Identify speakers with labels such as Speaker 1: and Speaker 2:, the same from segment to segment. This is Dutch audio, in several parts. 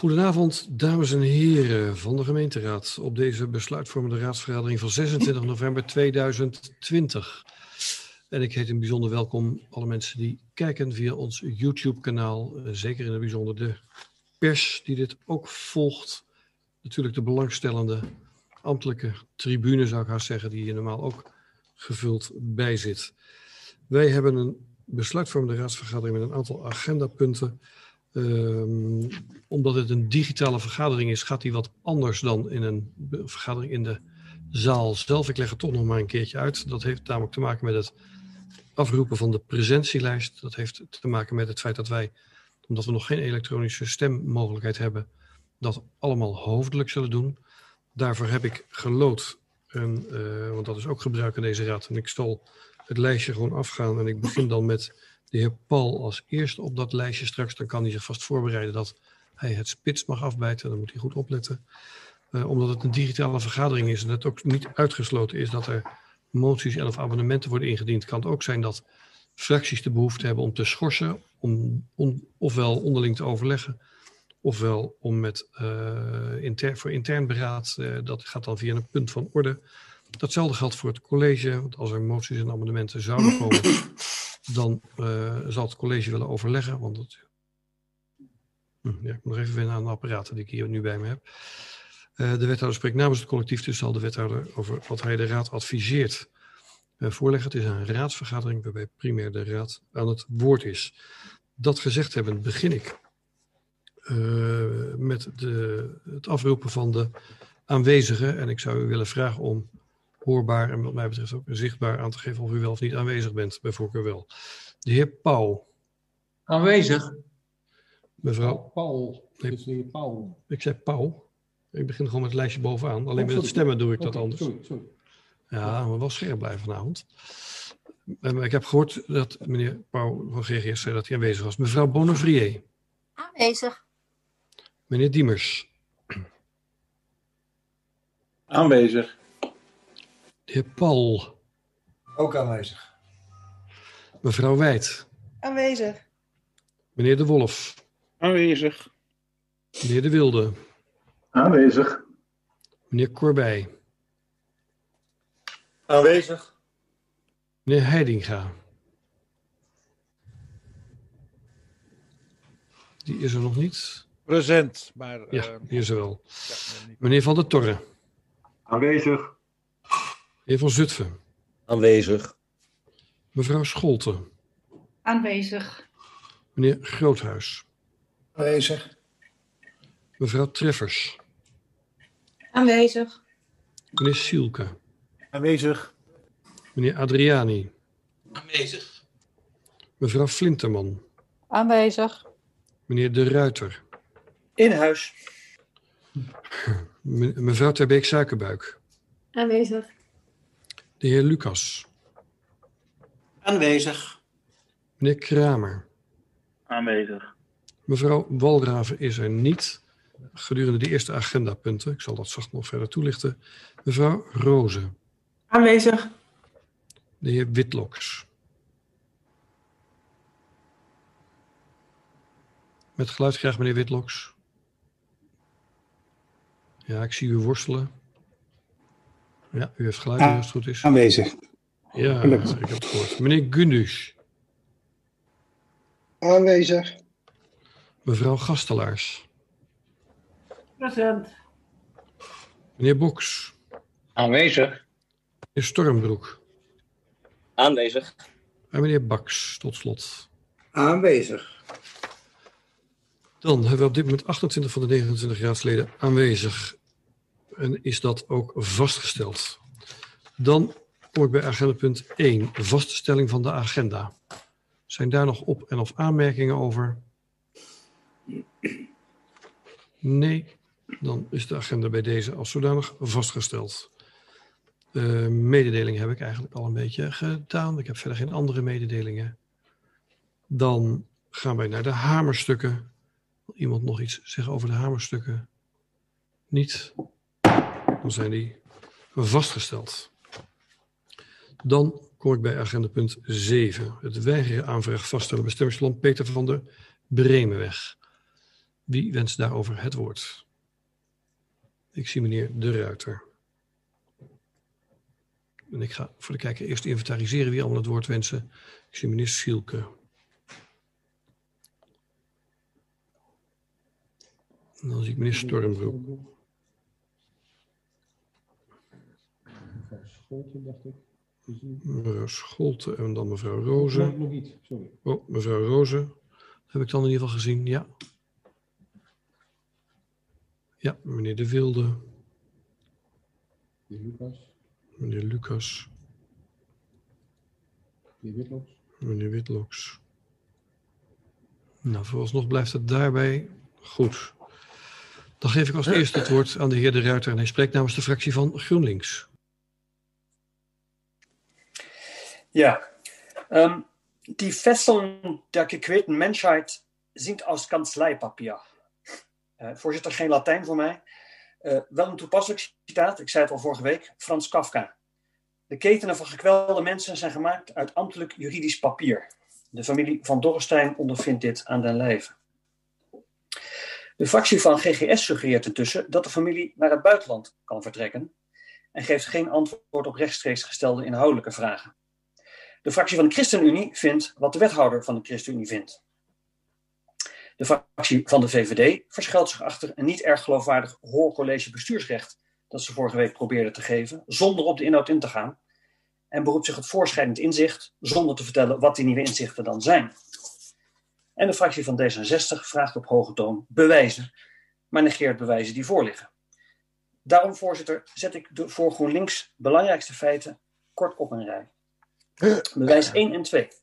Speaker 1: Goedenavond, dames en heren van de gemeenteraad op deze besluitvormende raadsvergadering van 26 november 2020. En ik heet in bijzonder welkom alle mensen die kijken via ons YouTube-kanaal. Zeker in het bijzonder de pers die dit ook volgt. Natuurlijk de belangstellende ambtelijke tribune zou ik haast zeggen, die hier normaal ook gevuld bij zit. Wij hebben een besluitvormende raadsvergadering met een aantal agendapunten. Omdat het een digitale vergadering is, gaat die wat anders dan in een vergadering in de zaal zelf. Ik leg het toch nog maar een keertje uit. Dat heeft namelijk te maken met het afroepen van de presentielijst. Dat heeft te maken met het feit dat wij, omdat we nog geen elektronische stemmogelijkheid hebben, dat allemaal hoofdelijk zullen doen. Daarvoor heb ik geloot, want dat is ook gebruik in deze raad. En ik zal het lijstje gewoon afgaan en ik begin dan met de heer Paul als eerste op dat lijstje straks. Dan kan hij zich vast voorbereiden dat hij het spits mag afbijten. Dan moet hij goed opletten. Omdat het een digitale vergadering is en het ook niet uitgesloten is dat er moties en of abonnementen worden ingediend, kan het ook zijn dat fracties de behoefte hebben om te schorsen, om ofwel onderling te overleggen, ofwel om met voor intern beraad. Dat gaat dan via een punt van orde. Datzelfde geldt voor het college. Want als er moties en amendementen zouden komen, dan zal het college willen overleggen. Want ik moet nog even wennen aan de apparaten die ik hier nu bij me heb. De wethouder spreekt namens het collectief, dus zal de wethouder over wat hij de raad adviseert voorleggen. Het is een raadsvergadering waarbij primair de raad aan het woord is. Dat gezegd hebben, begin ik met het afroepen van de aanwezigen. En ik zou u willen vragen om hoorbaar en wat mij betreft ook zichtbaar aan te geven of u wel of niet aanwezig bent, bij voorkeur wel. De heer Pauw.
Speaker 2: Aanwezig.
Speaker 1: Mevrouw.
Speaker 2: Paul. Het is de heer Pauw.
Speaker 1: Ik zei Pauw. Ik begin gewoon met het lijstje bovenaan. Alleen met het stemmen doe ik dat anders.
Speaker 2: Sorry.
Speaker 1: Ja, maar wel scherp blijven vanavond. Ik heb gehoord dat meneer Pauw van GGS zei dat hij aanwezig was. Mevrouw Bonnevrier.
Speaker 3: Aanwezig.
Speaker 1: Meneer Diemers.
Speaker 4: Aanwezig.
Speaker 1: De heer Paul.
Speaker 4: Ook aanwezig.
Speaker 1: Mevrouw Wijt.
Speaker 3: Aanwezig.
Speaker 1: Meneer De Wolf.
Speaker 4: Aanwezig.
Speaker 1: Meneer De Wilde.
Speaker 4: Aanwezig.
Speaker 1: Meneer Corbij.
Speaker 4: Aanwezig.
Speaker 1: Meneer Heidinga. Die is er nog niet.
Speaker 5: Present, maar...
Speaker 1: Ja, die is er wel.
Speaker 5: Ja, niet.
Speaker 1: Meneer Van der Torre.
Speaker 4: Aanwezig.
Speaker 1: Heer Van Zutphen.
Speaker 6: Aanwezig.
Speaker 1: Mevrouw Scholten.
Speaker 3: Aanwezig.
Speaker 1: Meneer Groothuis.
Speaker 4: Aanwezig.
Speaker 1: Mevrouw Treffers.
Speaker 3: Aanwezig.
Speaker 1: Meneer Sielke.
Speaker 4: Aanwezig.
Speaker 1: Meneer Adriani.
Speaker 6: Aanwezig.
Speaker 1: Mevrouw Flinterman.
Speaker 3: Aanwezig.
Speaker 1: Meneer De Ruiter.
Speaker 4: In huis.
Speaker 1: Mevrouw Terbeek Suikerbuik.
Speaker 3: Aanwezig.
Speaker 1: De heer Lucas.
Speaker 4: Aanwezig.
Speaker 1: Meneer Kramer.
Speaker 4: Aanwezig.
Speaker 1: Mevrouw Walraven is er niet gedurende de eerste agendapunten. Ik zal dat zacht nog verder toelichten. Mevrouw Rozen.
Speaker 3: Aanwezig.
Speaker 1: De heer Witloks. Met geluid graag, meneer Witloks. Ja, ik zie u worstelen. Ja, u heeft geluid als het goed is.
Speaker 4: Aanwezig.
Speaker 1: Ja, ik heb het gehoord. Meneer Gunus.
Speaker 7: Aanwezig.
Speaker 1: Mevrouw Gastelaars.
Speaker 3: Present.
Speaker 1: Meneer Boks.
Speaker 4: Aanwezig.
Speaker 1: Meneer Stormbroek.
Speaker 6: Aanwezig.
Speaker 1: En meneer Baks, tot slot.
Speaker 4: Aanwezig.
Speaker 1: Dan hebben we op dit moment 28 van de 29 raadsleden aanwezig. En is dat ook vastgesteld. Dan kom ik bij agendapunt 1. Vaststelling van de agenda. Zijn daar nog op- en of aanmerkingen over? Nee. Dan is de agenda bij deze als zodanig vastgesteld. Mededeling heb ik eigenlijk al een beetje gedaan. Ik heb verder geen andere mededelingen. Dan gaan wij naar de hamerstukken. Wil iemand nog iets zeggen over de hamerstukken? Niet? Dan zijn die vastgesteld. Dan kom ik bij agendapunt 7. Het weigeren aanvraag vaststellen bestemmingsplan Peter van der Bremenweg. Wie wenst daarover het woord? Ik zie meneer De Ruiter. En ik ga voor de kijker eerst inventariseren wie allemaal het woord wensen. Ik zie meneer Sielke. En dan zie ik meneer Stormbroek.
Speaker 2: Mevrouw Scholten, dacht ik.
Speaker 1: Mevrouw Scholte en dan mevrouw Roze.
Speaker 2: Nog iets, sorry.
Speaker 1: Oh, mevrouw Roze. Heb ik dan in ieder geval gezien, ja. Ja, meneer De Wilde.
Speaker 2: De Lucas,
Speaker 1: Meneer Lucas.
Speaker 2: de Witloks.
Speaker 1: Meneer Witloks. Nou, vooralsnog blijft het daarbij. Goed. Dan geef ik als eerste het woord aan de heer De Ruiter en hij spreekt namens de fractie van GroenLinks.
Speaker 7: Ja, die Fesseln der gequälten Menschheit sind aus Kanzleipapier. Voorzitter, geen Latijn voor mij. Wel een toepasselijk citaat, ik zei het al vorige week, Frans Kafka. De ketenen van gekwelde mensen zijn gemaakt uit ambtelijk juridisch papier. De familie van Dorrestein ondervindt dit aan den lijve. De fractie van GGS suggereert intussen dat de familie naar het buitenland kan vertrekken en geeft geen antwoord op rechtstreeks gestelde inhoudelijke vragen. De fractie van de ChristenUnie vindt wat de wethouder van de ChristenUnie vindt. De fractie van de VVD verschuilt zich achter een niet erg geloofwaardig hoorcollege bestuursrecht dat ze vorige week probeerden te geven, zonder op de inhoud in te gaan, en beroept zich op voorschrijdend inzicht, zonder te vertellen wat die nieuwe inzichten dan zijn. En de fractie van D66 vraagt op hoge toon bewijzen, maar negeert bewijzen die voorliggen. Daarom, voorzitter, zet ik de voor GroenLinks belangrijkste feiten kort op een rij. Bewijs 1 en 2.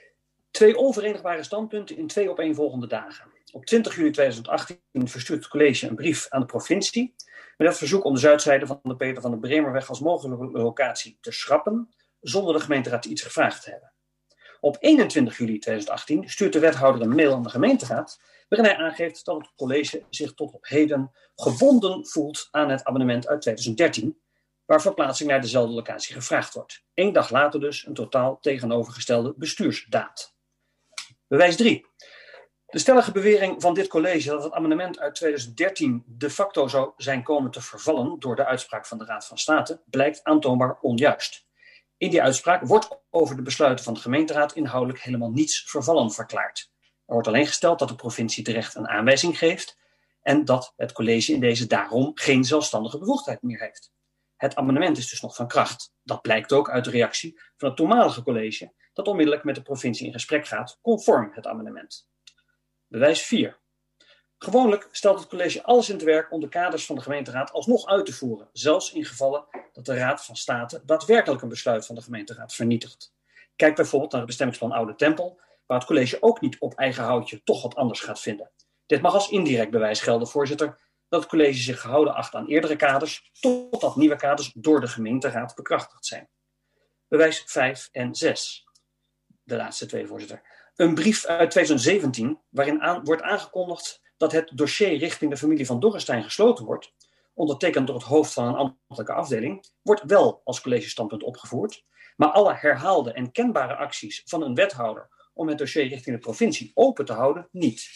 Speaker 7: 2 onverenigbare standpunten in 2 opeenvolgende dagen. Op 20 juli 2018 verstuurt het college een brief aan de provincie met het verzoek om de zuidzijde van de Peter van de Bremerweg als mogelijke locatie te schrappen, zonder de gemeenteraad iets gevraagd te hebben. Op 21 juli 2018 stuurt de wethouder een mail aan de gemeenteraad waarin hij aangeeft dat het college zich tot op heden gebonden voelt aan het amendement uit 2013, waar verplaatsing naar dezelfde locatie gevraagd wordt. 1 dag later dus een totaal tegenovergestelde bestuursdaad. Bewijs 3. De stellige bewering van dit college dat het amendement uit 2013 de facto zou zijn komen te vervallen door de uitspraak van de Raad van State blijkt aantoonbaar onjuist. In die uitspraak wordt over de besluiten van de gemeenteraad inhoudelijk helemaal niets vervallen verklaard. Er wordt alleen gesteld dat de provincie terecht een aanwijzing geeft en dat het college in deze daarom geen zelfstandige bevoegdheid meer heeft. Het amendement is dus nog van kracht. Dat blijkt ook uit de reactie van het toenmalige college dat onmiddellijk met de provincie in gesprek gaat conform het amendement. Bewijs 4. Gewoonlijk stelt het college alles in het werk om de kaders van de gemeenteraad alsnog uit te voeren, zelfs in gevallen dat de Raad van State daadwerkelijk een besluit van de gemeenteraad vernietigt. Kijk bijvoorbeeld naar het bestemmingsplan Oude Tempel, waar het college ook niet op eigen houtje toch wat anders gaat vinden. Dit mag als indirect bewijs gelden, voorzitter, dat het college zich gehouden acht aan eerdere kaders, totdat nieuwe kaders door de gemeenteraad bekrachtigd zijn. Bewijs 5 en 6. De laatste 2, voorzitter. Een brief uit 2017, waarin wordt aangekondigd dat het dossier richting de familie van Dorrestein gesloten wordt, ondertekend door het hoofd van een ambtelijke afdeling, wordt wel als collegestandpunt opgevoerd, maar alle herhaalde en kenbare acties van een wethouder om het dossier richting de provincie open te houden, niet.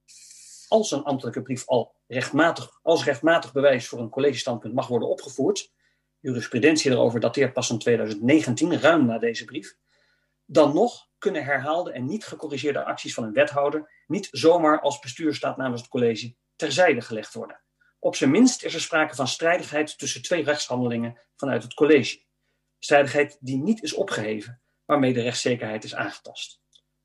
Speaker 7: Als een ambtelijke brief als rechtmatig bewijs voor een collegestandpunt mag worden opgevoerd, jurisprudentie erover dateert pas in 2019, ruim na deze brief, dan nog kunnen herhaalde en niet gecorrigeerde acties van een wethouder niet zomaar als bestuurstaat namens het college terzijde gelegd worden. Op zijn minst is er sprake van strijdigheid tussen 2 rechtshandelingen vanuit het college. Strijdigheid die niet is opgeheven, waarmee de rechtszekerheid is aangetast.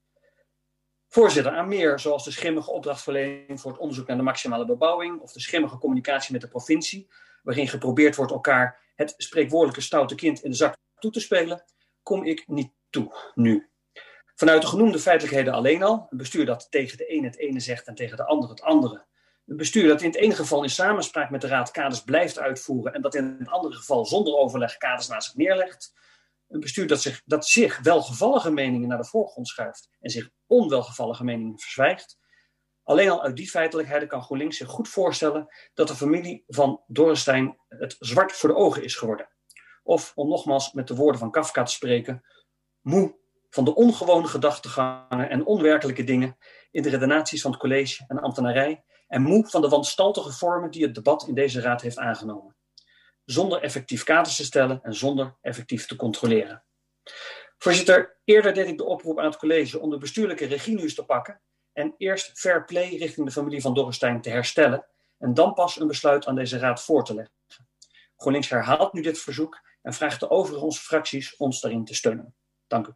Speaker 7: Voorzitter, aan meer zoals de schimmige opdrachtverlening voor het onderzoek naar de maximale bebouwing of de schimmige communicatie met de provincie, waarin geprobeerd wordt elkaar het spreekwoordelijke stoute kind in de zak toe te spelen, kom ik niet toe nu. Vanuit de genoemde feitelijkheden alleen al, een bestuur dat tegen de een het ene zegt en tegen de ander het andere, een bestuur dat in het ene geval in samenspraak met de raad kaders blijft uitvoeren en dat in het andere geval zonder overleg kaders naast zich neerlegt, een bestuur dat zich welgevallige meningen naar de voorgrond schuift en zich onwelgevallige meningen verzwijgt. Alleen al uit die feitelijkheden kan GroenLinks zich goed voorstellen dat de familie van Dorrestein het zwart voor de ogen is geworden. Of, om nogmaals met de woorden van Kafka te spreken, moe van de ongewone gedachtegangen en onwerkelijke dingen in de redenaties van het college en ambtenarij en moe van de wanstaltige vormen die het debat in deze raad heeft aangenomen. Zonder effectief kaders te stellen en zonder effectief te controleren. Voorzitter, eerder deed ik de oproep aan het college om de bestuurlijke regie nu eens te pakken en eerst fair play richting de familie van Dorrestein te herstellen en dan pas een besluit aan deze raad voor te leggen. GroenLinks herhaalt nu dit verzoek en vraagt de overige onze fracties ons daarin te steunen. Dank u.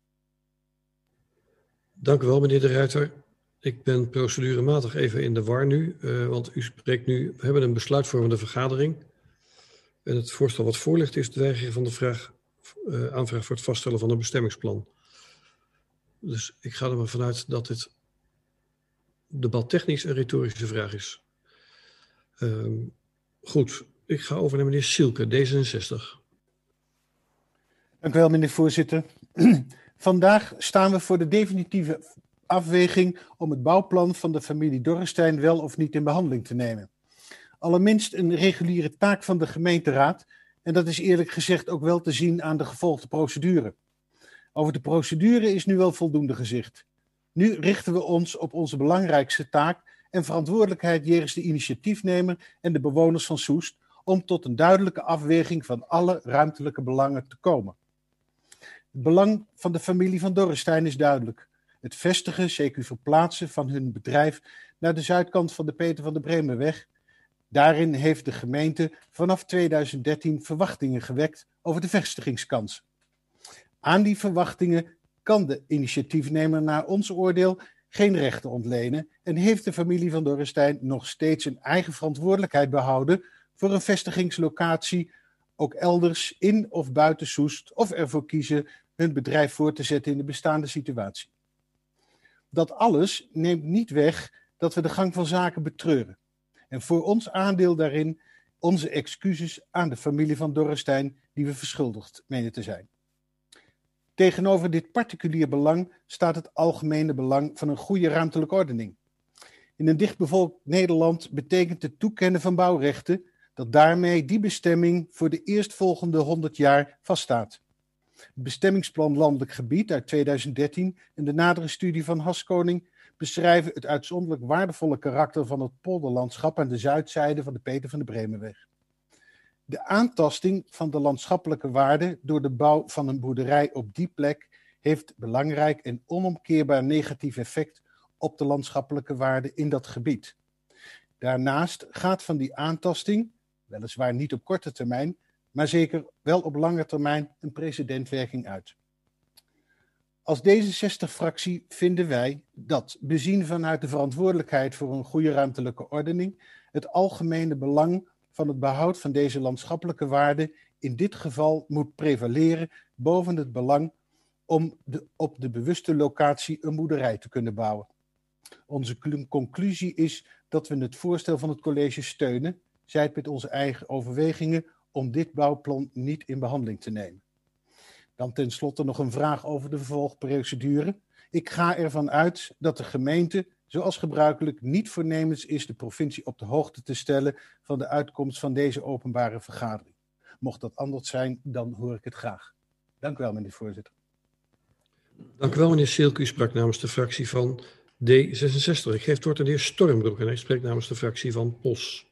Speaker 1: Dank u wel, meneer De Ruiter. Ik ben procedurematig even in de war nu, want u spreekt nu, we hebben een besluitvormende vergadering. En het voorstel wat voor ligt is de weigering van de aanvraag voor het vaststellen van een bestemmingsplan. Dus ik ga er maar vanuit dat dit debattechnisch een retorische vraag is. Goed, ik ga over naar meneer Sielke, D66.
Speaker 8: Dank u wel, meneer voorzitter. Vandaag staan we voor de definitieve afweging om het bouwplan van de familie Dorrestein wel of niet in behandeling te nemen. Allerminst een reguliere taak van de gemeenteraad en dat is eerlijk gezegd ook wel te zien aan de gevolgde procedure. Over de procedure is nu wel voldoende gezegd. Nu richten we ons op onze belangrijkste taak en verantwoordelijkheid jegens de initiatiefnemer en de bewoners van Soest om tot een duidelijke afweging van alle ruimtelijke belangen te komen. Het belang van de familie van Dorrestein is duidelijk. Het vestigen, CQ verplaatsen van hun bedrijf naar de zuidkant van de Peter van der Bremenweg. Daarin heeft de gemeente vanaf 2013 verwachtingen gewekt over de vestigingskans. Aan die verwachtingen kan de initiatiefnemer naar ons oordeel geen rechten ontlenen en heeft de familie van Dorrestein nog steeds een eigen verantwoordelijkheid behouden voor een vestigingslocatie, ook elders in of buiten Soest, of ervoor kiezen hun bedrijf voor te zetten in de bestaande situatie. Dat alles neemt niet weg dat we de gang van zaken betreuren. En voor ons aandeel daarin onze excuses aan de familie van Dorrestein die we verschuldigd menen te zijn. Tegenover dit particulier belang staat het algemene belang van een goede ruimtelijke ordening. In een dichtbevolkt Nederland betekent het toekennen van bouwrechten dat daarmee die bestemming voor de eerstvolgende 100 jaar vaststaat. Het bestemmingsplan Landelijk Gebied uit 2013 en de nadere studie van Haskoning beschrijven het uitzonderlijk waardevolle karakter van het polderlandschap aan de zuidzijde van de Peter van der Bremenweg. De aantasting van de landschappelijke waarde door de bouw van een boerderij op die plek heeft belangrijk en onomkeerbaar negatief effect op de landschappelijke waarde in dat gebied. Daarnaast gaat van die aantasting, weliswaar niet op korte termijn, maar zeker wel op lange termijn een precedentwerking uit. Als D66-fractie vinden wij dat, bezien vanuit de verantwoordelijkheid voor een goede ruimtelijke ordening, het algemene belang van het behoud van deze landschappelijke waarde in dit geval moet prevaleren boven het belang om op de bewuste locatie een boerderij te kunnen bouwen. Onze conclusie is dat we het voorstel van het college steunen, zij het met onze eigen overwegingen, om dit bouwplan niet in behandeling te nemen. Dan tenslotte nog een vraag over de vervolgprocedure. Ik ga ervan uit dat de gemeente, zoals gebruikelijk, niet voornemens is de provincie op de hoogte te stellen van de uitkomst van deze openbare vergadering. Mocht dat anders zijn, dan hoor ik het graag. Dank u wel, meneer voorzitter.
Speaker 1: Dank u wel, meneer Sielke. U sprak namens de fractie van D66. Ik geef het woord aan de heer Stormbroek en hij spreekt namens de fractie van POS.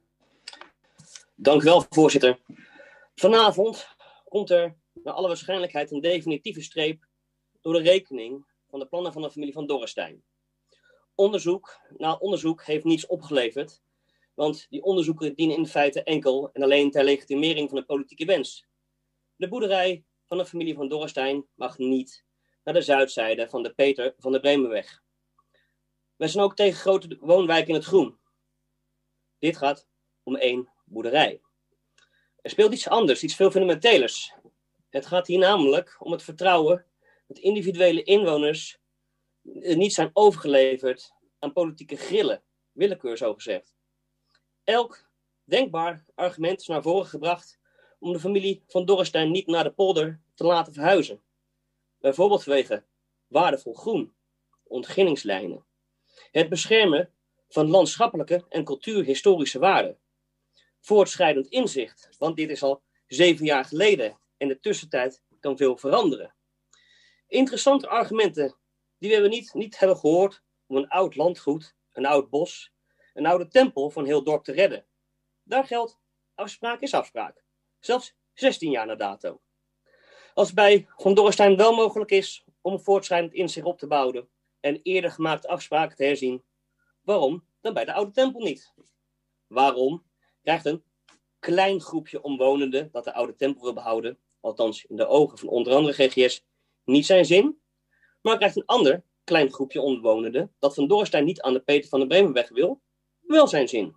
Speaker 6: Dank u wel, voorzitter. Vanavond komt er naar alle waarschijnlijkheid een definitieve streep door de rekening van de plannen van de familie van Dorrestein. Onderzoek na onderzoek heeft niets opgeleverd, want die onderzoeken dienen in feite enkel en alleen ter legitimering van de politieke wens. De boerderij van de familie van Dorrestein mag niet naar de zuidzijde van de Peter van der Bremenweg. Wij zijn ook tegen grote woonwijken in het groen. Dit gaat om één boerderij. Er speelt iets anders, iets veel fundamentelers. Het gaat hier namelijk om het vertrouwen dat individuele inwoners niet zijn overgeleverd aan politieke grillen, willekeur zo gezegd. Elk denkbaar argument is naar voren gebracht om de familie van Dorrestein niet naar de polder te laten verhuizen. Bijvoorbeeld vanwege waardevol groen, ontginningslijnen, het beschermen van landschappelijke en cultuurhistorische waarden, voortschrijdend inzicht, want dit is al 7 jaar geleden en in de tussentijd kan veel veranderen. Interessante argumenten die we niet hebben gehoord om een oud landgoed, een oud bos, een oude tempel van heel dorp te redden. Daar geldt, afspraak is afspraak. Zelfs 16 jaar na dato. Als het bij Van Dorrestein wel mogelijk is om voortschrijdend inzicht op te bouwen en eerder gemaakte afspraken te herzien, waarom dan bij de oude tempel niet? Waarom krijgt een klein groepje omwonenden dat de oude tempel wil behouden, althans in de ogen van onder andere GGS, niet zijn zin, maar krijgt een ander klein groepje omwonenden dat Van Dorrestein niet aan de Peter van der Bremenweg wil, wel zijn zin?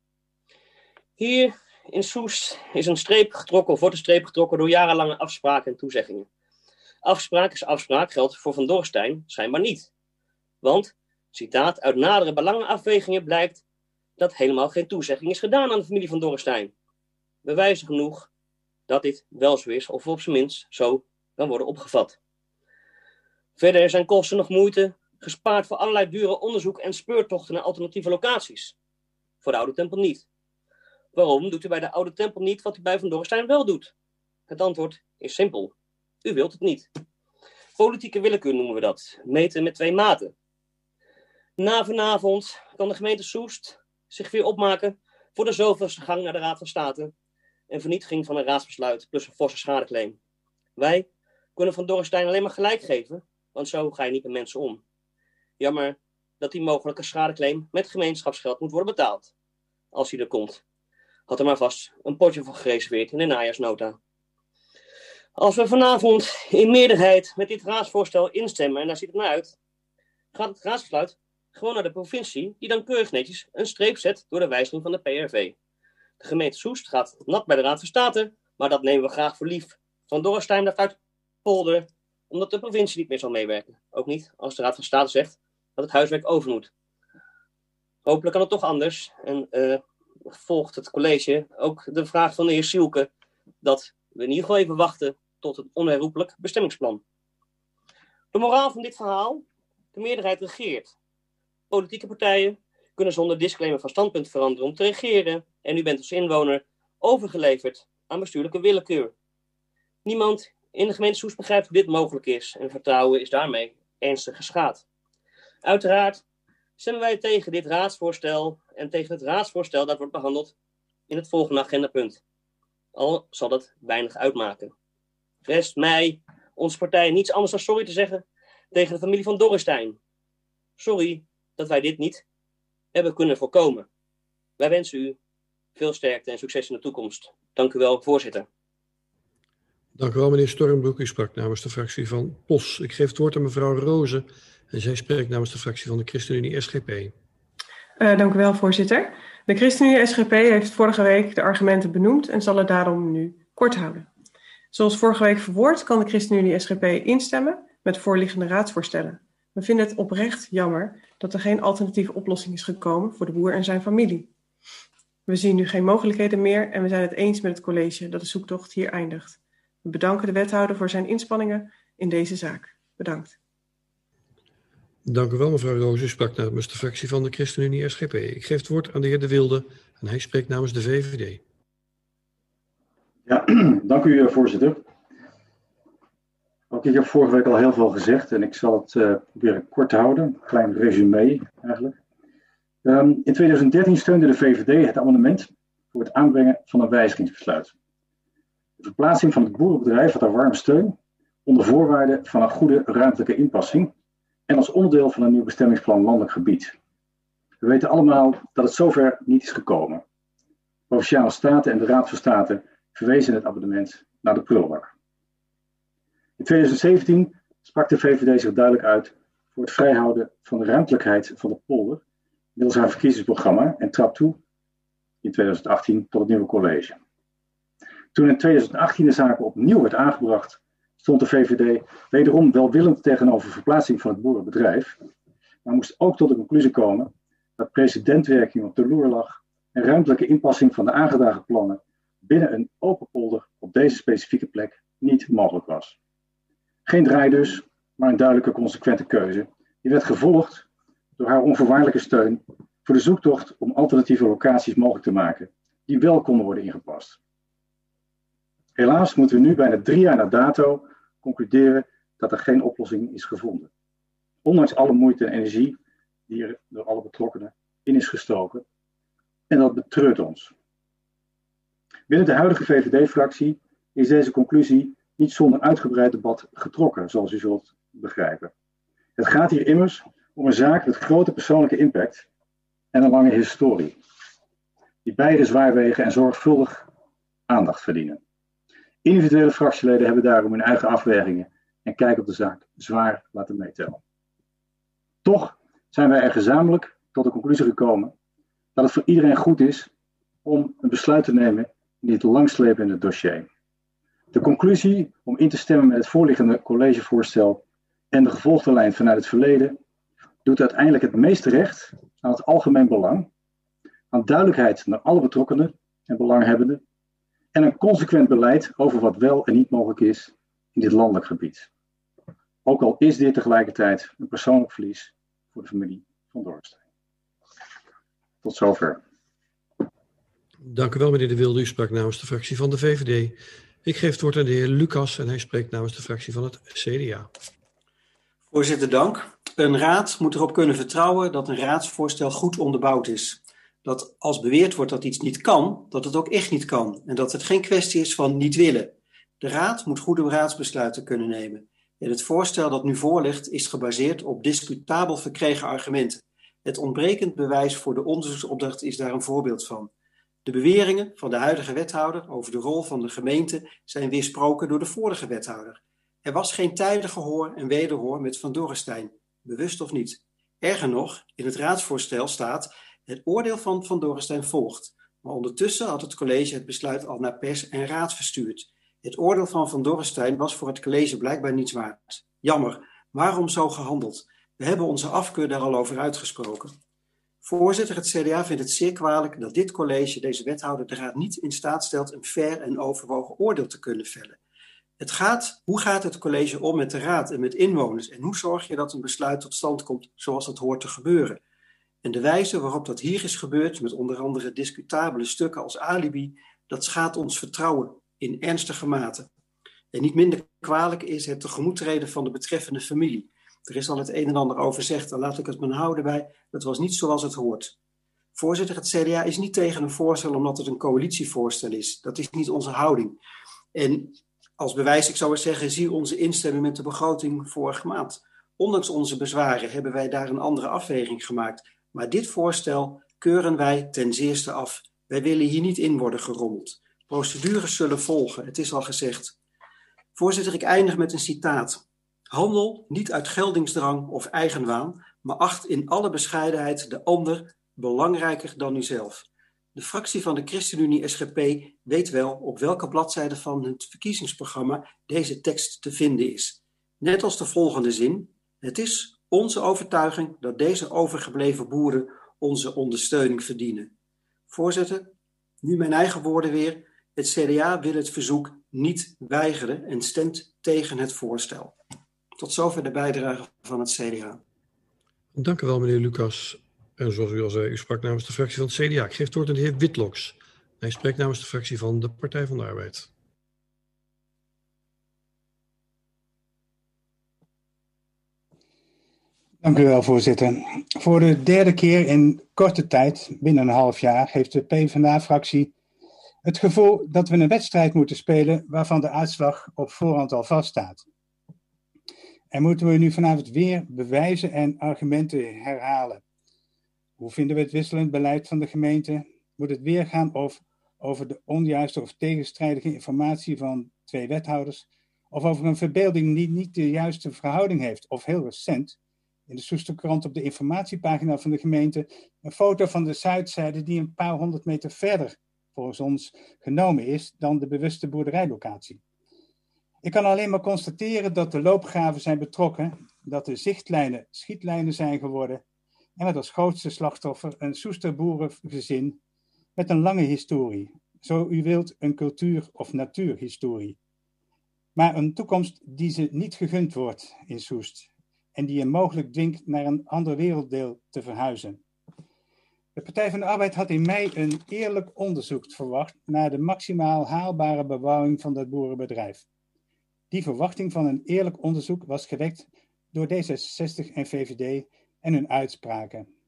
Speaker 6: Hier in Soest is een streep getrokken, of wordt een streep getrokken door jarenlange afspraken en toezeggingen. Afspraak is afspraak geldt voor Van Dorrestein schijnbaar niet. Want, citaat, uit nadere belangenafwegingen blijkt dat helemaal geen toezegging is gedaan aan de familie Van Dorrestein. Bewijzen genoeg dat dit wel zo is, of op zijn minst zo kan worden opgevat. Verder zijn kosten nog moeite gespaard voor allerlei dure onderzoek en speurtochten naar alternatieve locaties. Voor de oude tempel niet. Waarom doet u bij de oude tempel niet wat u bij Van Dorrestein wel doet? Het antwoord is simpel. U wilt het niet. Politieke willekeur noemen we dat. Meten met 2 maten. Na vanavond kan de gemeente Soest zich weer opmaken voor de zoveelste gang naar de Raad van State en vernietiging van een raadsbesluit plus een forse schadeclaim. Wij kunnen Van Dorrestein alleen maar gelijk geven, want zo ga je niet met mensen om. Jammer dat die mogelijke schadeclaim met gemeenschapsgeld moet worden betaald. Als hij er komt. Had er maar vast een potje voor gereserveerd in de najaarsnota. Als we vanavond in meerderheid met dit raadsvoorstel instemmen, en daar ziet het naar uit, gaat het raadsbesluit gewoon naar de provincie, die dan keurig netjes een streep zet door de wijziging van de PRV. De gemeente Soest gaat nat bij de Raad van State, maar dat nemen we graag voor lief. Van Dorrestein blijft uit polder, omdat de provincie niet meer zal meewerken. Ook niet als de Raad van State zegt dat het huiswerk over moet. Hopelijk kan het toch anders. En volgt het college ook de vraag van de heer Sielke dat we in ieder geval even wachten tot het onherroepelijk bestemmingsplan. De moraal van dit verhaal: de meerderheid regeert. Politieke partijen kunnen zonder disclaimer van standpunt veranderen om te regeren en u bent als inwoner overgeleverd aan bestuurlijke willekeur. Niemand in de gemeente Soest begrijpt hoe dit mogelijk is en vertrouwen is daarmee ernstig geschaad. Uiteraard stemmen wij tegen dit raadsvoorstel en tegen het raadsvoorstel dat wordt behandeld in het volgende agendapunt. Al zal dat weinig uitmaken. Rest mij, onze partij, niets anders dan sorry te zeggen tegen de familie Van Dorrestein. Sorry dat wij dit niet hebben kunnen voorkomen. Wij wensen u veel sterkte en succes in de toekomst. Dank u wel, voorzitter.
Speaker 1: Dank u wel, meneer Stormbroek. U sprak namens de fractie van POS. Ik geef het woord aan mevrouw Roze en zij spreekt namens de fractie van de ChristenUnie SGP.
Speaker 3: Dank u wel, voorzitter. De ChristenUnie SGP heeft vorige week de argumenten benoemd en zal het daarom nu kort houden. Zoals vorige week verwoord kan de ChristenUnie SGP instemmen met voorliggende raadsvoorstellen. We vinden het oprecht jammer dat er geen alternatieve oplossing is gekomen voor de boer en zijn familie. We zien nu geen mogelijkheden meer en we zijn het eens met het college dat de zoektocht hier eindigt. We bedanken de wethouder voor zijn inspanningen in deze zaak. Bedankt.
Speaker 1: Dank u wel, mevrouw Roos. U sprak namens de fractie van de ChristenUnie SGP. Ik geef het woord aan de heer De Wilde en hij spreekt namens de VVD.
Speaker 9: Ja, dank u, voorzitter. Ook ik heb vorige week al heel veel gezegd en ik zal het proberen kort te houden. Een klein resume eigenlijk. In 2013 steunde de VVD het amendement voor het aanbrengen van een wijzigingsbesluit. De verplaatsing van het boerenbedrijf had daar warm steun onder voorwaarde van een goede ruimtelijke inpassing en als onderdeel van een nieuw bestemmingsplan landelijk gebied. We weten allemaal dat het zover niet is gekomen. Provinciale Staten en de Raad van State verwezen het amendement naar de prullenbak. In 2017 sprak de VVD zich duidelijk uit voor het vrijhouden van de ruimtelijkheid van de polder middels haar verkiezingsprogramma en trad toe in 2018 tot het nieuwe college. Toen in 2018 de zaak opnieuw werd aangebracht, stond de VVD wederom welwillend tegenover verplaatsing van het boerenbedrijf, maar moest ook tot de conclusie komen dat precedentwerking op de loer lag en ruimtelijke inpassing van de aangedragen plannen binnen een open polder op deze specifieke plek niet mogelijk was. Geen draai dus, maar een duidelijke consequente keuze. Die werd gevolgd door haar onvoorwaardelijke steun voor de zoektocht om alternatieve locaties mogelijk te maken, die wel konden worden ingepast. Helaas moeten we nu bijna 3 jaar na dato concluderen dat er geen oplossing is gevonden. Ondanks alle moeite en energie die er door alle betrokkenen in is gestoken. En dat betreurt ons. Binnen de huidige VVD-fractie is deze conclusie niet zonder uitgebreid debat getrokken, zoals u zult begrijpen. Het gaat hier immers om een zaak met grote persoonlijke impact en een lange historie, die beide zwaar wegen en zorgvuldig aandacht verdienen. Individuele fractieleden hebben daarom hun eigen afwegingen en kijk op de zaak zwaar laten meetellen. Toch zijn wij er gezamenlijk tot de conclusie gekomen dat het voor iedereen goed is om een besluit te nemen in dit langslepende dossier. De conclusie om in te stemmen met het voorliggende collegevoorstel en de gevolgde lijn vanuit het verleden doet uiteindelijk het meeste recht aan het algemeen belang, aan duidelijkheid naar alle betrokkenen en belanghebbenden en een consequent beleid over wat wel en niet mogelijk is in dit landelijk gebied. Ook al is dit tegelijkertijd een persoonlijk verlies voor de familie van Dorrestein. Tot zover.
Speaker 1: Dank u wel, meneer De Wilde. U sprak namens de fractie van de VVD. Ik geef het woord aan de heer Lucas en hij spreekt namens de fractie van het CDA.
Speaker 10: Voorzitter, dank. Een raad moet erop kunnen vertrouwen dat een raadsvoorstel goed onderbouwd is. Dat als beweerd wordt dat iets niet kan, dat het ook echt niet kan. En dat het geen kwestie is van niet willen. De raad moet goede raadsbesluiten kunnen nemen. En het voorstel dat nu voorligt is gebaseerd op discutabel verkregen argumenten. Het ontbrekend bewijs voor de onderzoeksopdracht is daar een voorbeeld van. De beweringen van de huidige wethouder over de rol van de gemeente zijn weersproken door de vorige wethouder. Er was geen tijdig gehoor en wederhoor met Van Dorrestein, bewust of niet. Erger nog, in het raadsvoorstel staat: het oordeel van Van Dorrestein volgt. Maar ondertussen had het college het besluit al naar pers en raad verstuurd. Het oordeel van Van Dorrestein was voor het college blijkbaar niets waard. Jammer, waarom zo gehandeld? We hebben onze afkeur daar al over uitgesproken. Voorzitter, het CDA vindt het zeer kwalijk dat dit college deze wethouder de raad niet in staat stelt een fair en overwogen oordeel te kunnen vellen. Hoe gaat het college om met de raad en met inwoners en hoe zorg je dat een besluit tot stand komt zoals dat hoort te gebeuren? En de wijze waarop dat hier is gebeurd, met onder andere discutabele stukken als alibi, dat schaadt ons vertrouwen in ernstige mate. En niet minder kwalijk is het tegemoetreden van de betreffende familie. Er is al het een en ander over gezegd, dan laat ik het me houden bij, dat was niet zoals het hoort. Voorzitter, het CDA is niet tegen een voorstel omdat het een coalitievoorstel is. Dat is niet onze houding. En als bewijs, ik zou eens zeggen, zie onze instemming met de begroting vorige maand. Ondanks onze bezwaren hebben wij daar een andere afweging gemaakt. Maar dit voorstel keuren wij ten zeerste af. Wij willen hier niet in worden gerommeld. Procedures zullen volgen, het is al gezegd. Voorzitter, ik eindig met een citaat. Handel niet uit geldingsdrang of eigenwaan, maar acht in alle bescheidenheid de ander belangrijker dan uzelf. De fractie van de ChristenUnie SGP weet wel op welke bladzijde van het verkiezingsprogramma deze tekst te vinden is. Net als de volgende zin: het is onze overtuiging dat deze overgebleven boeren onze ondersteuning verdienen. Voorzitter, nu mijn eigen woorden weer. Het CDA wil het verzoek niet weigeren en stemt tegen het voorstel. Tot zover de bijdrage van het CDA.
Speaker 1: Dank u wel, meneer Lucas. En zoals u al zei, u sprak namens de fractie van het CDA. Ik geef het woord aan de heer Witloks. Hij spreekt namens de fractie van de Partij van de Arbeid.
Speaker 11: Dank u wel, voorzitter. Voor de derde keer in korte tijd, binnen een half jaar, heeft de PvdA-fractie het gevoel dat we een wedstrijd moeten spelen waarvan de uitslag op voorhand al vaststaat. En moeten we nu vanavond weer bewijzen en argumenten herhalen? Hoe vinden we het wisselend beleid van de gemeente? Moet het weer gaan over de onjuiste of tegenstrijdige informatie van 2 wethouders? Of over een verbeelding die niet de juiste verhouding heeft? Of heel recent, in de Soesterkrant op de informatiepagina van de gemeente, een foto van de zuidzijde die een paar 100 meter verder volgens ons genomen is dan de bewuste boerderijlocatie. Ik kan alleen maar constateren dat de loopgraven zijn betrokken, dat de zichtlijnen schietlijnen zijn geworden en met als grootste slachtoffer een Soesterboerengezin met een lange historie. Zo u wilt een cultuur- of natuurhistorie. Maar een toekomst die ze niet gegund wordt in Soest en die je mogelijk dwingt naar een ander werelddeel te verhuizen. De Partij van de Arbeid had in mei een eerlijk onderzoek verwacht naar de maximaal haalbare bebouwing van dat boerenbedrijf. Die verwachting van een eerlijk onderzoek was gewekt door D66 en VVD en hun uitspraken.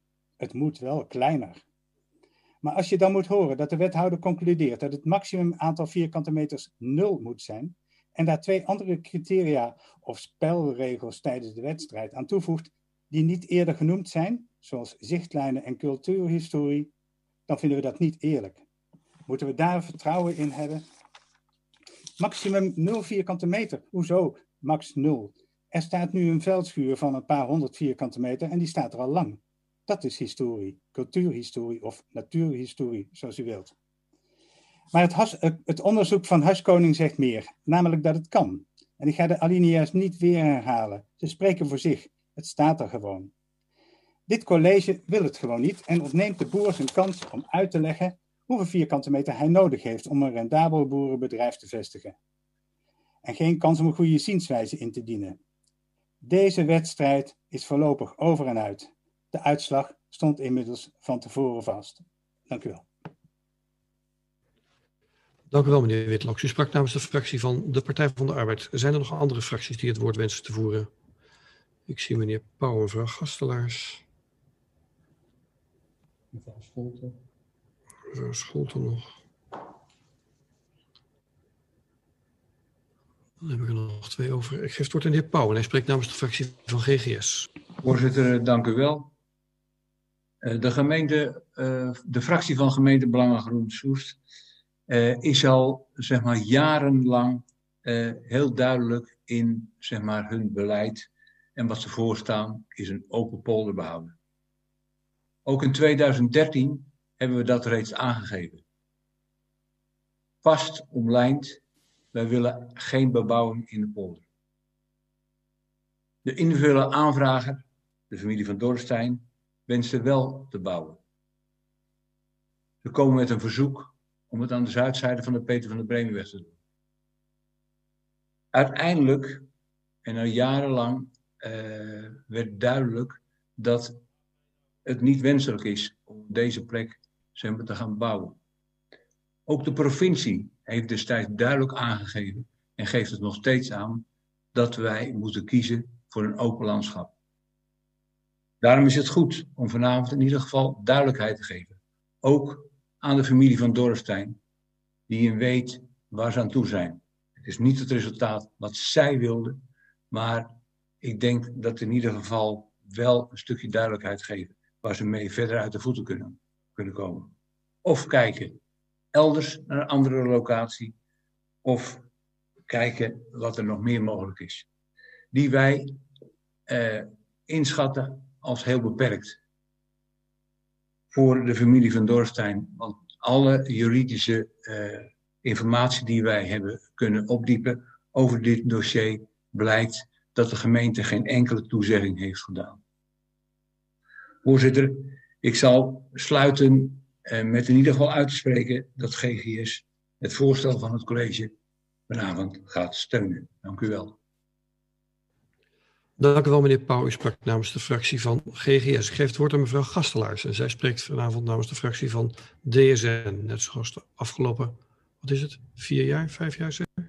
Speaker 11: het moet wel kleiner. Maar als je dan moet horen dat de wethouder concludeert dat het maximum aantal vierkante meters 0 moet zijn, en daar 2 andere criteria of spelregels tijdens de wedstrijd aan toevoegt die niet eerder genoemd zijn, zoals zichtlijnen en cultuurhistorie, dan vinden we dat niet eerlijk. Moeten we daar vertrouwen in hebben? Maximum 0 vierkante meter. Hoezo max 0? Er staat nu een veldschuur van een paar 100 vierkante meter en die staat er al lang. Dat is historie, cultuurhistorie of natuurhistorie, zoals u wilt. Maar het onderzoek van Haskoning zegt meer, namelijk dat het kan. En ik ga de alinea's niet weer herhalen. Ze spreken voor zich. Het staat er gewoon. Dit college wil het gewoon niet en ontneemt de boer zijn kans om uit te leggen hoeveel vierkante meter hij nodig heeft om een rendabel boerenbedrijf te vestigen. En geen kans om een goede zienswijze in te dienen. Deze wedstrijd is voorlopig over en uit. De uitslag stond inmiddels van tevoren vast. Dank u wel.
Speaker 1: Dank u wel, meneer Witloks. U sprak namens de fractie van de Partij van de Arbeid. Zijn er nog andere fracties die het woord wensen te voeren? Ik zie meneer Pauw en mevrouw Gastelaars.
Speaker 2: Mevrouw Scholten.
Speaker 1: Mevrouw Scholten nog. Dan heb ik er nog 2 over. Ik geef het woord aan de heer Pauw en hij spreekt namens de fractie van GGS.
Speaker 12: Voorzitter, dank u wel. De fractie van gemeente Belangen Groen Soest is al zeg maar jarenlang heel duidelijk in zeg maar hun beleid en wat ze voorstaan is een open polder behouden. Ook in 2013 hebben we dat reeds aangegeven. Vast omlijnd, wij willen geen bebouwing in de polder. De individuele aanvrager, de familie van Dorrestein, wenste wel te bouwen. Ze komen met een verzoek om het aan de zuidzijde van de Peter van der Bremenweg te doen. Uiteindelijk, en al jarenlang, werd duidelijk dat het niet wenselijk is om deze plek te gaan bouwen. Ook de provincie heeft destijds duidelijk aangegeven en geeft het nog steeds aan dat wij moeten kiezen voor een open landschap. Daarom is het goed om vanavond in ieder geval duidelijkheid te geven. Ook aan de familie van Dorrestein, die weet waar ze aan toe zijn. Het is niet het resultaat wat zij wilden, maar ik denk dat in ieder geval wel een stukje duidelijkheid geven waar ze mee verder uit de voeten kunnen komen. Of kijken elders naar een andere locatie, of kijken wat er nog meer mogelijk is. Die wij inschatten als heel beperkt. Voor de familie van Dorrestein, want alle juridische informatie die wij hebben kunnen opdiepen over dit dossier blijkt dat de gemeente geen enkele toezegging heeft gedaan. Voorzitter, ik zal sluiten met in ieder geval uit te spreken dat GGS het voorstel van het college vanavond gaat steunen. Dank u wel.
Speaker 1: Dank u wel, meneer Pauw. U sprak namens de fractie van GGS. Ik geef het woord aan mevrouw Gastelaars. En zij spreekt vanavond namens de fractie van DSN. Net zoals de afgelopen, 4 jaar, 5 jaar zeker?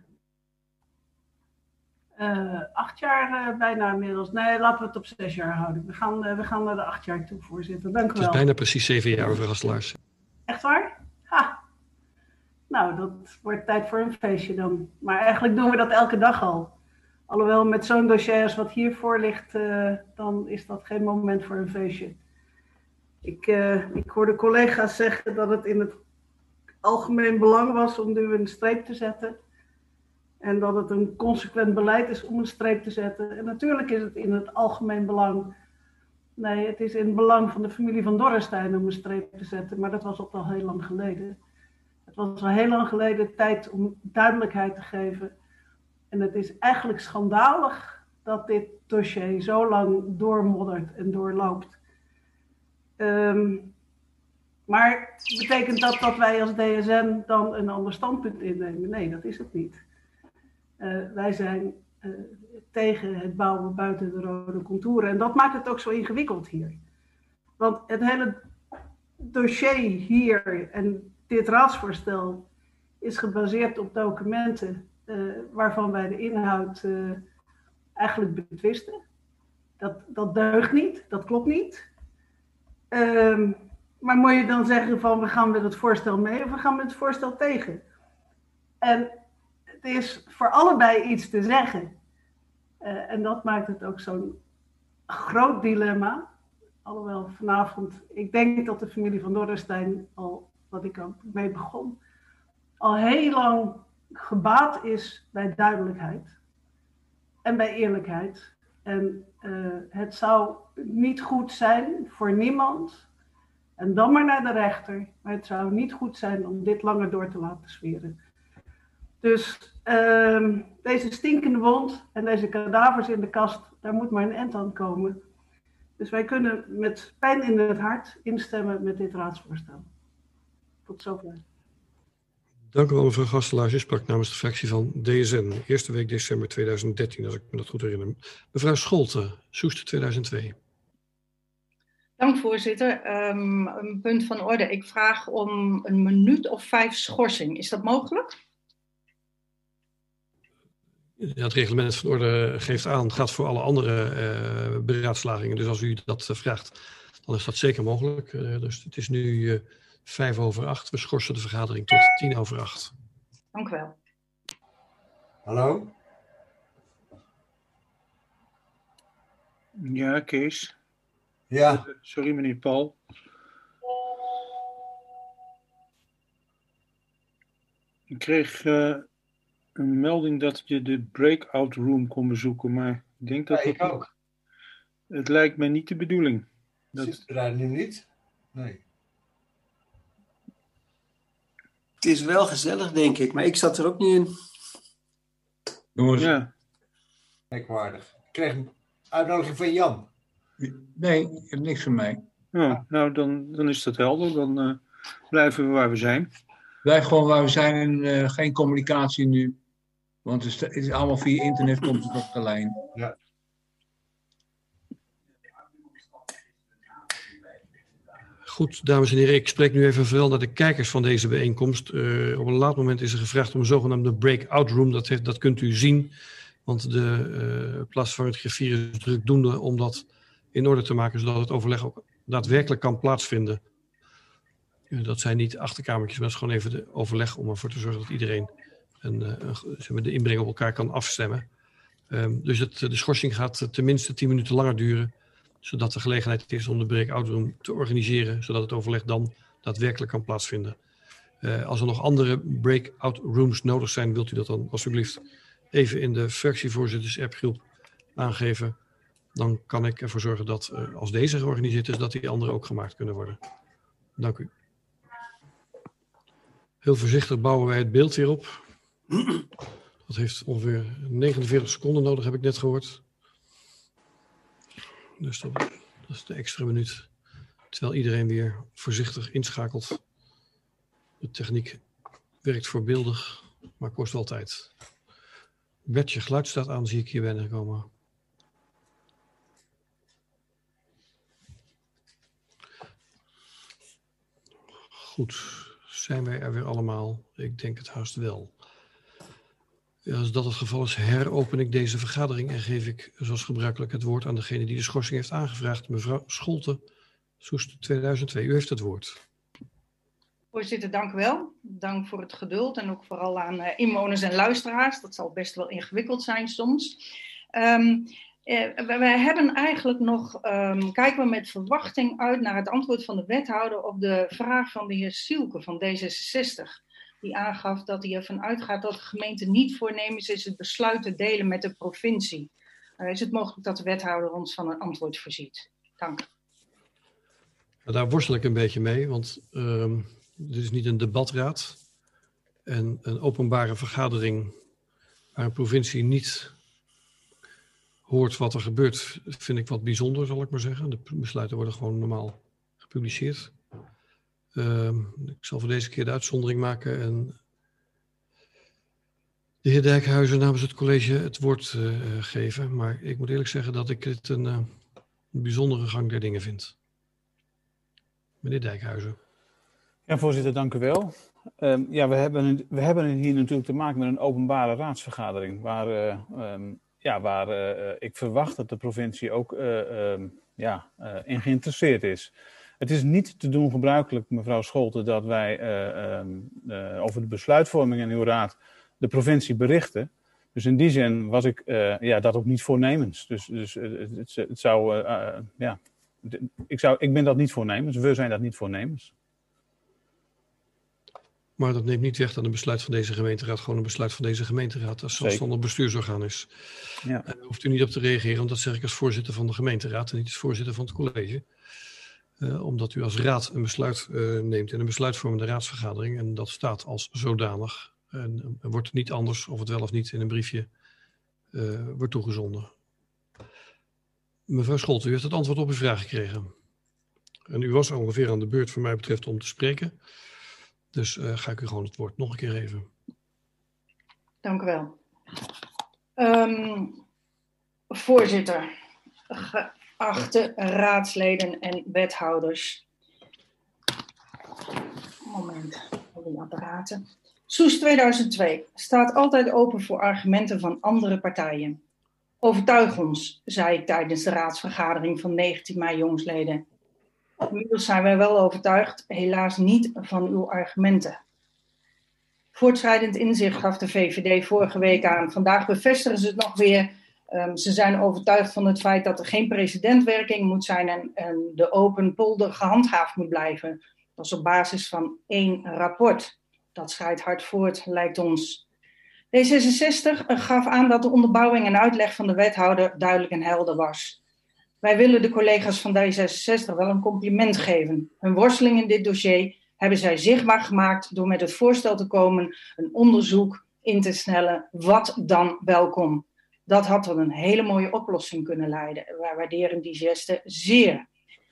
Speaker 13: 8 jaar bijna inmiddels. Nee, laten we het op 6 jaar houden. We gaan naar de 8 jaar toe, voorzitter. Dank u wel.
Speaker 1: Het is bijna precies 7 jaar, mevrouw Gastelaars.
Speaker 13: Echt waar? Ha! Nou, dat wordt tijd voor een feestje dan. Maar eigenlijk doen we dat elke dag al. Alhoewel met zo'n dossier als wat hiervoor ligt, dan is dat geen moment voor een feestje. Ik hoorde collega's zeggen dat het in het algemeen belang was om nu een streep te zetten. En dat het een consequent beleid is om een streep te zetten. En natuurlijk is het in het algemeen belang. Nee, het is in het belang van de familie van Dorrestein om een streep te zetten. Maar dat was ook al heel lang geleden. Het was al heel lang geleden tijd om duidelijkheid te geven. En het is eigenlijk schandalig dat dit dossier zo lang doormoddert en doorloopt. Maar betekent dat wij als DSN dan een ander standpunt innemen? Nee, dat is het niet. Wij zijn tegen het bouwen buiten de rode contouren. En dat maakt het ook zo ingewikkeld hier. Want het hele dossier hier en dit raadsvoorstel is gebaseerd op documenten waarvan wij de inhoud eigenlijk betwisten. Dat deugt niet, dat klopt niet. Maar moet je dan zeggen van we gaan met het voorstel mee of we gaan met het voorstel tegen? En het is voor allebei iets te zeggen. En dat maakt het ook zo'n groot dilemma. Alhoewel vanavond, ik denk dat de familie van Dorrestein, al wat ik ook mee begon, al heel lang gebaat is bij duidelijkheid en bij eerlijkheid. En het zou niet goed zijn voor niemand, en dan maar naar de rechter, maar het zou niet goed zijn om dit langer door te laten zweren. Dus deze stinkende wond en deze kadavers in de kast, daar moet maar een eind aan komen. Dus wij kunnen met pijn in het hart instemmen met dit raadsvoorstel. Tot zover.
Speaker 1: Dank u wel, mevrouw Gastelaars. U sprak namens de fractie van DSN. Eerste week december 2013, als ik me dat goed herinner. Mevrouw Scholte, Soest 2002.
Speaker 14: Dank, voorzitter. Een punt van orde. Ik vraag om 1 minuut of 5 schorsing. Is dat mogelijk?
Speaker 1: Ja, het reglement van orde geeft aan, gaat voor alle andere beraadslagingen. Dus als u dat vraagt, dan is dat zeker mogelijk. Dus het is nu 7:05. We schorsen de vergadering tot 7:10.
Speaker 14: Dank u wel.
Speaker 15: Hallo?
Speaker 8: Ja, Kees.
Speaker 15: Ja.
Speaker 8: Sorry, meneer Paul. Ik kreeg een melding dat je de breakout room kon bezoeken, maar ik denk dat
Speaker 15: ik ook.
Speaker 8: Het lijkt mij niet de bedoeling.
Speaker 15: Zit er daar nu niet? Nee.
Speaker 10: Het is wel gezellig, denk ik, maar ik zat er ook niet in.
Speaker 12: Jongens.
Speaker 8: Ja.
Speaker 15: Merkwaardig. Ik kreeg een uitnodiging van Jan.
Speaker 12: Nee, je hebt niks van mij.
Speaker 8: Ja, nou, dan is dat helder. Dan blijven we waar we zijn.
Speaker 12: Blijf gewoon waar we zijn en geen communicatie nu. Want het is allemaal via internet, komt het op de lijn.
Speaker 15: Ja.
Speaker 1: Goed, dames en heren, ik spreek nu even vooral naar de kijkers van deze bijeenkomst. Op een laat moment is er gevraagd om een zogenaamde breakout room. Dat kunt u zien, want de plaatsvervangend griffier is drukdoende om dat in orde te maken, zodat het overleg ook daadwerkelijk kan plaatsvinden. Dat zijn niet achterkamertjes, maar dat is gewoon even de overleg om ervoor te zorgen dat iedereen de inbreng op elkaar kan afstemmen. Dus de schorsing gaat tenminste 10 minuten langer duren, zodat de gelegenheid is om de breakout room te organiseren, zodat het overleg dan daadwerkelijk kan plaatsvinden. Als er nog andere breakout rooms nodig zijn, wilt u dat dan alsjeblieft even in de fractievoorzitters appgroep aangeven. Dan kan ik ervoor zorgen dat als deze georganiseerd is, dat die andere ook gemaakt kunnen worden. Dank u. Heel voorzichtig bouwen wij het beeld weer op. Dat heeft ongeveer 49 seconden nodig, heb ik net gehoord. Dus dat is de extra minuut. Terwijl iedereen weer voorzichtig inschakelt. De techniek werkt voorbeeldig, maar kost wel tijd. Bertje geluid staat aan, zie ik hier binnenkomen. Goed, zijn wij er weer allemaal? Ik denk het haast wel. Als dat het geval is, heropen ik deze vergadering en geef ik zoals gebruikelijk het woord aan degene die de schorsing heeft aangevraagd, mevrouw Scholte, Soest 2002. U heeft het woord.
Speaker 14: Voorzitter, dank u wel. Dank voor het geduld en ook vooral aan inwoners en luisteraars. Dat zal best wel ingewikkeld zijn soms. We hebben eigenlijk nog, kijken we met verwachting uit naar het antwoord van de wethouder op de vraag van de heer Sielke van D66. Die aangaf dat hij ervan uitgaat dat de gemeente niet voornemens is het besluit te delen met de provincie. Is het mogelijk dat de wethouder ons van een antwoord voorziet? Dank.
Speaker 1: Daar worstel ik een beetje mee, want dit is niet een debatraad. En een openbare vergadering waar een provincie niet hoort wat er gebeurt, vind ik wat bijzonder, zal ik maar zeggen. De besluiten worden gewoon normaal gepubliceerd. Ik zal voor deze keer de uitzondering maken en de heer Dijkhuizen namens het college het woord geven. Maar ik moet eerlijk zeggen dat ik dit een bijzondere gang der dingen vind. Meneer Dijkhuizen.
Speaker 16: Ja, voorzitter, dank u wel. Ja, we hebben hier natuurlijk te maken met een openbare raadsvergadering waar ik verwacht dat de provincie ook in geïnteresseerd is. Het is niet te doen gebruikelijk, mevrouw Scholten, dat wij over de besluitvorming in uw raad de provincie berichten. Dus in die zin was ik dat ook niet voornemens. Dus het zou, ik ben dat niet voornemens. We zijn dat niet voornemens.
Speaker 1: Maar dat neemt niet weg dat een besluit van deze gemeenteraad gewoon een besluit van deze gemeenteraad als zelfstandig bestuursorgaan is.
Speaker 16: Ja.
Speaker 1: Daar hoeft u niet op te reageren, want dat zeg ik als voorzitter van de gemeenteraad en niet als voorzitter van het college. Omdat u als raad een besluit neemt in een besluitvormende raadsvergadering en dat staat als zodanig. En er wordt niet anders, of het wel of niet in een briefje wordt toegezonden. Mevrouw Scholten, u heeft het antwoord op uw vraag gekregen. En u was ongeveer aan de beurt voor mij betreft om te spreken. Dus ga ik u gewoon het woord nog een keer geven.
Speaker 14: Dank u wel. Voorzitter, geachte raadsleden en wethouders. Moment, die apparaten. Soes 2002 staat altijd open voor argumenten van andere partijen. Overtuig ons, zei ik tijdens de raadsvergadering van 19 mei jongsleden. Inmiddels zijn wij wel overtuigd, helaas niet van uw argumenten. Voortschrijdend inzicht gaf de VVD vorige week aan. Vandaag bevestigen ze het nog weer. Ze zijn overtuigd van het feit dat er geen precedentwerking moet zijn en de open polder gehandhaafd moet blijven. Dat is op basis van 1 rapport. Dat schrijdt hard voort, lijkt ons. D66 gaf aan dat de onderbouwing en uitleg van de wethouder duidelijk en helder was. Wij willen de collega's van D66 wel een compliment geven. Hun worsteling in dit dossier hebben zij zichtbaar gemaakt door met het voorstel te komen een onderzoek in te snellen wat dan wel kon. Dat had tot een hele mooie oplossing kunnen leiden. Wij waarderen die geste zeer.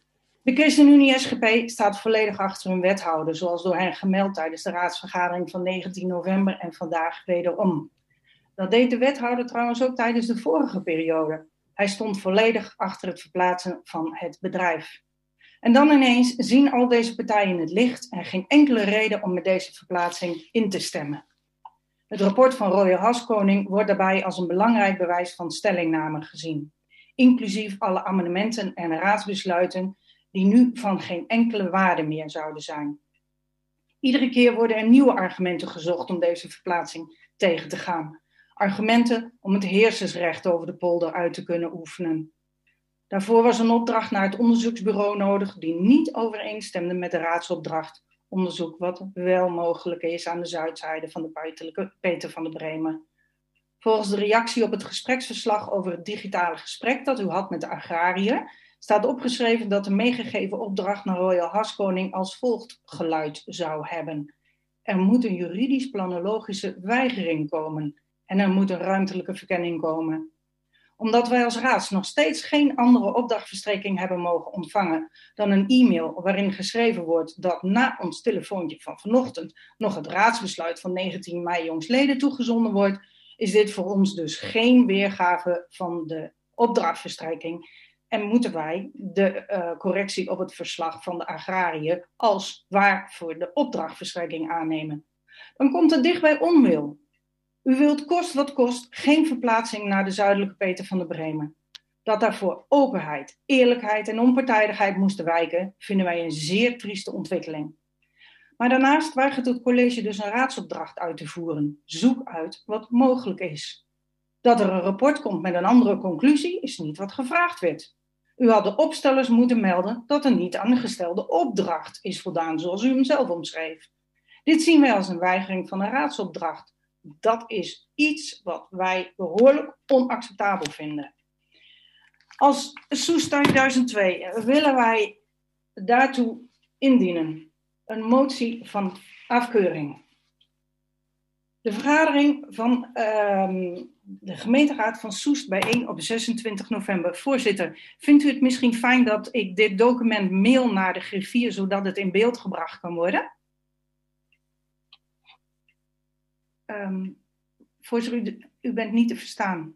Speaker 14: De ChristenUnie-SGP staat volledig achter hun wethouder, zoals door hen gemeld tijdens de raadsvergadering van 19 november en vandaag wederom. Dat deed de wethouder trouwens ook tijdens de vorige periode. Hij stond volledig achter het verplaatsen van het bedrijf. En dan ineens zien al deze partijen het licht en geen enkele reden om met deze verplaatsing in te stemmen. Het rapport van Royal Haskoning wordt daarbij als een belangrijk bewijs van stellingname gezien, inclusief alle amendementen en raadsbesluiten die nu van geen enkele waarde meer zouden zijn. Iedere keer worden er nieuwe argumenten gezocht om deze verplaatsing tegen te gaan. Argumenten om het heersersrecht over de polder uit te kunnen oefenen. Daarvoor was een opdracht naar het onderzoeksbureau nodig die niet overeenstemde met de raadsopdracht. Onderzoek wat wel mogelijk is aan de zuidzijde van de buitenlijke Peter van der Bremen. Volgens de reactie op het gespreksverslag over het digitale gesprek dat u had met de agrariër, staat opgeschreven dat de meegegeven opdracht naar Royal Haskoning als volgt geluid zou hebben. Er moet een juridisch-planologische weigering komen en er moet een ruimtelijke verkenning komen. Omdat wij als raads nog steeds geen andere opdrachtverstrekking hebben mogen ontvangen dan een e-mail waarin geschreven wordt dat na ons telefoontje van vanochtend nog het raadsbesluit van 19 mei jongsleden toegezonden wordt, is dit voor ons dus geen weergave van de opdrachtverstrekking en moeten wij de correctie op het verslag van de agrariër als waar voor de opdrachtverstrekking aannemen. Dan komt het dicht bij onwil. U wilt kost wat kost geen verplaatsing naar de zuidelijke Peter van der Bremen. Dat daarvoor openheid, eerlijkheid en onpartijdigheid moesten wijken, vinden wij een zeer trieste ontwikkeling. Maar daarnaast weigert het college dus een raadsopdracht uit te voeren. Zoek uit wat mogelijk is. Dat er een rapport komt met een andere conclusie is niet wat gevraagd werd. U had de opstellers moeten melden dat er niet aan de gestelde opdracht is voldaan, zoals u hem zelf omschreef. Dit zien wij als een weigering van een raadsopdracht. Dat is iets wat wij behoorlijk onacceptabel vinden. Als Soes 2002 willen wij daartoe indienen een motie van afkeuring. De vergadering van de gemeenteraad van Soest bijeen op 26 november. Voorzitter, vindt u het misschien fijn dat ik dit document mail naar de griffier zodat het in beeld gebracht kan worden? Voorzitter, u bent niet te verstaan.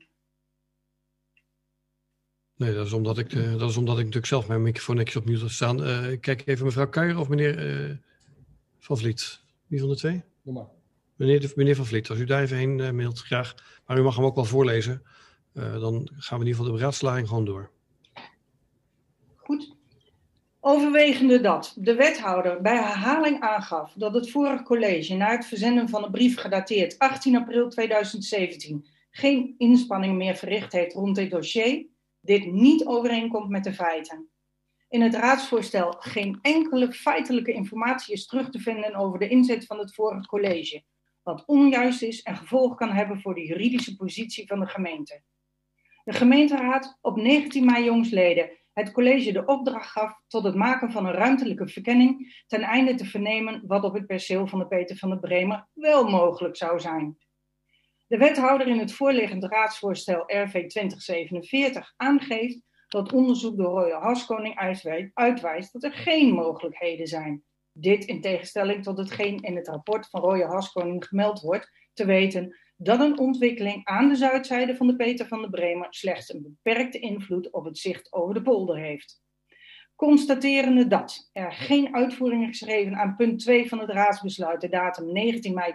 Speaker 1: Nee, dat is omdat ik natuurlijk zelf mijn microfoon netjes op mute had staan. Kijk even mevrouw Kuijer of meneer Van Vliet. Wie van de twee?
Speaker 2: Doe maar.
Speaker 1: Meneer Van Vliet, als u daar even heen mailt, graag. Maar u mag hem ook wel voorlezen. Dan gaan we in ieder geval de beraadslaging gewoon door.
Speaker 14: Goed. Overwegende dat de wethouder bij herhaling aangaf dat het vorige college na het verzenden van een brief gedateerd 18 april 2017 geen inspanning meer verricht heeft rond dit dossier, dit niet overeenkomt met de feiten. In het raadsvoorstel geen enkele feitelijke informatie is terug te vinden over de inzet van het vorige college, wat onjuist is en gevolg kan hebben voor de juridische positie van de gemeente. De gemeenteraad op 19 mei jongsleden het college de opdracht gaf tot het maken van een ruimtelijke verkenning ten einde te vernemen wat op het perceel van de Peter van der Bremer wel mogelijk zou zijn. De wethouder in het voorliggende raadsvoorstel RV 2047 aangeeft dat onderzoek door Royal Haskoning uitwijst dat er geen mogelijkheden zijn. Dit in tegenstelling tot hetgeen in het rapport van Royal Haskoning gemeld wordt, te weten dat een ontwikkeling aan de zuidzijde van de Peter van der Bremer slechts een beperkte invloed op het zicht over de polder heeft. Constaterende dat er geen uitvoering is gegeven aan punt 2 van het raadsbesluit, de datum 19 mei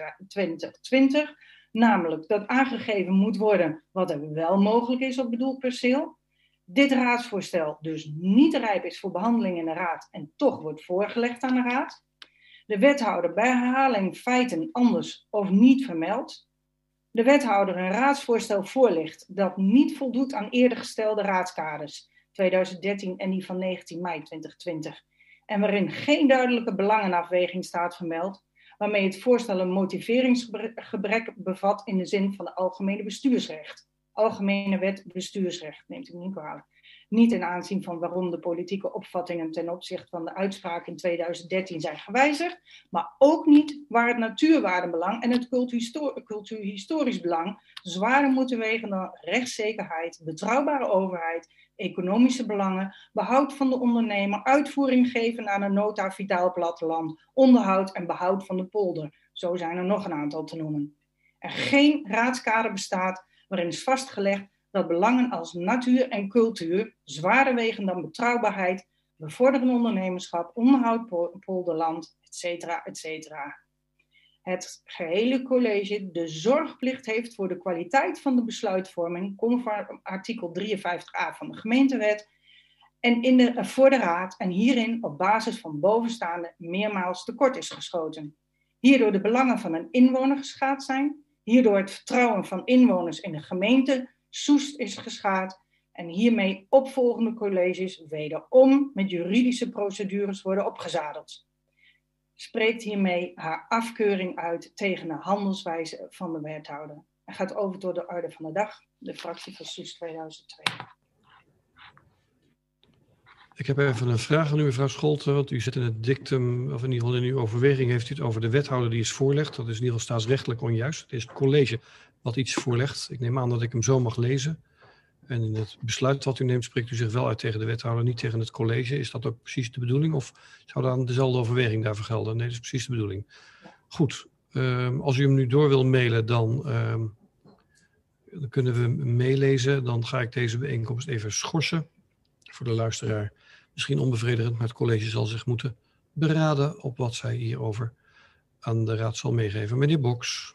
Speaker 14: 2020, namelijk dat aangegeven moet worden wat er wel mogelijk is op bedoeld perceel, dit raadsvoorstel dus niet rijp is voor behandeling in de raad en toch wordt voorgelegd aan de raad, de wethouder bij herhaling feiten anders of niet vermeldt, de wethouder een raadsvoorstel voorlegt dat niet voldoet aan eerder gestelde raadskaders 2013 en die van 19 mei 2020 en waarin geen duidelijke belangenafweging staat vermeld, waarmee het voorstel een motiveringsgebrek bevat in de zin van de algemene bestuursrecht. Algemene wet bestuursrecht, neemt u niet kwalijk. Niet in aanzien van waarom de politieke opvattingen ten opzichte van de uitspraak in 2013 zijn gewijzigd, maar ook niet waar het natuurwaardebelang en het cultuurhistorisch belang zwaarder moeten wegen dan rechtszekerheid, betrouwbare overheid, economische belangen, behoud van de ondernemer, uitvoering geven aan een nota vitaal platteland, onderhoud en behoud van de polder. Zo zijn er nog een aantal te noemen. Er geen raadskader bestaat waarin is vastgelegd dat belangen als natuur en cultuur zwaarder wegen dan betrouwbaarheid, bevorderen ondernemerschap, onderhoud polderland, etc. etc. Het gehele college de zorgplicht heeft voor de kwaliteit van de besluitvorming, conform artikel 53a van de gemeentewet, en voor de raad en hierin op basis van bovenstaande meermaals tekort is geschoten. Hierdoor de belangen van een inwoner geschaad zijn, hierdoor het vertrouwen van inwoners in de gemeente Soest is geschaad en hiermee opvolgende colleges wederom met juridische procedures worden opgezadeld. Spreekt hiermee haar afkeuring uit tegen de handelswijze van de wethouder. En gaat over tot de orde van de dag, de fractie van Soest 2002.
Speaker 1: Ik heb even een vraag aan u, mevrouw Scholten, want u zit in het dictum, of in ieder geval in uw overweging heeft u het over de wethouder die iets voorlegt. Dat is in ieder geval staatsrechtelijk onjuist. Het is het college wat iets voorlegt. Ik neem aan dat ik hem zo mag lezen. En in het besluit wat u neemt spreekt u zich wel uit tegen de wethouder, niet tegen het college. Is dat ook precies de bedoeling of zou dan dezelfde overweging daarvoor gelden? Nee, dat is precies de bedoeling. Goed, als u hem nu door wil mailen, dan kunnen we hem meelezen. Dan ga ik deze bijeenkomst even schorsen voor de luisteraar. Misschien onbevredigend, maar het college zal zich moeten beraden op wat zij hierover aan de raad zal meegeven. Meneer Boks.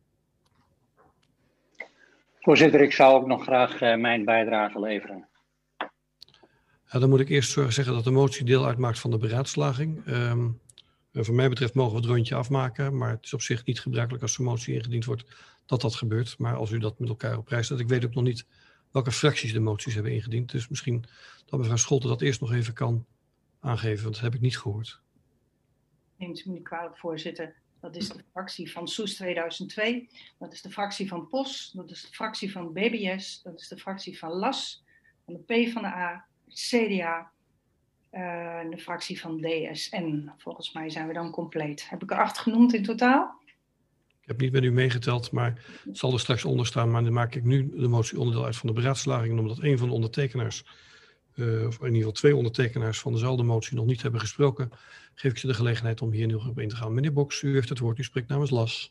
Speaker 4: Voorzitter, ik zou ook nog graag mijn bijdrage leveren.
Speaker 1: Ja, dan moet ik eerst zeggen dat de motie deel uitmaakt van de beraadslaging. Voor mij betreft mogen we het rondje afmaken, maar het is op zich niet gebruikelijk als de motie ingediend wordt dat dat gebeurt. Maar als u dat met elkaar op prijs stelt, ik weet ook nog niet welke fracties de moties hebben ingediend. Dus misschien dat mevrouw Scholten dat eerst nog even kan aangeven, want dat heb ik niet gehoord.
Speaker 14: Neemt u me niet kwalijk, voorzitter. Dat is de fractie van Soest 2002, dat is de fractie van POS, dat is de fractie van BBS, dat is de fractie van LAS, van de PvdA, CDA en de fractie van DSN. Volgens mij zijn we dan compleet. Heb ik er 8 genoemd in totaal?
Speaker 1: Ik heb niet met u meegeteld, maar het zal er straks onder staan. Maar dan maak ik nu de motie onderdeel uit van de beraadslaging. En omdat een van de ondertekenaars, of in ieder geval 2 ondertekenaars van dezelfde motie nog niet hebben gesproken, geef ik ze de gelegenheid om hier nu op in te gaan. Meneer Boks, u heeft het woord. U spreekt namens LAS.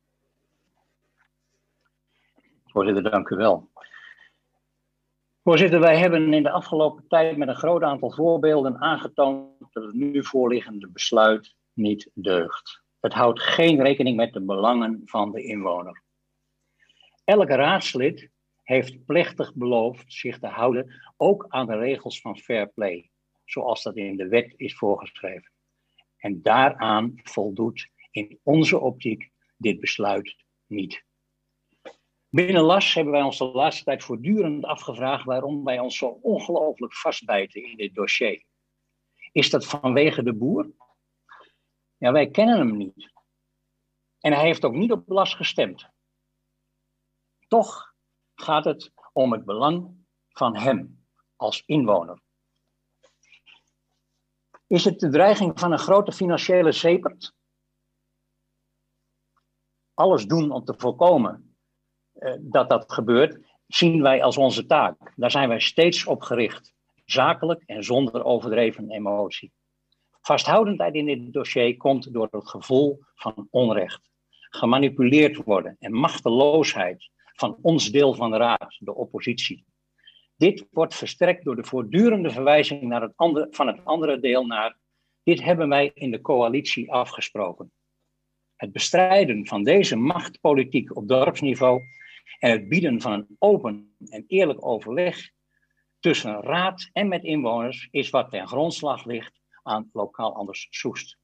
Speaker 4: Voorzitter, dank u wel. Voorzitter, wij hebben in de afgelopen tijd met een groot aantal voorbeelden aangetoond dat het nu voorliggende besluit niet deugt. Het houdt geen rekening met de belangen van de inwoner. Elk raadslid heeft plechtig beloofd zich te houden ook aan de regels van fair play. zoals dat in de wet is voorgeschreven. En daaraan voldoet in onze optiek dit besluit niet. Binnen LAS hebben wij ons de laatste tijd voortdurend afgevraagd waarom wij ons zo ongelooflijk vastbijten in dit dossier. Is dat vanwege de boer? Ja, wij kennen hem niet. En hij heeft ook niet op LAS gestemd. Toch gaat het om het belang van hem als inwoner. Is het de dreiging van een grote financiële zeepert? Alles doen om te voorkomen dat dat gebeurt, zien wij als onze taak. Daar zijn wij steeds op gericht. Zakelijk en zonder overdreven emotie. Vasthoudendheid in dit dossier komt door het gevoel van onrecht. Gemanipuleerd worden en machteloosheid van ons deel van de raad, de oppositie. Dit wordt versterkt door de voortdurende verwijzing naar van het andere deel naar: dit hebben wij in de coalitie afgesproken. Het bestrijden van deze machtpolitiek op dorpsniveau en het bieden van een open en eerlijk overleg tussen raad en met inwoners is wat ten grondslag ligt aan Lokaal Anders Soest.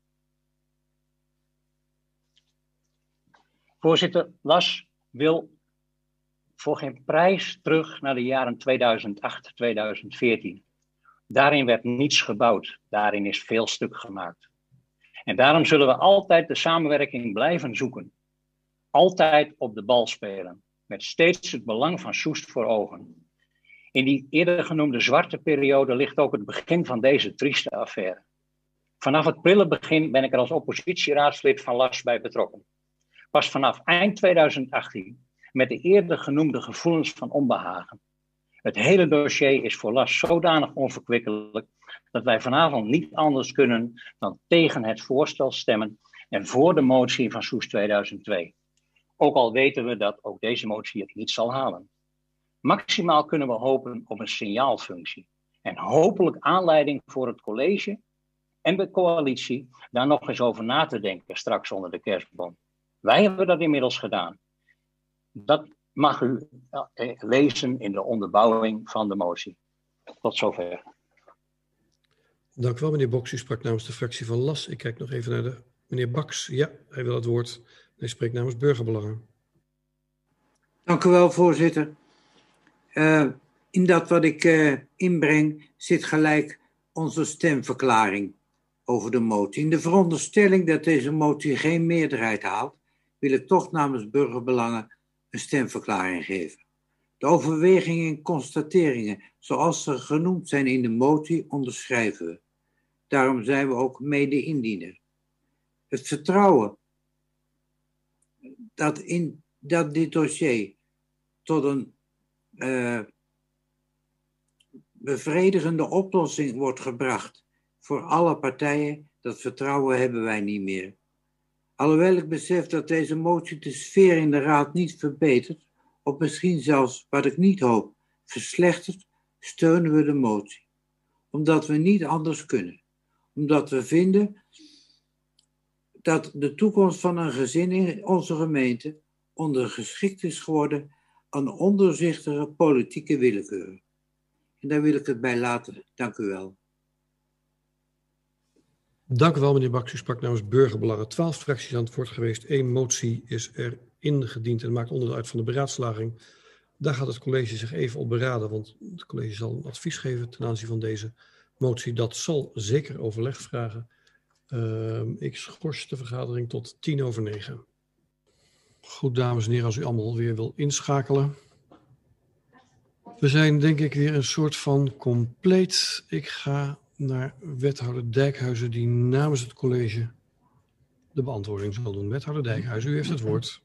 Speaker 4: Voorzitter, LAS wil voor geen prijs terug naar de jaren 2008-2014. Daarin werd niets gebouwd, daarin is veel stuk gemaakt. En daarom zullen we altijd de samenwerking blijven zoeken. Altijd op de bal spelen, met steeds het belang van Soest voor ogen. In die eerder genoemde zwarte periode ligt ook het begin van deze trieste affaire. Vanaf het prille begin ben ik er als oppositieraadslid van LAS bij betrokken. Pas vanaf eind 2018 met de eerder genoemde gevoelens van onbehagen. Het hele dossier is voor LAS zodanig onverkwikkelijk dat wij vanavond niet anders kunnen dan tegen het voorstel stemmen en voor de motie van Soest 2002. Ook al weten we dat ook deze motie het niet zal halen. Maximaal kunnen we hopen op een signaalfunctie en hopelijk aanleiding voor het college en de coalitie daar nog eens over na te denken straks onder de kerstboom. Wij hebben dat inmiddels gedaan. Dat mag u lezen in de onderbouwing van de motie. Tot zover.
Speaker 1: Dank u wel, meneer Boks. U sprak namens de fractie van LAS. Ik kijk nog even naar de meneer Baks. Ja, hij wil het woord. Hij spreekt namens Burgerbelangen.
Speaker 17: Dank u wel, voorzitter. In dat wat ik inbreng zit gelijk onze stemverklaring over de motie. In de veronderstelling dat deze motie geen meerderheid haalt, wil ik toch namens Burgerbelangen een stemverklaring geven. De overwegingen en constateringen, zoals ze genoemd zijn in de motie, onderschrijven we. Daarom zijn we ook mede-indiener. Het vertrouwen dat dit dossier tot een bevredigende oplossing wordt gebracht voor alle partijen, dat vertrouwen hebben wij niet meer. Alhoewel ik besef dat deze motie de sfeer in de raad niet verbetert, of misschien zelfs, wat ik niet hoop, verslechtert, steunen we de motie. Omdat we niet anders kunnen. Omdat we vinden dat de toekomst van een gezin in onze gemeente ondergeschikt is geworden aan ondoorzichtige politieke willekeur. En daar wil ik het bij laten. Dank u wel.
Speaker 1: Dank u wel, meneer Baks. U sprak namens Burgerbelangen. 12 fracties aan het woord geweest. 1 motie is er ingediend en maakt onderdeel uit van de beraadslaging. Daar gaat het college zich even op beraden, want het college zal een advies geven ten aanzien van deze motie. Dat zal zeker overleg vragen. Ik schors de vergadering tot 9:10. Goed, dames en heren, als u allemaal weer wil inschakelen. We zijn denk ik weer een soort van compleet. Ik ga naar wethouder Dijkhuizen, die namens het college de beantwoording zal doen. Wethouder Dijkhuizen, u heeft het woord.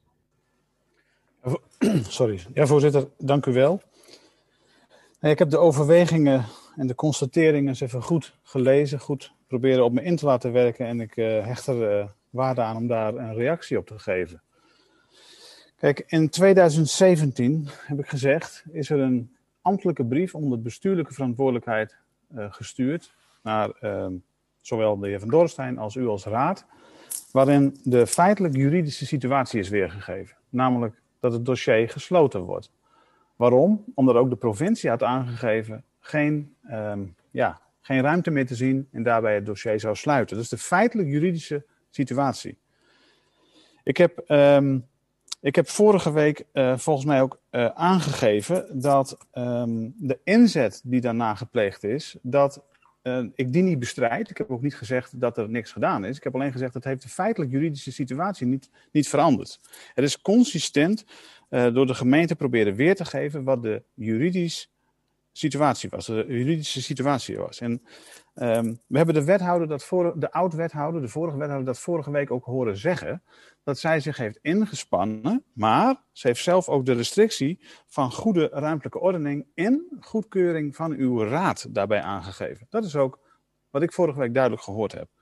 Speaker 16: Sorry. Ja, voorzitter, dank u wel. Ik heb de overwegingen en de constateringen eens even goed gelezen, goed proberen op me in te laten werken en ik hecht er waarde aan om daar een reactie op te geven. Kijk, in 2017, heb ik gezegd, is er een ambtelijke brief onder bestuurlijke verantwoordelijkheid gestuurd naar zowel de heer Van Dorrestein als u als raad, waarin de feitelijk juridische situatie is weergegeven. Namelijk dat het dossier gesloten wordt. Waarom? Omdat ook de provincie had aangegeven geen geen ruimte meer te zien en daarbij het dossier zou sluiten. Dat is de feitelijk juridische situatie. Ik heb vorige week volgens mij ook aangegeven dat de inzet die daarna gepleegd is, dat ik die niet bestrijd. Ik heb ook niet gezegd dat er niks gedaan is. Ik heb alleen gezegd dat heeft de feitelijk juridische situatie niet veranderd. Het is consistent door de gemeente proberen weer te geven wat de juridische situatie was. En we hebben de wethouder de oud-wethouder, de vorige wethouder, dat vorige week ook horen zeggen, dat zij zich heeft ingespannen, maar ze heeft zelf ook de restrictie van goede ruimtelijke ordening en goedkeuring van uw raad daarbij aangegeven. Dat is ook wat ik vorige week duidelijk gehoord heb.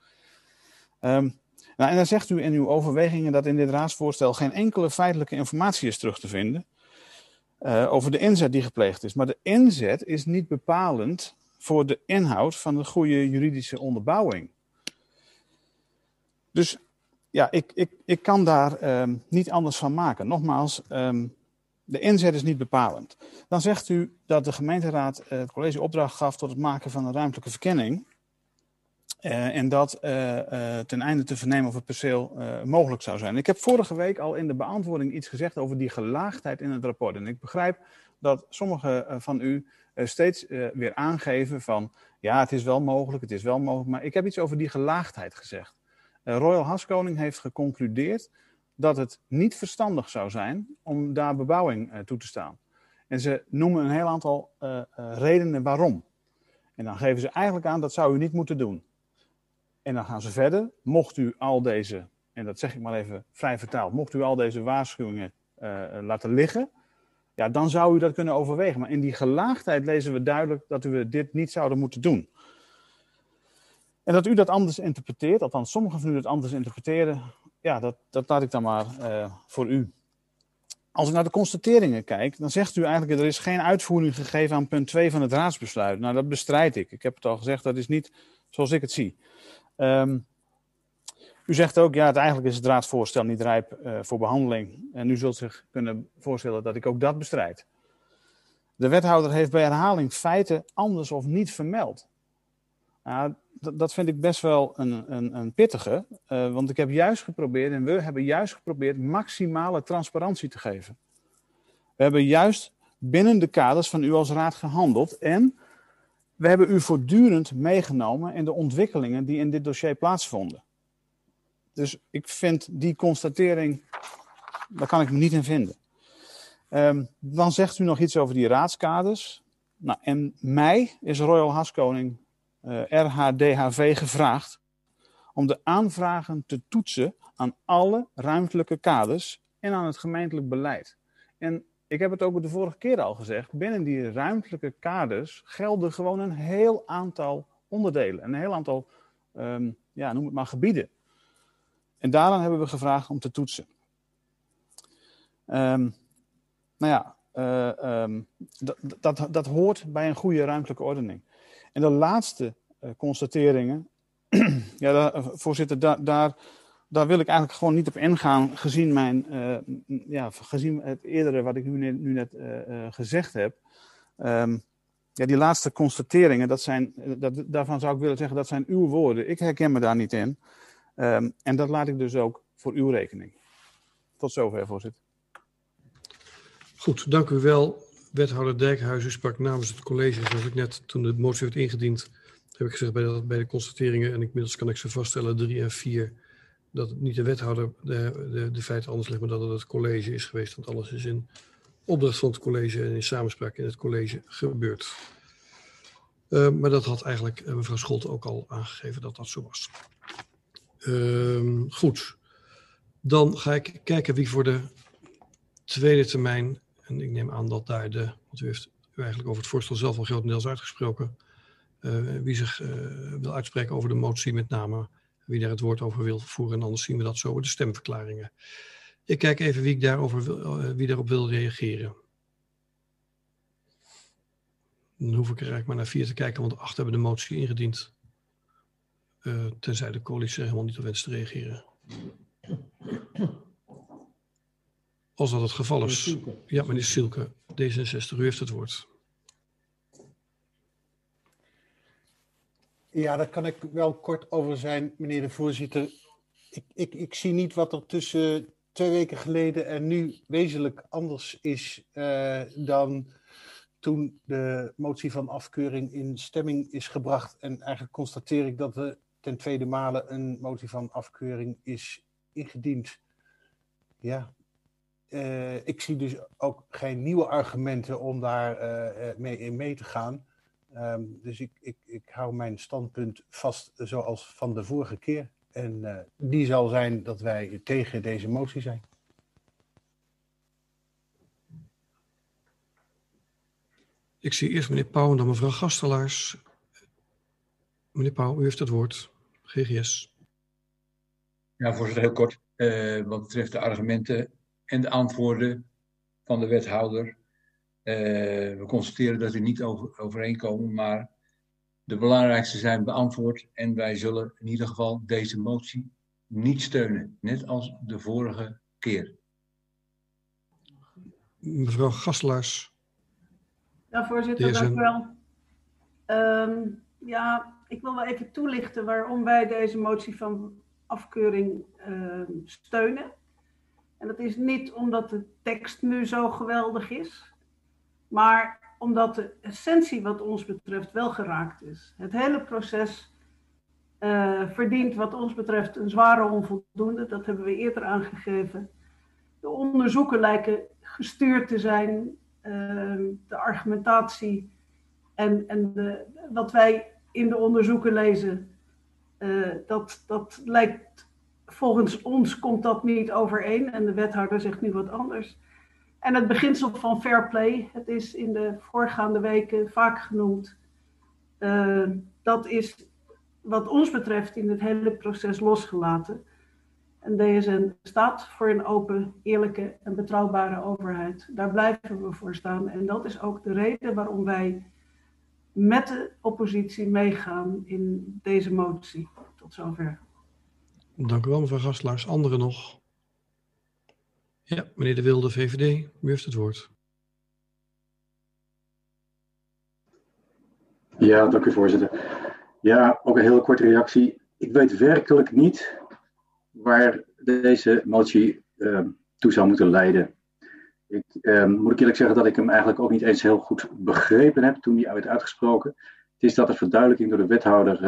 Speaker 16: En dan zegt u in uw overwegingen dat in dit raadsvoorstel geen enkele feitelijke informatie is terug te vinden over de inzet die gepleegd is. Maar de inzet is niet bepalend voor de inhoud van de goede juridische onderbouwing. Dus ja, ik kan daar niet anders van maken. Nogmaals, de inzet is niet bepalend. Dan zegt u dat de gemeenteraad het college opdracht gaf tot het maken van een ruimtelijke verkenning. En dat ten einde te vernemen of het perceel mogelijk zou zijn. Ik heb vorige week al in de beantwoording iets gezegd over die gelaagdheid in het rapport. En ik begrijp dat sommigen van u steeds weer aangeven van ja, het is wel mogelijk, maar ik heb iets over die gelaagdheid gezegd. Royal Haskoning heeft geconcludeerd dat het niet verstandig zou zijn om daar bebouwing toe te staan. En ze noemen een heel aantal redenen waarom. En dan geven ze eigenlijk aan dat zou u niet moeten doen. En dan gaan ze verder. Mocht u al deze, en dat zeg ik maar even vrij vertaald, mocht u al deze waarschuwingen laten liggen, ja, dan zou u dat kunnen overwegen. Maar in die gelaagdheid lezen we duidelijk dat we dit niet zouden moeten doen. En dat u dat anders interpreteert, althans sommigen van u dat anders interpreteren, ja, dat laat ik dan maar voor u. Als ik naar de constateringen kijk, dan zegt u eigenlijk er is geen uitvoering gegeven aan punt 2 van het raadsbesluit. Nou, dat bestrijd ik. Ik heb het al gezegd, dat is niet zoals ik het zie. U zegt ook, ja, eigenlijk is het raadsvoorstel niet rijp voor behandeling. En u zult zich kunnen voorstellen dat ik ook dat bestrijd. De wethouder heeft bij herhaling feiten anders of niet vermeld. Nou, dat vind ik best wel een pittige. Want ik heb juist geprobeerd, en we hebben juist geprobeerd, maximale transparantie te geven. We hebben juist binnen de kaders van u als raad gehandeld. En we hebben u voortdurend meegenomen in de ontwikkelingen die in dit dossier plaatsvonden. Dus ik vind die constatering, daar kan ik me niet in vinden. Dan zegt u nog iets over die raadskaders. Nou, in mei is Royal Haskoning RHDHV gevraagd om de aanvragen te toetsen aan alle ruimtelijke kaders en aan het gemeentelijk beleid. En ik heb het ook de vorige keer al gezegd, binnen die ruimtelijke kaders gelden gewoon een heel aantal onderdelen. Een heel aantal, noem het maar, gebieden. En daaraan hebben we gevraagd om te toetsen. Dat hoort bij een goede ruimtelijke ordening. En de laatste constateringen, voorzitter, daar wil ik eigenlijk gewoon niet op ingaan, gezien gezien het eerdere wat ik nu net gezegd heb. Die laatste constateringen, daarvan zou ik willen zeggen, dat zijn uw woorden. Ik herken me daar niet in. En dat laat ik dus ook voor uw rekening. Tot zover, voorzitter.
Speaker 1: Goed, dank u wel. Wethouder Dijkhuizen sprak namens het college. Zoals ik net, toen de motie werd ingediend, heb ik gezegd bij de constateringen, en inmiddels kan ik ze vaststellen, 3 en 4, dat het niet de wethouder de feiten anders legt, maar dat het het college is geweest. Want alles is in opdracht van het college en in samenspraak in het college gebeurd. Maar dat had eigenlijk mevrouw Scholte ook al aangegeven dat dat zo was. Goed, dan ga ik kijken wie voor de tweede termijn, en ik neem aan dat daar want u heeft eigenlijk over het voorstel zelf al grotendeels uitgesproken, wie zich wil uitspreken over de motie met name, wie daar het woord over wil voeren, en anders zien we dat zo bij de stemverklaringen. Ik kijk even wie daarop wil reageren. Dan hoef ik er eigenlijk maar naar 4 te kijken, want 8 hebben de motie ingediend. Tenzij de coalitie helemaal niet op wenst te reageren. Als dat het geval is. Ja, meneer Sielke, D66, u heeft het woord.
Speaker 8: Ja, daar kan ik wel kort over zijn, meneer de voorzitter. Ik zie niet wat er tussen 2 weken geleden en nu wezenlijk anders is dan toen de motie van afkeuring in stemming is gebracht. En eigenlijk constateer ik dat er ten tweede male een motie van afkeuring is ingediend. Ja, ik zie dus ook geen nieuwe argumenten om daar mee te gaan. Dus ik hou mijn standpunt vast zoals van de vorige keer. En die zal zijn dat wij tegen deze motie zijn.
Speaker 1: Ik zie eerst meneer Pauw en dan mevrouw Gastelaars. Meneer Pauw, u heeft het woord. GGS.
Speaker 12: Ja, voorzitter, heel kort. Wat betreft de argumenten en de antwoorden van de wethouder. We constateren dat die niet overeenkomen, maar de belangrijkste zijn beantwoord. En wij zullen in ieder geval deze motie niet steunen. Net als de vorige keer.
Speaker 1: Mevrouw Gastelaars.
Speaker 13: Ja, voorzitter, dank u wel. Ja, ik wil wel even toelichten waarom wij deze motie van afkeuring steunen. En dat is niet omdat de tekst nu zo geweldig is, maar omdat de essentie wat ons betreft wel geraakt is. Het hele proces verdient wat ons betreft een zware onvoldoende. Dat hebben we eerder aangegeven. De onderzoeken lijken gestuurd te zijn. De argumentatie en wat wij in de onderzoeken lezen, dat lijkt, volgens ons komt dat niet overeen. En de wethouder zegt nu wat anders. En het beginsel van fair play, het is in de voorgaande weken vaak genoemd. Dat is wat ons betreft in het hele proces losgelaten. En DSN staat voor een open, eerlijke en betrouwbare overheid. Daar blijven we voor staan. En dat is ook de reden waarom wij met de oppositie meegaan in deze motie. Tot zover.
Speaker 1: Dank u wel, mevrouw Gastelaars. Anderen nog? Ja, meneer De Wilde, VVD, u heeft het woord.
Speaker 9: Ja, dank u voorzitter. Ja, ook een hele korte reactie. Ik weet werkelijk niet waar deze motie toe zou moeten leiden. Moet ik eerlijk zeggen dat ik hem eigenlijk ook niet eens heel goed begrepen heb toen hij werd uitgesproken. Het is dat de verduidelijking door de wethouder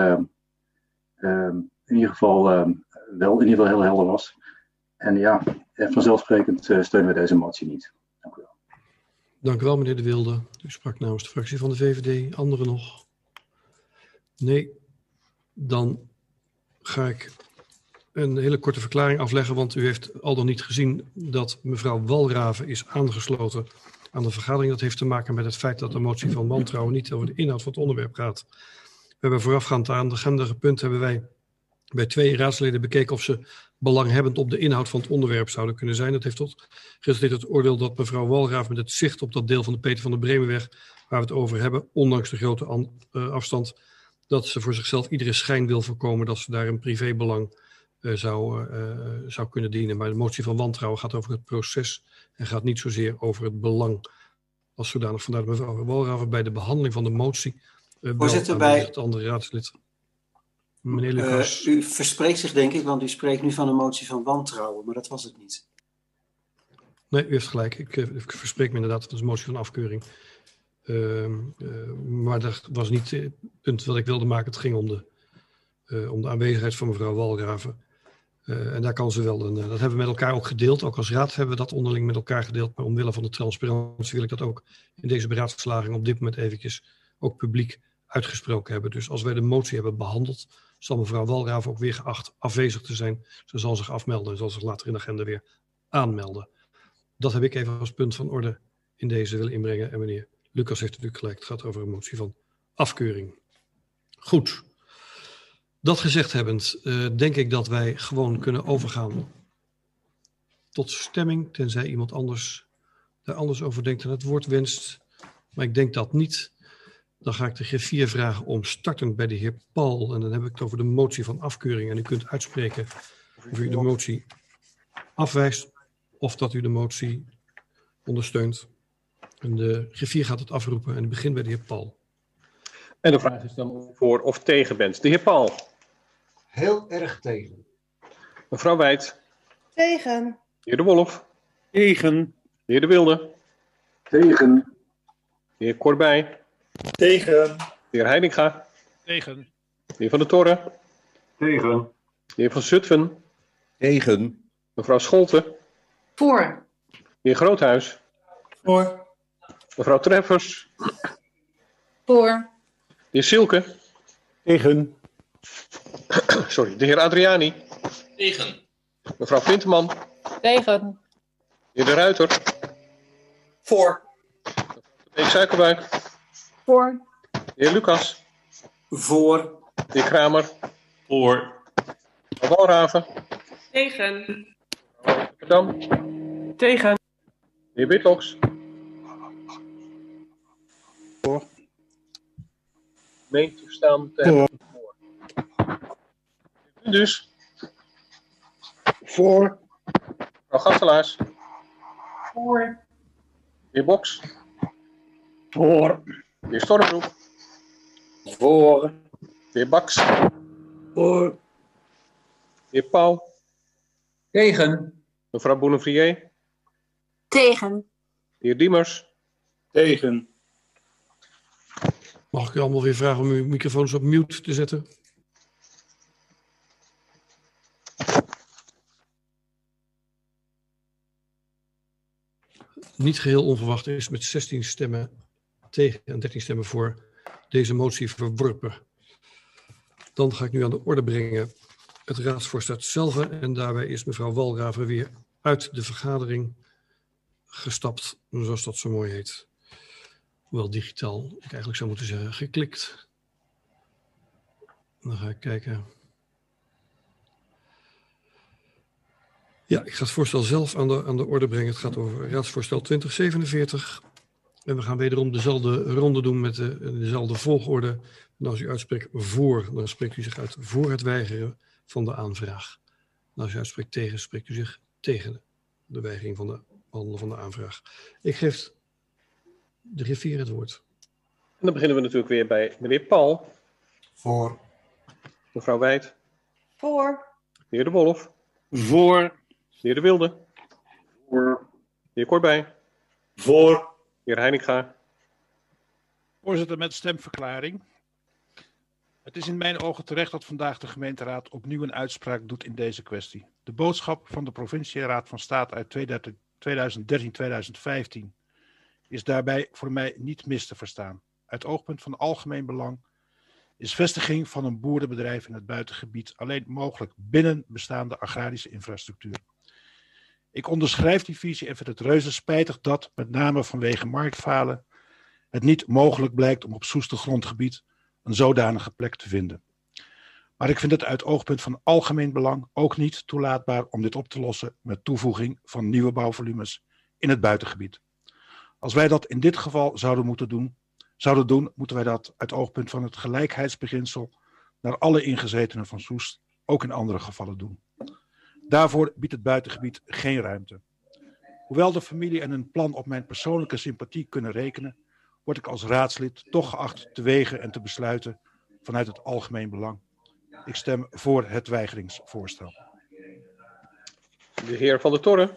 Speaker 9: in ieder geval heel helder was. En ja, vanzelfsprekend steunen we deze motie niet. Dank u wel.
Speaker 1: Dank u wel, meneer De Wilde. U sprak namens de fractie van de VVD. Anderen nog? Nee. Dan ga ik een hele korte verklaring afleggen, want u heeft al dan niet gezien dat mevrouw Walraven is aangesloten aan de vergadering. Dat heeft te maken met het feit dat de motie van wantrouwen niet over de inhoud van het onderwerp gaat. We hebben voorafgaand aan de agendapunt hebben wij bij 2 raadsleden bekeken of ze belanghebbend op de inhoud van het onderwerp zouden kunnen zijn. Dat heeft tot geresulteerd het oordeel dat mevrouw Walraven met het zicht op dat deel van de Peter van der Bremenweg waar we het over hebben, ondanks de grote afstand, dat ze voor zichzelf iedere schijn wil voorkomen dat ze daar een privébelang zou kunnen dienen. Maar de motie van wantrouwen gaat over het proces en gaat niet zozeer over het belang als zodanig. Vandaar dat mevrouw Walraven bij de behandeling van de motie
Speaker 10: Voorzitter, bij
Speaker 1: het andere raadslid. Meneer Lucas.
Speaker 10: U verspreekt zich denk ik, want u spreekt nu van een motie van wantrouwen, maar dat was het niet.
Speaker 1: Nee, u heeft gelijk. Ik verspreek me inderdaad, dat is een motie van afkeuring. Maar dat was niet het punt wat ik wilde maken. Het ging om de aanwezigheid van mevrouw Walraven. En daar kan ze wel dat hebben we met elkaar ook gedeeld. Ook als raad hebben we dat onderling met elkaar gedeeld. Maar omwille van de transparantie wil ik dat ook in deze beraadslaging op dit moment eventjes ook publiek uitgesproken hebben. Dus als wij de motie hebben behandeld, zal mevrouw Walraven ook weer geacht afwezig te zijn. Ze zal zich afmelden en zal zich later in de agenda weer aanmelden. Dat heb ik even als punt van orde in deze willen inbrengen. En meneer Lucas heeft natuurlijk gelijk. Het gaat over een motie van afkeuring. Goed. Dat gezegd hebbend, denk ik dat wij gewoon kunnen overgaan tot stemming, tenzij iemand anders daar anders over denkt en het woord wenst. Maar ik denk dat niet. Dan ga ik de griffier vragen om startend bij de heer Paul. En dan heb ik het over de motie van afkeuring. En u kunt uitspreken of u de motie afwijst of dat u de motie ondersteunt. En de griffier gaat het afroepen en het begint bij de heer Paul.
Speaker 18: En de vraag is dan of u voor of tegen bent. De heer Paul.
Speaker 15: Heel erg tegen.
Speaker 18: Mevrouw Wijt.
Speaker 3: Tegen.
Speaker 18: De heer De Wolf.
Speaker 5: Tegen.
Speaker 18: De heer De Wilde.
Speaker 9: Tegen.
Speaker 18: De heer Corbij.
Speaker 7: Tegen.
Speaker 18: De heer Heininga.
Speaker 5: Tegen.
Speaker 18: De heer Van der Torre.
Speaker 9: Tegen.
Speaker 18: De heer Van Zutphen.
Speaker 5: Tegen.
Speaker 18: Mevrouw Scholten.
Speaker 14: Voor.
Speaker 18: De heer Groothuis.
Speaker 7: Voor.
Speaker 18: Mevrouw Treffers.
Speaker 14: Voor.
Speaker 18: De heer Silke.
Speaker 8: Tegen.
Speaker 18: Sorry, de heer Adriani.
Speaker 19: Tegen.
Speaker 18: Mevrouw Pinterman.
Speaker 19: Tegen.
Speaker 18: De heer De Ruiter.
Speaker 7: Voor.
Speaker 18: De heer Suikerbuik.
Speaker 14: Voor.
Speaker 18: De heer Lucas.
Speaker 10: Voor.
Speaker 18: De heer Kramer.
Speaker 19: Voor.
Speaker 18: Mevrouw Walraven.
Speaker 3: Tegen.
Speaker 18: Dam.
Speaker 3: Tegen.
Speaker 18: De heer Witloks.
Speaker 8: Voor.
Speaker 18: Meent toestaan te hebben. U dus.
Speaker 8: Voor.
Speaker 18: Mevrouw Gasselaars.
Speaker 13: Voor.
Speaker 18: De heer Boks.
Speaker 8: Voor.
Speaker 18: De heer Stormbroek.
Speaker 6: Voor.
Speaker 18: De heer Baks.
Speaker 17: Voor.
Speaker 18: De heer Pauw.
Speaker 12: Tegen.
Speaker 18: Mevrouw Bounevrier.
Speaker 14: Tegen.
Speaker 18: De heer Diemers.
Speaker 7: Tegen.
Speaker 1: Mag ik u allemaal weer vragen om uw microfoons op mute te zetten? Niet geheel onverwacht is met 16 stemmen tegen en 13 stemmen voor deze motie verworpen. Dan ga ik nu aan de orde brengen het raadsvoorstel zelf. En daarbij is mevrouw Walraven weer uit de vergadering gestapt, zoals dat zo mooi heet. Hoewel digitaal, ik eigenlijk zou moeten zeggen, geklikt. Dan ga ik kijken. Ja, ik ga het voorstel zelf aan de orde brengen. Het gaat over raadsvoorstel 2047. En we gaan wederom dezelfde ronde doen met dezelfde volgorde. En als u uitspreekt voor, dan spreekt u zich uit voor het weigeren van de aanvraag. En als u uitspreekt tegen, spreekt u zich tegen de weigering van de behandelen van de aanvraag. Ik geef de griffier het woord.
Speaker 18: En dan beginnen we natuurlijk weer bij meneer Paul.
Speaker 15: Voor.
Speaker 18: Mevrouw Wijt.
Speaker 3: Voor.
Speaker 18: De heer De Wolf.
Speaker 5: Voor.
Speaker 18: De heer De Wilde.
Speaker 9: Voor.
Speaker 18: De heer Corbij.
Speaker 7: Voor.
Speaker 18: De heer Heininga.
Speaker 5: Voorzitter, met stemverklaring. Het is in mijn ogen terecht dat vandaag de gemeenteraad opnieuw een uitspraak doet in deze kwestie. De boodschap van de Provincieraad van State uit 2013-2015 is daarbij voor mij niet mis te verstaan. Uit oogpunt van algemeen belang is vestiging van een boerenbedrijf in het buitengebied alleen mogelijk binnen bestaande agrarische infrastructuur. Ik onderschrijf die visie en vind het reuze spijtig dat, met name vanwege marktfalen, het niet mogelijk blijkt om op Soester grondgebied een zodanige plek te vinden. Maar ik vind het uit oogpunt van algemeen belang ook niet toelaatbaar om dit op te lossen met toevoeging van nieuwe bouwvolumes in het buitengebied. Als wij dat in dit geval zouden doen, moeten wij dat uit oogpunt van het gelijkheidsbeginsel naar alle ingezetenen van Soest ook in andere gevallen doen. Daarvoor biedt het buitengebied geen ruimte. Hoewel de familie en hun plan op mijn persoonlijke sympathie kunnen rekenen, word ik als raadslid toch geacht te wegen en te besluiten vanuit het algemeen belang. Ik stem voor het weigeringsvoorstel.
Speaker 18: De heer Van der Torre.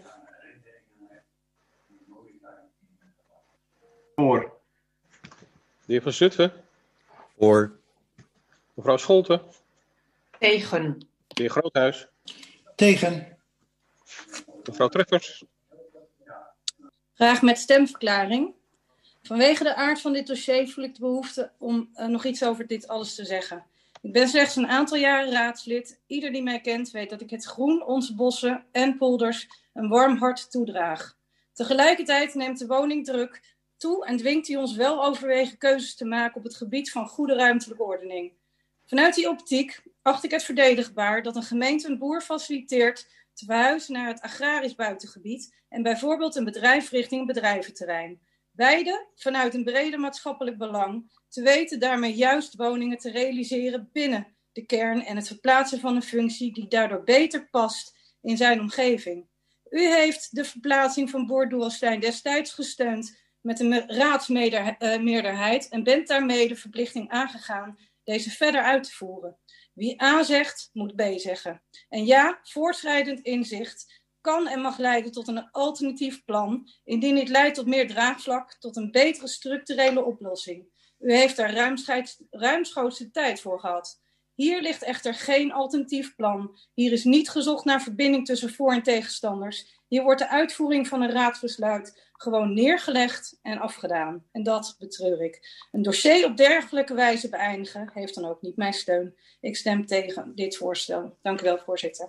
Speaker 7: Voor.
Speaker 18: De heer Van Zutphen.
Speaker 19: Voor.
Speaker 18: Mevrouw Scholten.
Speaker 14: Tegen.
Speaker 18: De heer Groothuis.
Speaker 7: Tegen.
Speaker 18: Mevrouw Treffers.
Speaker 14: Graag met stemverklaring. Vanwege de aard van dit dossier voel ik de behoefte om nog iets over dit alles te zeggen. Ik ben slechts een aantal jaren raadslid. Ieder die mij kent weet dat ik het groen, onze bossen en polders een warm hart toedraag. Tegelijkertijd neemt de woningdruk toe en dwingt hij ons wel overwegen keuzes te maken op het gebied van goede ruimtelijke ordening. Vanuit die optiek acht ik het verdedigbaar dat een gemeente een boer faciliteert te verhuizen naar het agrarisch buitengebied en bijvoorbeeld een bedrijf richting een bedrijventerrein. Beide vanuit een breder maatschappelijk belang, te weten daarmee juist woningen te realiseren binnen de kern en het verplaatsen van een functie die daardoor beter past in zijn omgeving. U heeft de verplaatsing van Boer Doelstein destijds gesteund
Speaker 20: met een raadsmeerderheid en bent daarmee de verplichting aangegaan deze verder uit te voeren. Wie A zegt, moet B zeggen. En ja, voortschrijdend inzicht kan en mag leiden tot een alternatief plan, indien dit leidt tot meer draagvlak, tot een betere structurele oplossing. U heeft daar ruimschoots de tijd voor gehad. Hier ligt echter geen alternatief plan. Hier is niet gezocht naar verbinding tussen voor- en tegenstanders. Hier wordt de uitvoering van een raadsbesluit gewoon neergelegd en afgedaan. En dat betreur ik. Een dossier op dergelijke wijze beëindigen heeft dan ook niet mijn steun. Ik stem tegen dit voorstel. Dank u wel, voorzitter.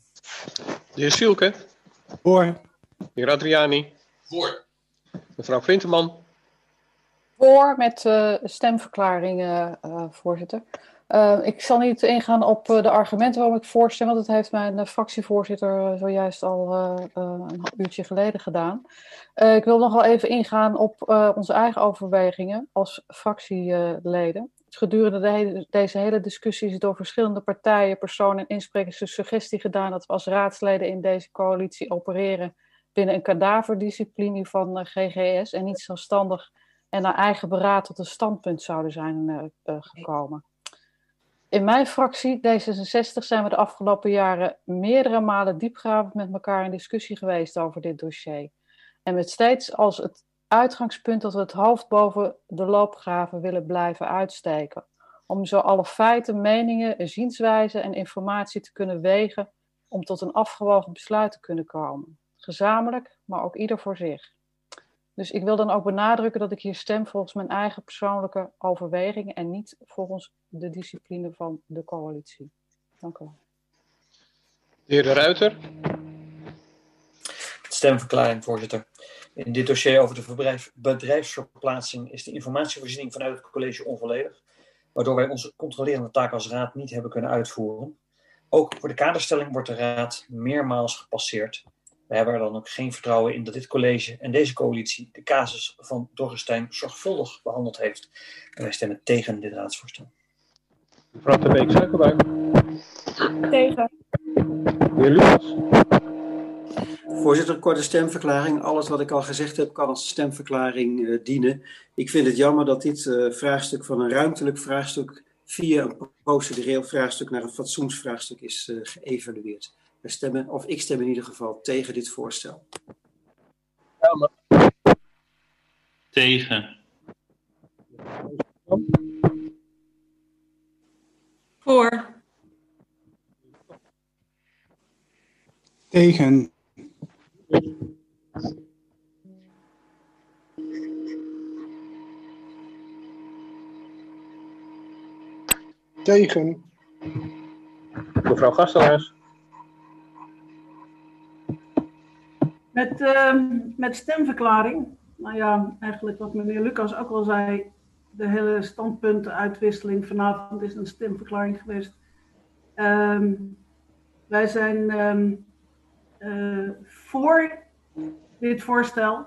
Speaker 18: De heer Sielke.
Speaker 8: Voor.
Speaker 18: De heer Adriani.
Speaker 19: Voor.
Speaker 18: Mevrouw Frinteman.
Speaker 21: Voor met stemverklaring, voorzitter. Ik zal niet ingaan op de argumenten waarom ik voorstem, want dat heeft mijn fractievoorzitter zojuist al een uurtje geleden gedaan. Ik wil nog wel even ingaan op onze eigen overwegingen als fractieleden. Gedurende deze hele discussie is door verschillende partijen, personen en insprekers de suggestie gedaan dat we als raadsleden in deze coalitie opereren binnen een kadaverdiscipline van GGS en niet zelfstandig en naar eigen beraad tot een standpunt zouden zijn gekomen. In mijn fractie, D66, zijn we de afgelopen jaren meerdere malen diepgravend met elkaar in discussie geweest over dit dossier. En met steeds als het uitgangspunt dat we het hoofd boven de loopgraven willen blijven uitsteken. Om zo alle feiten, meningen, zienswijzen en informatie te kunnen wegen om tot een afgewogen besluit te kunnen komen. Gezamenlijk, maar ook ieder voor zich. Dus ik wil dan ook benadrukken dat ik hier stem volgens mijn eigen persoonlijke overwegingen en niet volgens de discipline van de coalitie. Dank u wel.
Speaker 18: De heer De Ruiter.
Speaker 7: Stemverklaring, voorzitter. In dit dossier over de bedrijfsverplaatsing is de informatievoorziening vanuit het college onvolledig, waardoor wij onze controlerende taak als raad niet hebben kunnen uitvoeren. Ook voor de kaderstelling wordt de raad meermaals gepasseerd. We hebben er dan ook geen vertrouwen in dat dit college en deze coalitie de casus van Dorrestein zorgvuldig behandeld heeft. En wij stemmen tegen dit raadsvoorstel.
Speaker 18: Mevrouw de Beek Suikerbuik.
Speaker 20: Tegen.
Speaker 18: De heer Lucas.
Speaker 10: Voorzitter, korte stemverklaring. Alles wat ik al gezegd heb kan als stemverklaring dienen. Ik vind het jammer dat dit vraagstuk van een ruimtelijk vraagstuk via een procedureel vraagstuk naar een fatsoensvraagstuk is geëvalueerd. Ik stem in ieder geval tegen dit voorstel.
Speaker 19: Tegen.
Speaker 20: Voor.
Speaker 11: Tegen.
Speaker 22: Tegen.
Speaker 18: Mevrouw Gastelhuis.
Speaker 13: Met stemverklaring. Nou ja, eigenlijk wat meneer Lucas ook al zei. De hele standpuntenuitwisseling vanavond is een stemverklaring geweest. Wij zijn voor dit voorstel.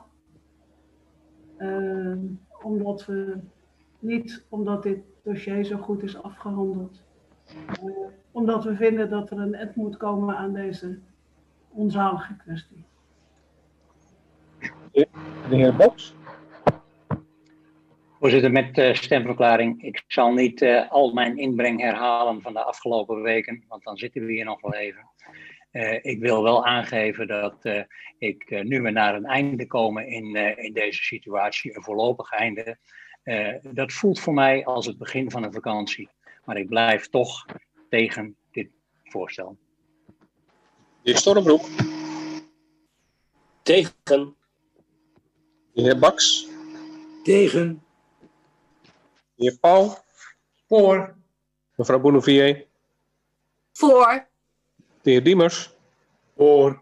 Speaker 13: Omdat dit dossier zo goed is afgehandeld. Omdat we vinden dat er een eind moet komen aan deze onzalige kwestie.
Speaker 18: De heer Boks.
Speaker 4: Voorzitter, met stemverklaring. Ik zal niet al mijn inbreng herhalen van de afgelopen weken, want dan zitten we hier nog wel even. Ik wil wel aangeven dat ik nu we naar een einde komen in deze situatie, een voorlopig einde. Dat voelt voor mij als het begin van een vakantie. Maar ik blijf toch tegen dit voorstel.
Speaker 18: De heer Stormbroek.
Speaker 6: Tegen.
Speaker 18: De heer Baks.
Speaker 17: Tegen.
Speaker 18: De heer Pauw.
Speaker 15: Voor.
Speaker 18: Mevrouw Bounovier.
Speaker 20: Voor.
Speaker 18: De heer Diemers.
Speaker 15: Voor.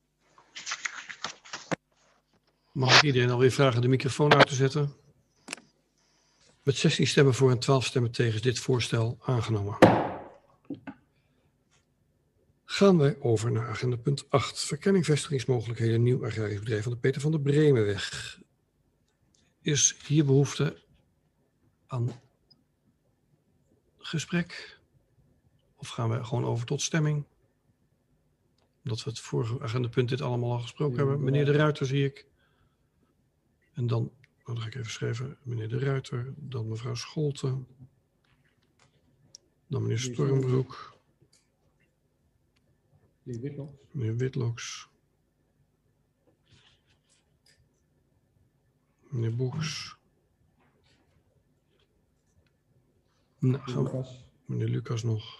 Speaker 1: Mag ik iedereen alweer vragen de microfoon uit te zetten? Met 16 stemmen voor en 12 stemmen tegen is dit voorstel aangenomen. Gaan wij over naar agenda punt 8. Verkenning vestigingsmogelijkheden nieuw agrarisch bedrijf van de Peter van der Bremenweg. Is hier behoefte aan gesprek? Of gaan we gewoon over tot stemming? Omdat we het vorige agendapunt dit allemaal al gesproken hebben. Meneer De Ruiter zie ik. En dan Dan ga ik even schrijven meneer De Ruiter, dan mevrouw Scholten, dan meneer Stormbroek, meneer Witloks, meneer Boeks, meneer Lucas nog.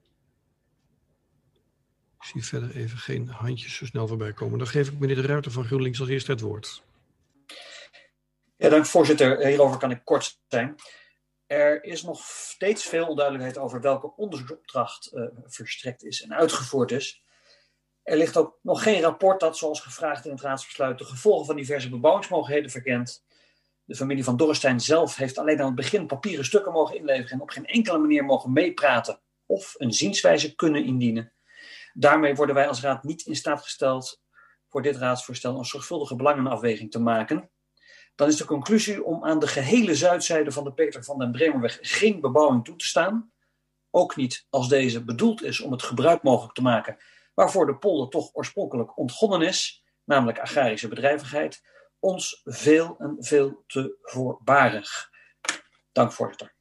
Speaker 1: Ik zie verder even geen handjes zo snel voorbij komen. Dan geef ik meneer De Ruiter van GroenLinks als eerste het woord.
Speaker 7: Ja, dank voorzitter. Hierover kan ik kort zijn. Er is nog steeds veel onduidelijkheid over welke onderzoeksopdracht verstrekt is en uitgevoerd is. Er ligt ook nog geen rapport dat, zoals gevraagd in het raadsbesluit, de gevolgen van diverse bebouwingsmogelijkheden verkent. De familie van Dorrestein zelf heeft alleen aan het begin papieren stukken mogen inleveren en op geen enkele manier mogen meepraten of een zienswijze kunnen indienen. Daarmee worden wij als raad niet in staat gesteld voor dit raadsvoorstel een zorgvuldige belangenafweging te maken. Dan is de conclusie om aan de gehele zuidzijde van de Peter van den Bremerweg geen bebouwing toe te staan. Ook niet als deze bedoeld is om het gebruik mogelijk te maken waarvoor de polder toch oorspronkelijk ontgonnen is, namelijk agrarische bedrijvigheid, ons veel en veel te voorbarig. Dank voorzitter.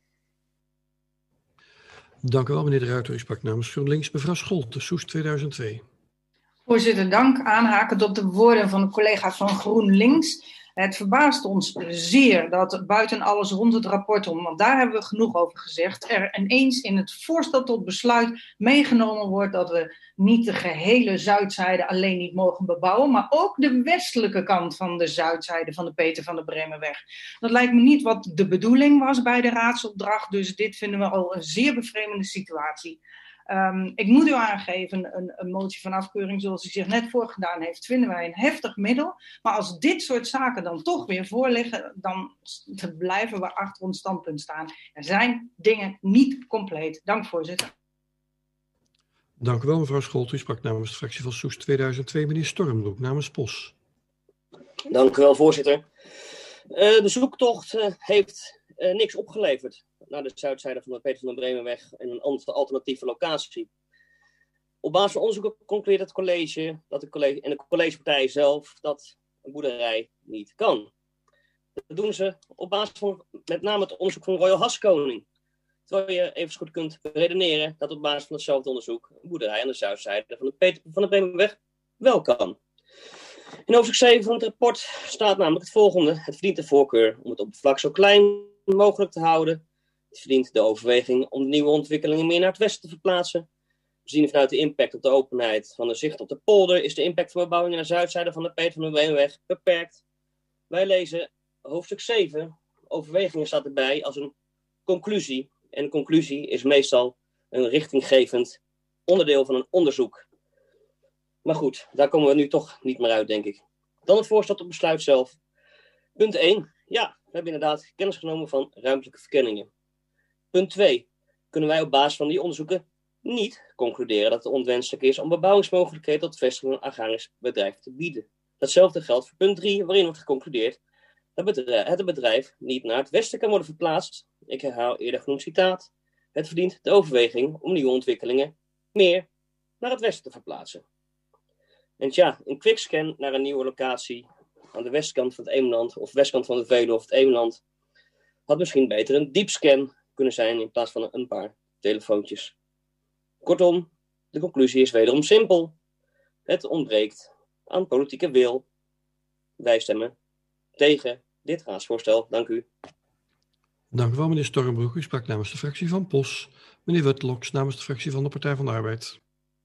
Speaker 1: Dank u wel meneer De Ruiter. U sprak namens GroenLinks. Mevrouw Scholten, Soest 2002.
Speaker 14: Voorzitter, dank. Aanhakend op de woorden van de collega van GroenLinks. Het verbaast ons zeer dat buiten alles rond het rapport om, want daar hebben we genoeg over gezegd, er ineens in het voorstel tot besluit meegenomen wordt dat we niet de gehele zuidzijde alleen niet mogen bebouwen, maar ook de westelijke kant van de zuidzijde van de Peter van den Bremerweg. Dat lijkt me niet wat de bedoeling was bij de raadsopdracht, dus dit vinden we al een zeer bevreemdende situatie. Ik moet u aangeven, een motie van afkeuring zoals u zich net voorgedaan heeft, vinden wij een heftig middel. Maar als dit soort zaken dan toch weer voorliggen, dan blijven we achter ons standpunt staan. Er zijn dingen niet compleet. Dank voorzitter.
Speaker 1: Dank u wel mevrouw Scholten. U sprak namens de fractie van Soest 2002. Meneer Stormbroek namens POS.
Speaker 6: Dank u wel voorzitter. De zoektocht heeft niks opgeleverd naar de zuidzijde van de Peter van den Bremerweg en een alternatieve locatie. Op basis van onderzoeken concludeert het college en de collegepartijen zelf dat een boerderij niet kan. Dat doen ze op basis van met name het onderzoek van Royal Haskoning. Terwijl je even goed kunt redeneren dat op basis van hetzelfde onderzoek een boerderij aan de zuidzijde van de Peter van den Bremerweg wel kan. In hoofdstuk 7 van het rapport staat namelijk het volgende. Het verdient de voorkeur om het oppervlak zo klein mogelijk te houden. Het verdient de overweging om de nieuwe ontwikkelingen meer naar het westen te verplaatsen. We zien vanuit de impact op de openheid van de zicht op de polder is de impact van bebouwing aan de zuidzijde van de Peter van den Bremerweg beperkt. Wij lezen hoofdstuk 7. Overwegingen staat erbij als een conclusie. En een conclusie is meestal een richtinggevend onderdeel van een onderzoek. Maar goed, daar komen we nu toch niet meer uit, denk ik. Dan het voorstel tot besluit zelf. Punt 1. Ja, we hebben inderdaad kennis genomen van ruimtelijke verkenningen. Punt 2. Kunnen wij op basis van die onderzoeken niet concluderen dat het onwenselijk is om bebouwingsmogelijkheden tot vestiging van een agrarisch bedrijf te bieden. Datzelfde geldt voor punt 3, waarin wordt geconcludeerd dat het bedrijf niet naar het westen kan worden verplaatst. Ik herhaal eerder genoemd citaat. Het verdient de overweging om nieuwe ontwikkelingen meer naar het westen te verplaatsen. En tja, een quickscan naar een nieuwe locatie aan de westkant van het Eemland of westkant van de Veluwe of het Eemland had misschien beter een diepscan kunnen zijn in plaats van een paar telefoontjes. Kortom, de conclusie is wederom simpel. Het ontbreekt aan politieke wil. Wij stemmen tegen dit raadsvoorstel. Dank u.
Speaker 1: Dank u wel meneer Stormbroek. U sprak namens de fractie van POS. Meneer Witloks namens de fractie van de Partij van de Arbeid.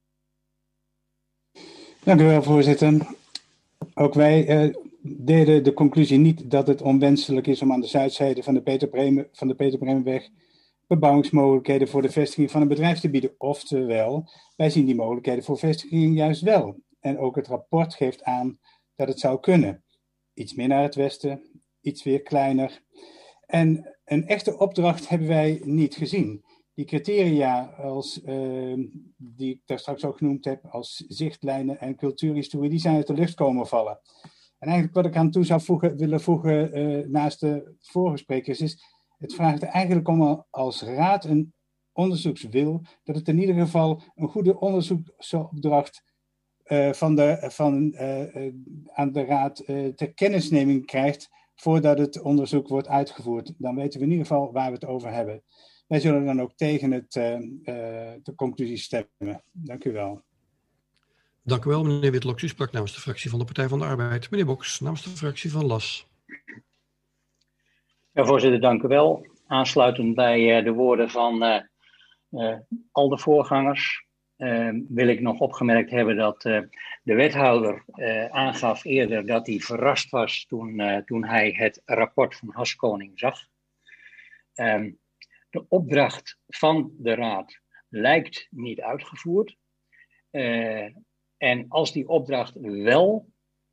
Speaker 11: Dank u wel, voorzitter. Ook wij deden de conclusie niet dat het onwenselijk is om aan de zuidzijde van de Peter Bremerweg bebouwingsmogelijkheden voor de vestiging van een bedrijf te bieden. Oftewel, wij zien die mogelijkheden voor vestiging juist wel. En ook het rapport geeft aan dat het zou kunnen. Iets meer naar het westen, iets weer kleiner. En een echte opdracht hebben wij niet gezien. Die criteria die ik daar straks ook genoemd heb, als zichtlijnen en cultuurhistorie, die zijn uit de lucht komen vallen. En eigenlijk wat ik aan toe zou willen voegen naast de vorige sprekers is, het vraagt er eigenlijk om als raad een onderzoekswil, dat het in ieder geval een goede onderzoeksopdracht aan de raad ter kennisneming krijgt voordat het onderzoek wordt uitgevoerd. Dan weten we in ieder geval waar we het over hebben. Wij zullen dan ook tegen de conclusie stemmen. Dank u wel.
Speaker 1: Dank u wel, meneer Witloks. U sprak namens de fractie van de Partij van de Arbeid. Meneer Boks, namens de fractie van LAS.
Speaker 4: Ja, voorzitter, dank u wel. Aansluitend bij de woorden van al de voorgangers wil ik nog opgemerkt hebben dat de wethouder aangaf eerder dat hij verrast was toen hij het rapport van Haskoning zag. De opdracht van de raad lijkt niet uitgevoerd. En als die opdracht wel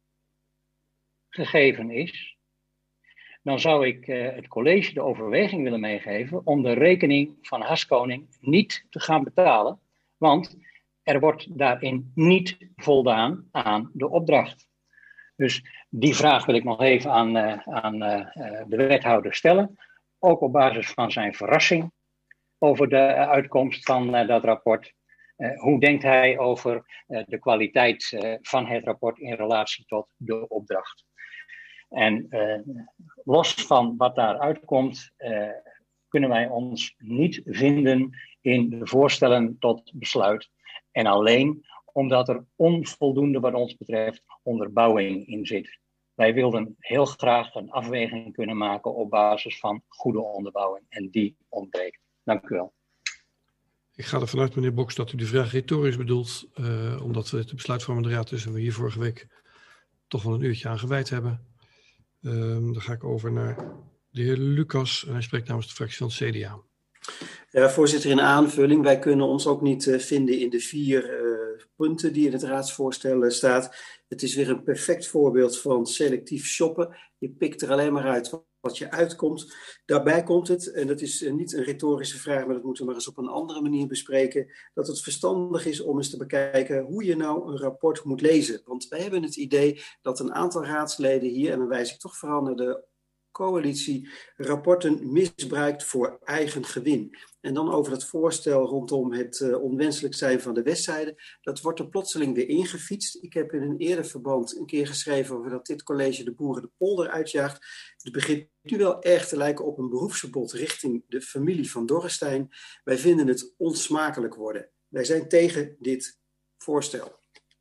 Speaker 4: gegeven is, dan zou ik het college de overweging willen meegeven om de rekening van Haskoning niet te gaan betalen, want er wordt daarin niet voldaan aan de opdracht. Dus die vraag wil ik nog even aan de wethouder stellen, ook op basis van zijn verrassing over de uitkomst van dat rapport. Hoe denkt hij over de kwaliteit van het rapport in relatie tot de opdracht? En los van wat daaruit komt, kunnen wij ons niet vinden in de voorstellen tot besluit. En alleen omdat er onvoldoende wat ons betreft onderbouwing in zit. Wij wilden heel graag een afweging kunnen maken op basis van goede onderbouwing. En die ontbreekt. Dank u wel.
Speaker 1: Ik ga ervan uit, meneer Boks, dat u de vraag retorisch bedoelt, omdat we het besluitvormende raad dus we hier vorige week toch wel een uurtje aan gewijd hebben. Dan ga ik over naar de heer Lucas en hij spreekt namens de fractie van het CDA.
Speaker 10: Ja, voorzitter, in aanvulling, wij kunnen ons ook niet vinden in de 4 punten die in het raadsvoorstel staat. Het is weer een perfect voorbeeld van selectief shoppen. Je pikt er alleen maar uit wat je uitkomt. Daarbij komt het, en dat is niet een retorische vraag, maar dat moeten we maar eens op een andere manier bespreken, dat het verstandig is om eens te bekijken hoe je nou een rapport moet lezen. Want wij hebben het idee dat een aantal raadsleden hier, en dan wijs ik toch vooral naar de coalitie, rapporten misbruikt voor eigen gewin. En dan over het voorstel rondom het onwenselijk zijn van de westzijde. Dat wordt er plotseling weer ingefietst. Ik heb in een eerder verband een keer geschreven over dat dit college de boeren de polder uitjaagt. Het begint nu wel erg te lijken op een beroepsverbod richting de familie van Dorrestein. Wij vinden het onsmakelijk worden. Wij zijn tegen dit voorstel.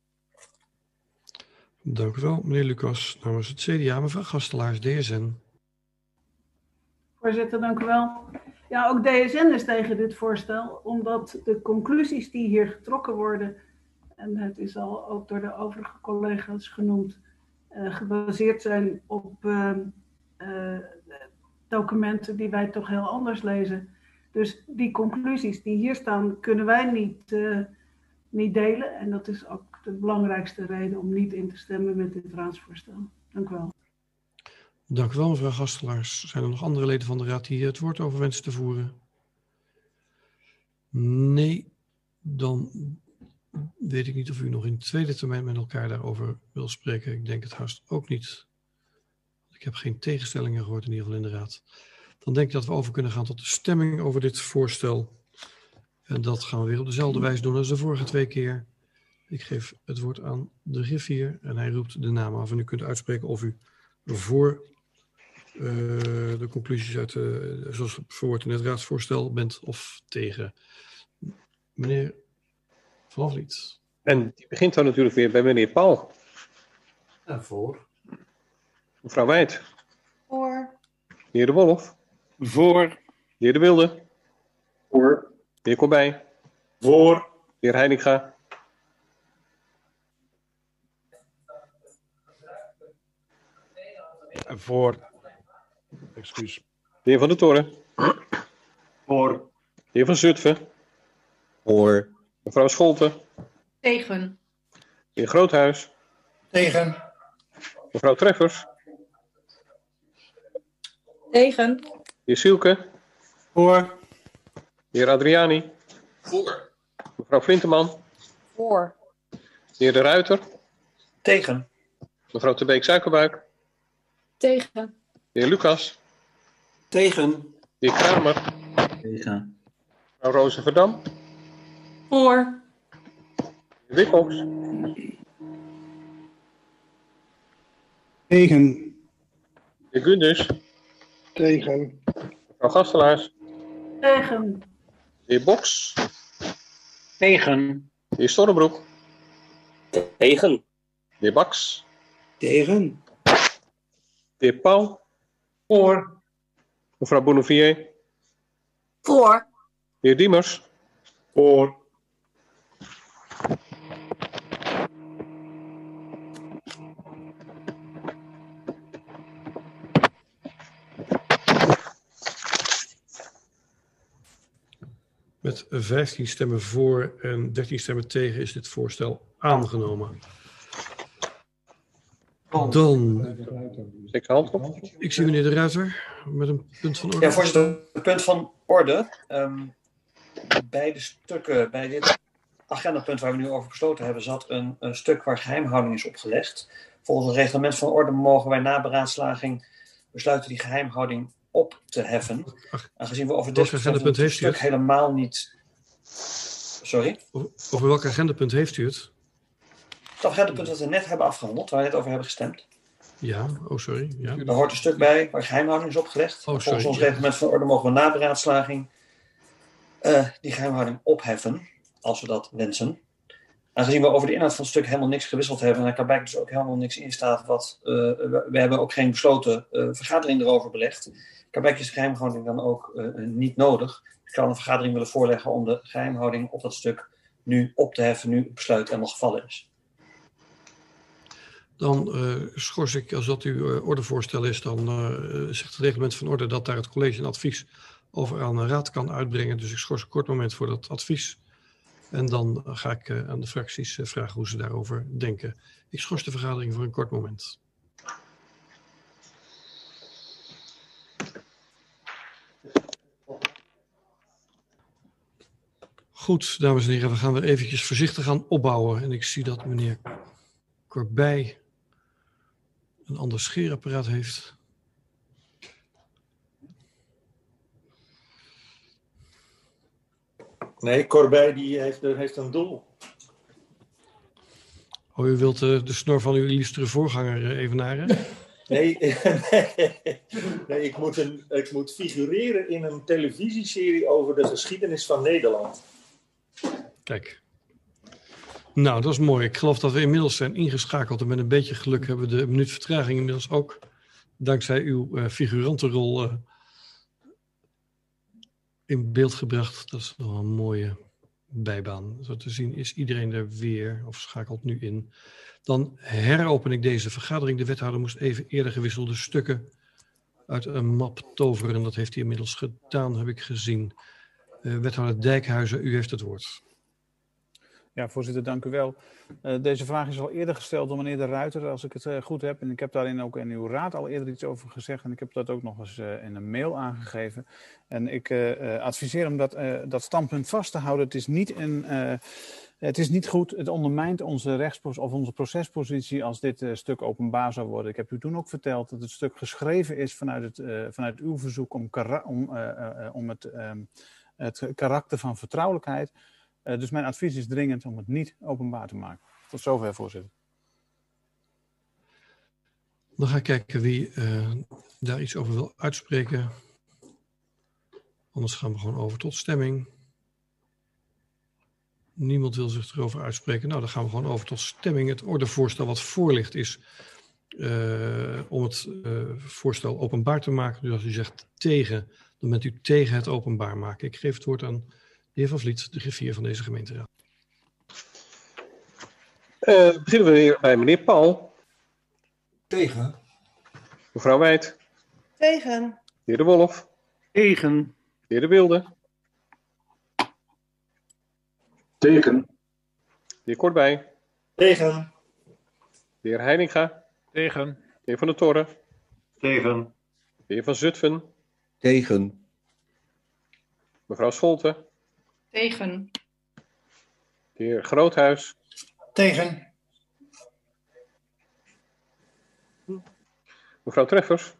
Speaker 1: Dank u wel, meneer Lucas. Namens het CDA, mevrouw Gastelaars, DSN.
Speaker 13: Voorzitter, dank u wel. Ja, ook DSN is tegen dit voorstel, omdat de conclusies die hier getrokken worden, en het is al ook door de overige collega's genoemd, gebaseerd zijn op documenten die wij toch heel anders lezen. Dus die conclusies die hier staan, kunnen wij niet delen. En dat is ook de belangrijkste reden om niet in te stemmen met dit raadsvoorstel. Dank u wel.
Speaker 1: Dank u wel, mevrouw Gastelaars. Zijn er nog andere leden van de raad die het woord over wensen te voeren? Nee, dan weet ik niet of u nog in tweede termijn met elkaar daarover wil spreken. Ik denk het haast ook niet. Ik heb geen tegenstellingen gehoord in ieder geval in de raad. Dan denk ik dat we over kunnen gaan tot de stemming over dit voorstel. En dat gaan we weer op dezelfde wijze doen als de vorige 2 keer. Ik geef het woord aan de griffier en hij roept de naam af. En u kunt uitspreken of u voor de conclusies uit zoals verwoord in het raadsvoorstel bent of tegen. Meneer Van Afliet.
Speaker 18: En die begint dan natuurlijk weer bij meneer Paul.
Speaker 15: Voor.
Speaker 18: Mevrouw Wijt.
Speaker 14: Voor.
Speaker 18: De heer De Wolf.
Speaker 5: Voor.
Speaker 18: De heer De Wilde.
Speaker 9: Voor.
Speaker 18: De heer Corbij.
Speaker 5: Voor.
Speaker 18: De heer Heininga.
Speaker 5: Voor. Excuus.
Speaker 18: De heer Van der Toren.
Speaker 5: Voor.
Speaker 18: De heer Van Zutphen.
Speaker 19: Voor.
Speaker 18: Mevrouw Scholten.
Speaker 14: Tegen.
Speaker 18: De heer Groothuis.
Speaker 15: Tegen.
Speaker 18: Mevrouw Treffers.
Speaker 20: Tegen.
Speaker 18: De heer Sielke.
Speaker 11: Voor.
Speaker 18: De heer Adriani.
Speaker 19: Voor.
Speaker 18: Mevrouw Flinteman.
Speaker 21: Voor.
Speaker 18: De heer De Ruiter.
Speaker 7: Tegen.
Speaker 18: Mevrouw Ter Beek Suikerbuik.
Speaker 20: Tegen.
Speaker 18: De heer Lucas.
Speaker 10: Tegen.
Speaker 18: De heer Kramer.
Speaker 19: Tegen.
Speaker 18: Mevrouw Rozenverdam.
Speaker 20: Voor.
Speaker 18: De heer Witboks.
Speaker 11: Tegen.
Speaker 18: De heer Gundus.
Speaker 2: Tegen.
Speaker 18: Mevrouw Gastelaars.
Speaker 13: Tegen.
Speaker 18: De heer Boks.
Speaker 4: Tegen.
Speaker 18: De heer Storrebroek.
Speaker 6: Tegen.
Speaker 18: De heer Baks.
Speaker 17: Tegen.
Speaker 18: De heer Pauw.
Speaker 15: Voor.
Speaker 18: Mevrouw Bonneffier.
Speaker 20: Voor.
Speaker 18: De heer Diemers.
Speaker 2: Voor.
Speaker 1: Met 15 stemmen voor en 13 stemmen tegen is dit voorstel aangenomen. Dan. Ik zie meneer De Ruiter met een punt van orde.
Speaker 7: Ja, voorzitter, een punt van orde. Bij de stukken, bij dit agendapunt waar we nu over besloten hebben, zat een stuk waar geheimhouding is opgelegd. Volgens het reglement van orde mogen wij na beraadslaging besluiten die geheimhouding op te heffen. Aangezien we over dit stuk helemaal niet... Sorry?
Speaker 1: Over welk agendapunt heeft u het?
Speaker 7: Het agendapunt dat we net hebben afgehandeld, waar we net over hebben gestemd.
Speaker 1: Ja, oh sorry. Ja.
Speaker 7: Daar hoort een stuk bij waar geheimhouding is opgelegd. Volgens ons reglement van orde mogen we na beraadslaging die geheimhouding opheffen, als we dat wensen. Aangezien we over de inhoud van het stuk helemaal niks gewisseld hebben en er daarbij dus ook helemaal niks in staat we hebben ook geen besloten vergadering erover belegd. Daarbij is de geheimhouding dan ook niet nodig. Ik kan een vergadering willen voorleggen om de geheimhouding op dat stuk nu op te heffen, nu het besluit helemaal gevallen is.
Speaker 1: Dan schors ik, als dat uw ordevoorstel is, dan zegt het reglement van orde dat daar het college een advies over aan de raad kan uitbrengen. Dus ik schors een kort moment voor dat advies. En dan ga ik aan de fracties vragen hoe ze daarover denken. Ik schors de vergadering voor een kort moment. Goed, dames en heren, we gaan weer eventjes voorzichtig gaan opbouwen. En ik zie dat meneer Corbij een ander scheerapparaat heeft.
Speaker 2: Nee, Corbij die heeft een doel.
Speaker 1: Oh, u wilt de snor van uw illustere voorganger evenaren?
Speaker 2: Nee, ik moet figureren in een televisieserie over de geschiedenis van Nederland.
Speaker 1: Kijk. Nou, dat is mooi. Ik geloof dat we inmiddels zijn ingeschakeld en met een beetje geluk hebben we de minuut vertraging inmiddels ook, dankzij uw figurantenrol, in beeld gebracht. Dat is nog een mooie bijbaan. Zo te zien is iedereen er weer of schakelt nu in. Dan heropen ik deze vergadering. De wethouder moest even eerder gewisselde stukken uit een map toveren. Dat heeft hij inmiddels gedaan, heb ik gezien. Wethouder Dijkhuizen, u heeft het woord.
Speaker 16: Ja, voorzitter, dank u wel. Deze vraag is al eerder gesteld door meneer De Ruiter, als ik het goed heb. En ik heb daarin ook in uw raad al eerder iets over gezegd. En ik heb dat ook nog eens in een mail aangegeven. En ik adviseer hem dat standpunt vast te houden. Het is niet goed. Het ondermijnt onze onze procespositie als dit stuk openbaar zou worden. Ik heb u toen ook verteld dat het stuk geschreven is vanuit uw verzoek om het karakter van vertrouwelijkheid. Dus mijn advies is dringend om het niet openbaar te maken. Tot zover, voorzitter.
Speaker 1: Dan ga ik kijken wie daar iets over wil uitspreken. Anders gaan we gewoon over tot stemming. Niemand wil zich erover uitspreken. Nou, dan gaan we gewoon over tot stemming. Het ordevoorstel wat voor ligt is om het voorstel openbaar te maken. Dus als u zegt tegen, dan bent u tegen het openbaar maken. Ik geef het woord aan de heer Van Vliet, de griffier van deze gemeenteraad.
Speaker 18: Beginnen we weer bij meneer Paul.
Speaker 15: Tegen.
Speaker 18: Mevrouw Wijt.
Speaker 20: Tegen.
Speaker 18: De heer De Wolf.
Speaker 4: Tegen.
Speaker 18: De heer De Wilde.
Speaker 9: Tegen.
Speaker 18: De heer Kortbij.
Speaker 2: Tegen.
Speaker 18: De heer Heininga.
Speaker 5: Tegen.
Speaker 18: De heer Van der Toren.
Speaker 2: Tegen.
Speaker 18: De heer Van Zutphen.
Speaker 19: Tegen.
Speaker 18: Mevrouw Scholte.
Speaker 14: Tegen.
Speaker 18: De heer Groothuis.
Speaker 15: Tegen.
Speaker 18: Mevrouw Treffers.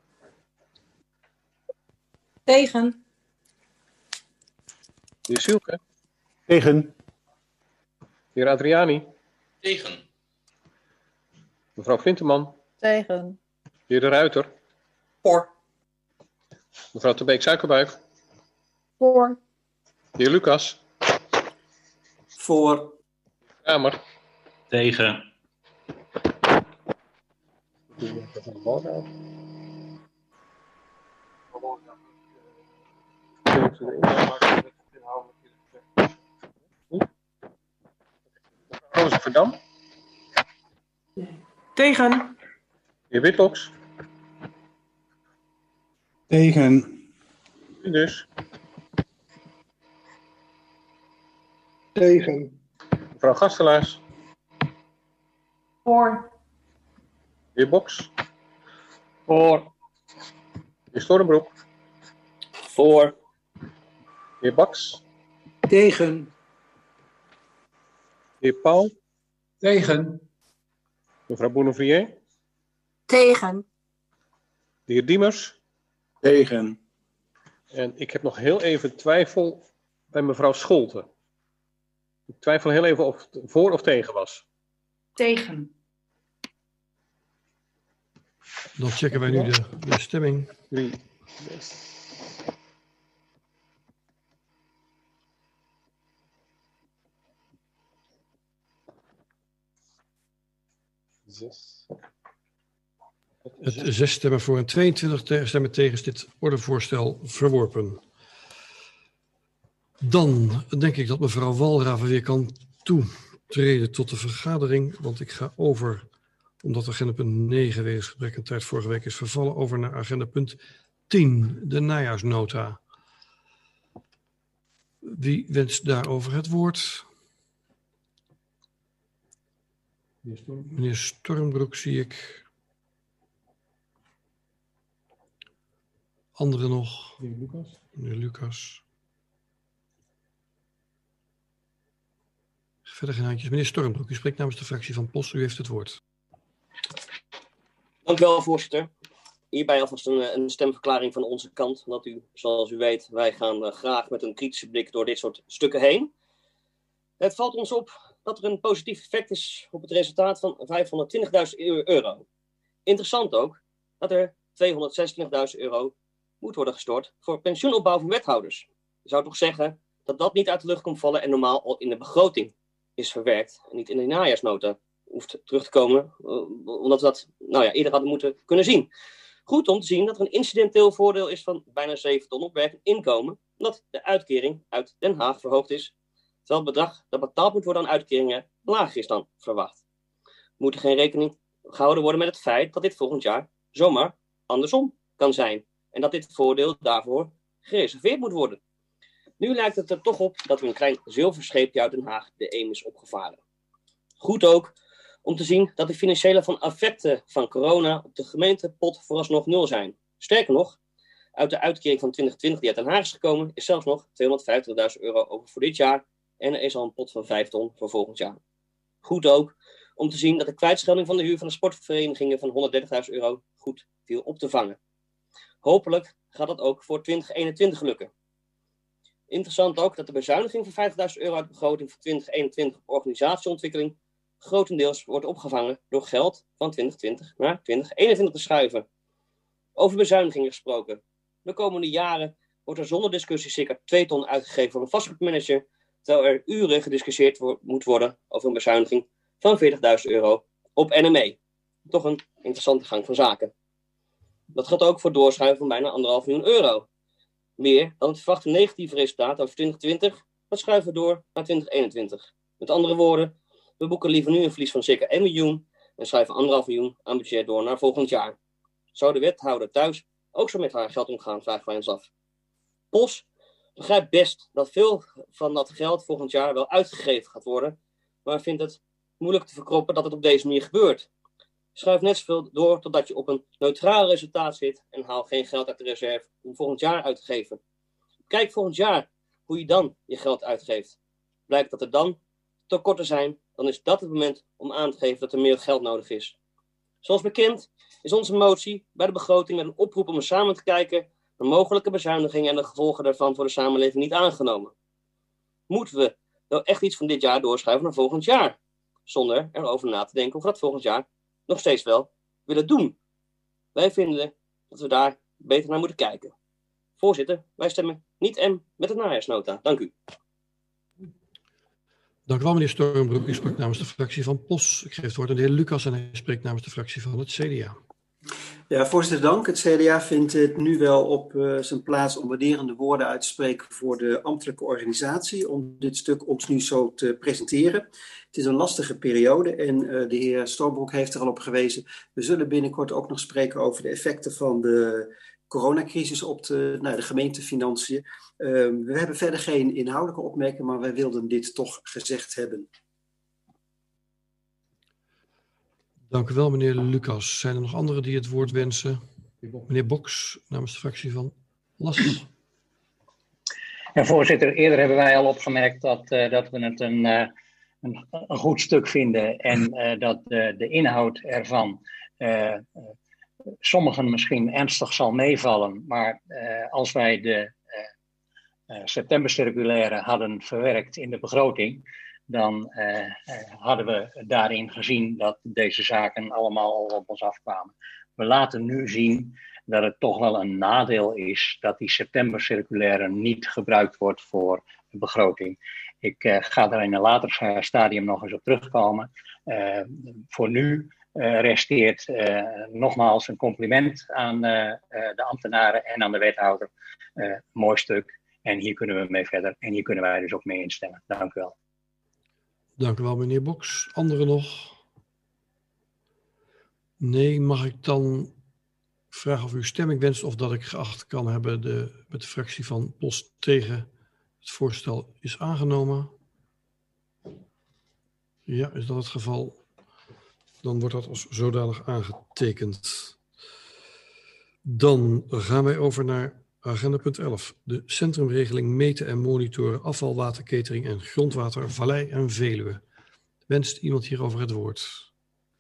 Speaker 20: Tegen.
Speaker 18: De heer Sielke.
Speaker 8: Tegen.
Speaker 18: De heer Adriani.
Speaker 22: Tegen.
Speaker 18: Mevrouw Vinterman.
Speaker 21: Tegen.
Speaker 18: De heer De Ruiter.
Speaker 7: Voor.
Speaker 18: Mevrouw Terbeek Suikerbuik.
Speaker 21: Voor.
Speaker 18: De heer Lucas.
Speaker 7: Voor.
Speaker 18: Kamer.
Speaker 19: Tegen.
Speaker 18: Rooseverdam.
Speaker 3: Tegen.
Speaker 18: De heer Witloks.
Speaker 11: Tegen.
Speaker 18: Dus.
Speaker 12: Tegen.
Speaker 18: Mevrouw Gastelaars.
Speaker 13: Voor.
Speaker 18: De heer Boks.
Speaker 6: Voor.
Speaker 18: De heer Stormbroek.
Speaker 6: Voor.
Speaker 18: De heer Baks.
Speaker 17: Tegen.
Speaker 18: De heer Paul.
Speaker 12: Tegen.
Speaker 18: Mevrouw Bounouvrier.
Speaker 22: Tegen.
Speaker 18: De heer Diemers.
Speaker 12: Tegen.
Speaker 18: En ik heb nog heel even twijfel bij mevrouw Scholte. Ik twijfel heel even of het voor of tegen was.
Speaker 14: Tegen.
Speaker 1: Dan checken wij nu de stemming.
Speaker 18: 3.
Speaker 1: Het 6 stemmen voor en 22 stemmen tegen is dit ordevoorstel verworpen. Dan denk ik dat mevrouw Walraven weer kan toetreden tot de vergadering. Want ik ga over, omdat agenda punt 9 wegens gebrek aan tijd vorige week is vervallen, over naar agenda punt 10, de najaarsnota. Wie wenst daarover het woord? Meneer Stormbroek zie ik. Anderen nog? Meneer Lucas. Verder geen handjes. Meneer Stormbroek, u spreekt namens de fractie van POS. U heeft het woord.
Speaker 6: Dank u wel, voorzitter. Hierbij alvast een stemverklaring van onze kant. Dat u, zoals u weet, wij gaan graag met een kritische blik door dit soort stukken heen. Het valt ons op dat er een positief effect is op het resultaat van €520.000. Interessant ook dat er €226.000 moet worden gestort voor pensioenopbouw van wethouders. Je zou toch zeggen dat dat niet uit de lucht komt vallen en normaal al in de begroting is verwerkt en niet in de najaarsnota hoeft terug te komen, omdat we dat eerder hadden moeten kunnen zien. Goed om te zien dat er een incidenteel voordeel is van bijna 7 ton opwerkend inkomen, omdat de uitkering uit Den Haag verhoogd is, terwijl het bedrag dat betaald moet worden aan uitkeringen lager is dan verwacht. Moet er geen rekening gehouden worden met het feit dat dit volgend jaar zomaar andersom kan zijn en dat dit voordeel daarvoor gereserveerd moet worden. Nu lijkt het er toch op dat er een klein zilverscheepje uit Den Haag de Eem is opgevaren. Goed ook om te zien dat de financiële effecten van corona op de gemeentepot vooralsnog 0 zijn. Sterker nog, uit de uitkering van 2020 die uit Den Haag is gekomen, is zelfs nog €250.000 over voor dit jaar en er is al een pot van 5 ton voor volgend jaar. Goed ook om te zien dat de kwijtschelding van de huur van de sportverenigingen van €130.000 goed viel op te vangen. Hopelijk gaat dat ook voor 2021 lukken. Interessant ook dat de bezuiniging van €50.000 uit de begroting voor 2021 op organisatieontwikkeling grotendeels wordt opgevangen door geld van 2020 naar 2021 te schuiven. Over bezuinigingen gesproken. De komende jaren wordt er zonder discussie circa 2 ton uitgegeven voor een vastgoedmanager, terwijl er uren gediscussieerd moet worden over een bezuiniging van €40.000 op NME. Toch een interessante gang van zaken. Dat geldt ook voor doorschuiven van bijna €1,5 miljoen. Meer dan het verwachte negatieve resultaat over 2020, dat schuiven we door naar 2021. Met andere woorden, we boeken liever nu een verlies van circa 1 miljoen en schuiven €1,5 miljoen aan budget door naar volgend jaar. Zou de wethouder thuis ook zo met haar geld omgaan, vragen wij ons af. POS begrijpt best dat veel van dat geld volgend jaar wel uitgegeven gaat worden, maar vindt het moeilijk te verkroppen dat het op deze manier gebeurt. Schuif net zoveel door totdat je op een neutraal resultaat zit en haal geen geld uit de reserve om volgend jaar uit te geven. Kijk volgend jaar hoe je dan je geld uitgeeft. Blijkt dat er dan tekorten zijn, dan is dat het moment om aan te geven dat er meer geld nodig is. Zoals bekend is onze motie bij de begroting met een oproep om samen te kijken naar mogelijke bezuinigingen en de gevolgen daarvan voor de samenleving niet aangenomen. Moeten we nou echt iets van dit jaar doorschuiven naar volgend jaar, zonder erover na te denken of we dat volgend jaar nog steeds wel willen doen? Wij vinden dat we daar beter naar moeten kijken. Voorzitter, wij stemmen niet met de najaarsnota. Dank u.
Speaker 1: Dank u wel, meneer Stormbroek. U spreekt namens de fractie van POS. Ik geef het woord aan de heer Lucas en hij spreekt namens de fractie van het CDA.
Speaker 10: Ja, voorzitter, dank. Het CDA vindt het nu wel op zijn plaats om waarderende woorden uit te spreken voor de ambtelijke organisatie, om dit stuk ons nu zo te presenteren. Het is een lastige periode en de heer Stormbroek heeft er al op gewezen. We zullen binnenkort ook nog spreken over de effecten van de coronacrisis op de gemeentefinanciën. We hebben verder geen inhoudelijke opmerkingen, maar wij wilden dit toch gezegd hebben.
Speaker 1: Dank u wel, meneer Lucas. Zijn er nog anderen die het woord wensen? Meneer Boks, namens de fractie van LAS.
Speaker 4: Ja, voorzitter, eerder hebben wij al opgemerkt dat we het een goed stuk vinden en dat de inhoud ervan sommigen misschien ernstig zal meevallen. Maar als wij de septembercirculaire hadden verwerkt in de begroting, dan hadden we daarin gezien dat deze zaken allemaal al op ons afkwamen. We laten nu zien dat het toch wel een nadeel is dat die septembercirculaire niet gebruikt wordt voor de begroting. Ik ga daar in een later stadium nog eens op terugkomen. Voor nu resteert nogmaals een compliment aan de ambtenaren en aan de wethouder. Mooi stuk. En hier kunnen we mee verder. En hier kunnen wij dus ook mee instemmen. Dank u wel.
Speaker 1: Dank u wel, meneer Boks. Anderen nog? Nee, mag ik dan vragen of u stemming wenst of dat ik geacht kan hebben met de fractie van POS tegen het voorstel is aangenomen? Ja, is dat het geval? Dan wordt dat als zodanig aangetekend. Dan gaan wij over naar agenda punt 11. De centrumregeling meten en monitoren afvalwater, catering en grondwater, Vallei en Veluwe. Wenst iemand hierover het woord?